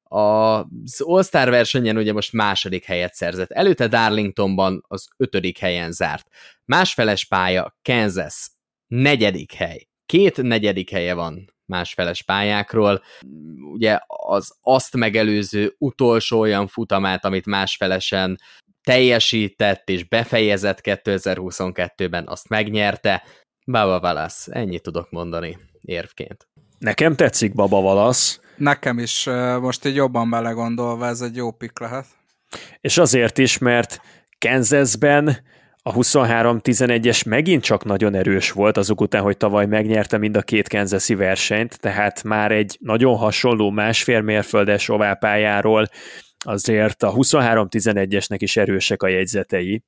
Az All-Star versenyen ugye most második helyet szerzett. Előtte Darlingtonban az ötödik helyen zárt. Másfeles pálya, Kansas, negyedik hely. Két negyedik helye van másfeles pályákról. Ugye az azt megelőző utolsó olyan futamát, amit másfelesen teljesített és befejezett kétezer-huszonkettőben, azt megnyerte. Bubba Wallace, ennyit tudok mondani érvként. Nekem tetszik Bubba Wallace. Nekem is, most így jobban belegondolva, ez egy jó pick lehet. És azért is, mert Kansasben a huszonhárom tizenegyes megint csak nagyon erős volt azok után, hogy tavaly megnyerte mind a két kansasi versenyt, tehát már egy nagyon hasonló másfél mérföldes oválpályáról azért a huszonhárom tizenegyesnek is erősek a jegyzetei.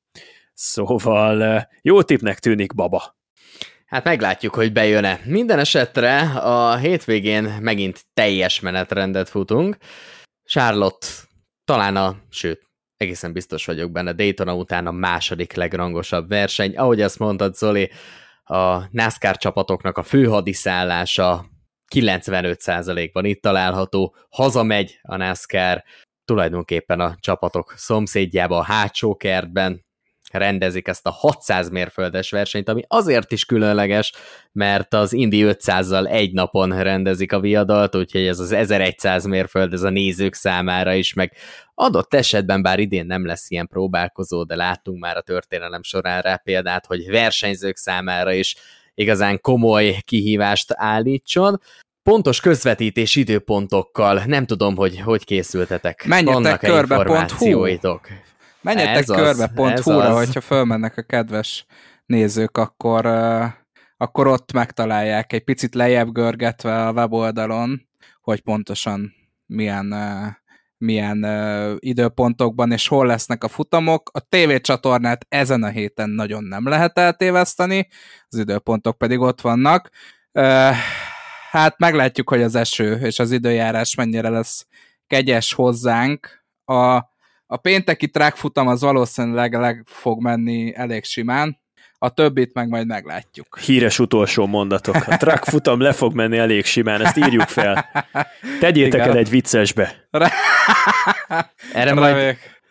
Szóval jó tippnek tűnik Baba. Hát meglátjuk, hogy bejön-e. Minden esetre a hétvégén megint teljes menetrendet futunk. Charlotte talán a, sőt, egészen biztos vagyok benne, Daytona után a második legrangosabb verseny. Ahogy azt mondtad, Zoli, a NASCAR csapatoknak a főhadiszállása kilencvenöt százalékban itt található. Hazamegy a NASCAR, tulajdonképpen a csapatok szomszédjába, a hátsó kertben rendezik ezt a hatszáz mérföldes versenyt, ami azért is különleges, mert az Indy ötszázzal egy napon rendezik a viadalt, úgyhogy ez az ezerszáz mérföld, ez a nézők számára is, meg adott esetben, bár idén nem lesz ilyen próbálkozó, de láttunk már a történelem során rá példát, hogy versenyzők számára is igazán komoly kihívást állítson. Pontos közvetítés időpontokkal, nem tudom, hogy hogy készültetek. Menjetek körbe pont hu. Menjetek körbe pont hu-ra, hogyha fölmennek a kedves nézők, akkor, uh, akkor ott megtalálják egy picit lejjebb görgetve a weboldalon, hogy pontosan milyen, uh, milyen uh, időpontokban és hol lesznek a futamok. A tévécsatornát ezen a héten nagyon nem lehet eltéveszteni, az időpontok pedig ott vannak. Uh, hát meglátjuk, hogy az eső és az időjárás mennyire lesz kegyes hozzánk. A A pénteki track futam az valószínűleg leg fog menni elég simán, a többit meg majd meglátjuk. Híres utolsó mondatok. A track futam le fog menni elég simán, ezt írjuk fel. Tegyétek Igen. el egy viccesbe. Erre majd,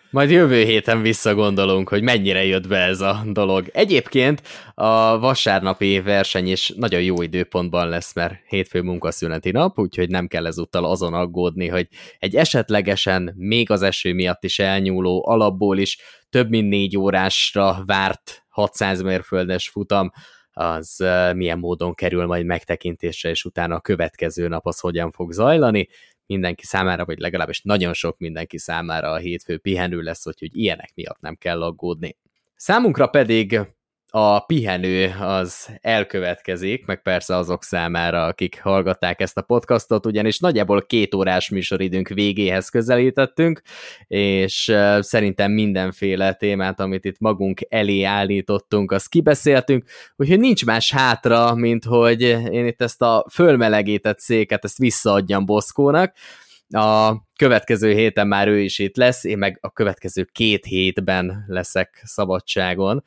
Majd jövő héten visszagondolunk, hogy mennyire jött be ez a dolog. Egyébként a vasárnapi verseny is nagyon jó időpontban lesz, mert hétfő munkaszüneti nap, úgyhogy nem kell ezúttal azon aggódni, hogy egy esetlegesen még az eső miatt is elnyúló, alapból is több mint négy órásra várt hatszáz mérföldes futam, az milyen módon kerül majd megtekintésre, és utána a következő nap az hogyan fog zajlani. Mindenki számára, vagy legalábbis nagyon sok mindenki számára a hétfő pihenő lesz, úgyhogy ilyenek miatt nem kell aggódni. Számunkra pedig a pihenő az elkövetkezik, meg persze azok számára, akik hallgatták ezt a podcastot, ugyanis nagyjából két órás műsoridőnk végéhez közelítettünk, és szerintem mindenféle témát, amit itt magunk elé állítottunk, azt kibeszéltünk, úgyhogy nincs más hátra, mint hogy én itt ezt a fölmelegített széket, ezt visszaadjam Boszkónak. A következő héten már ő is itt lesz, én meg a következő két hétben leszek szabadságon.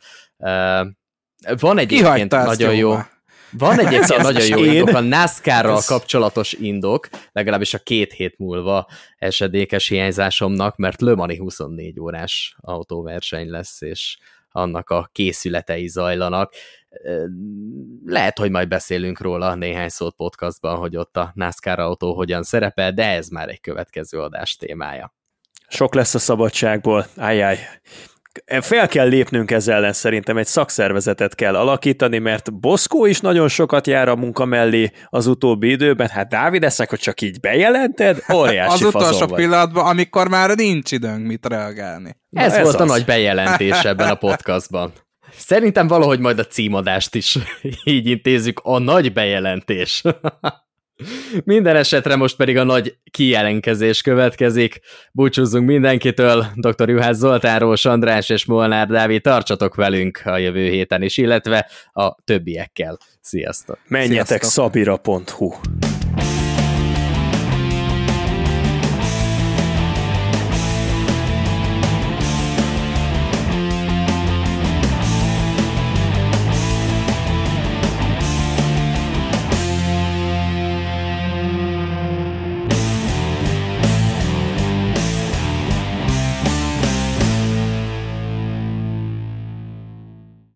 Van egyébként nagyon jó... Van egyébként nagyon jó indok, a NASCAR-ral Ez... kapcsolatos indok, legalábbis a két hét múlva esedékes hiányzásomnak, mert Le Mans-i huszonnégy órás autóverseny lesz, és annak a készületei zajlanak. Lehet, hogy majd beszélünk róla néhány szót podcastban, hogy ott a NASCAR autó hogyan szerepel, de ez már egy következő adás témája. Sok lesz a szabadságból, ájjáj. Fel kell lépnünk ezzel ellen, szerintem egy szakszervezetet kell alakítani, mert Boszkó is nagyon sokat jár a munka mellé az utóbbi időben, hát Dávid, ezt hogy csak így bejelented, óriási az utolsó vagy. pillanatban, amikor már nincs időnk mit reagálni. Ez, ez volt az. A nagy bejelentés ebben a podcastban. Szerintem valahogy majd a címadást is így intézzük, a nagy bejelentés. Minden esetre most pedig a nagy kijelenkezés következik. Búcsúzzunk mindenkitől, doktor Juhász Zoltán, Rós András és Molnár Dávid, tartsatok velünk a jövő héten is, illetve a többiekkel. Sziasztok! Menjetek Sziasztok. szabira pont hu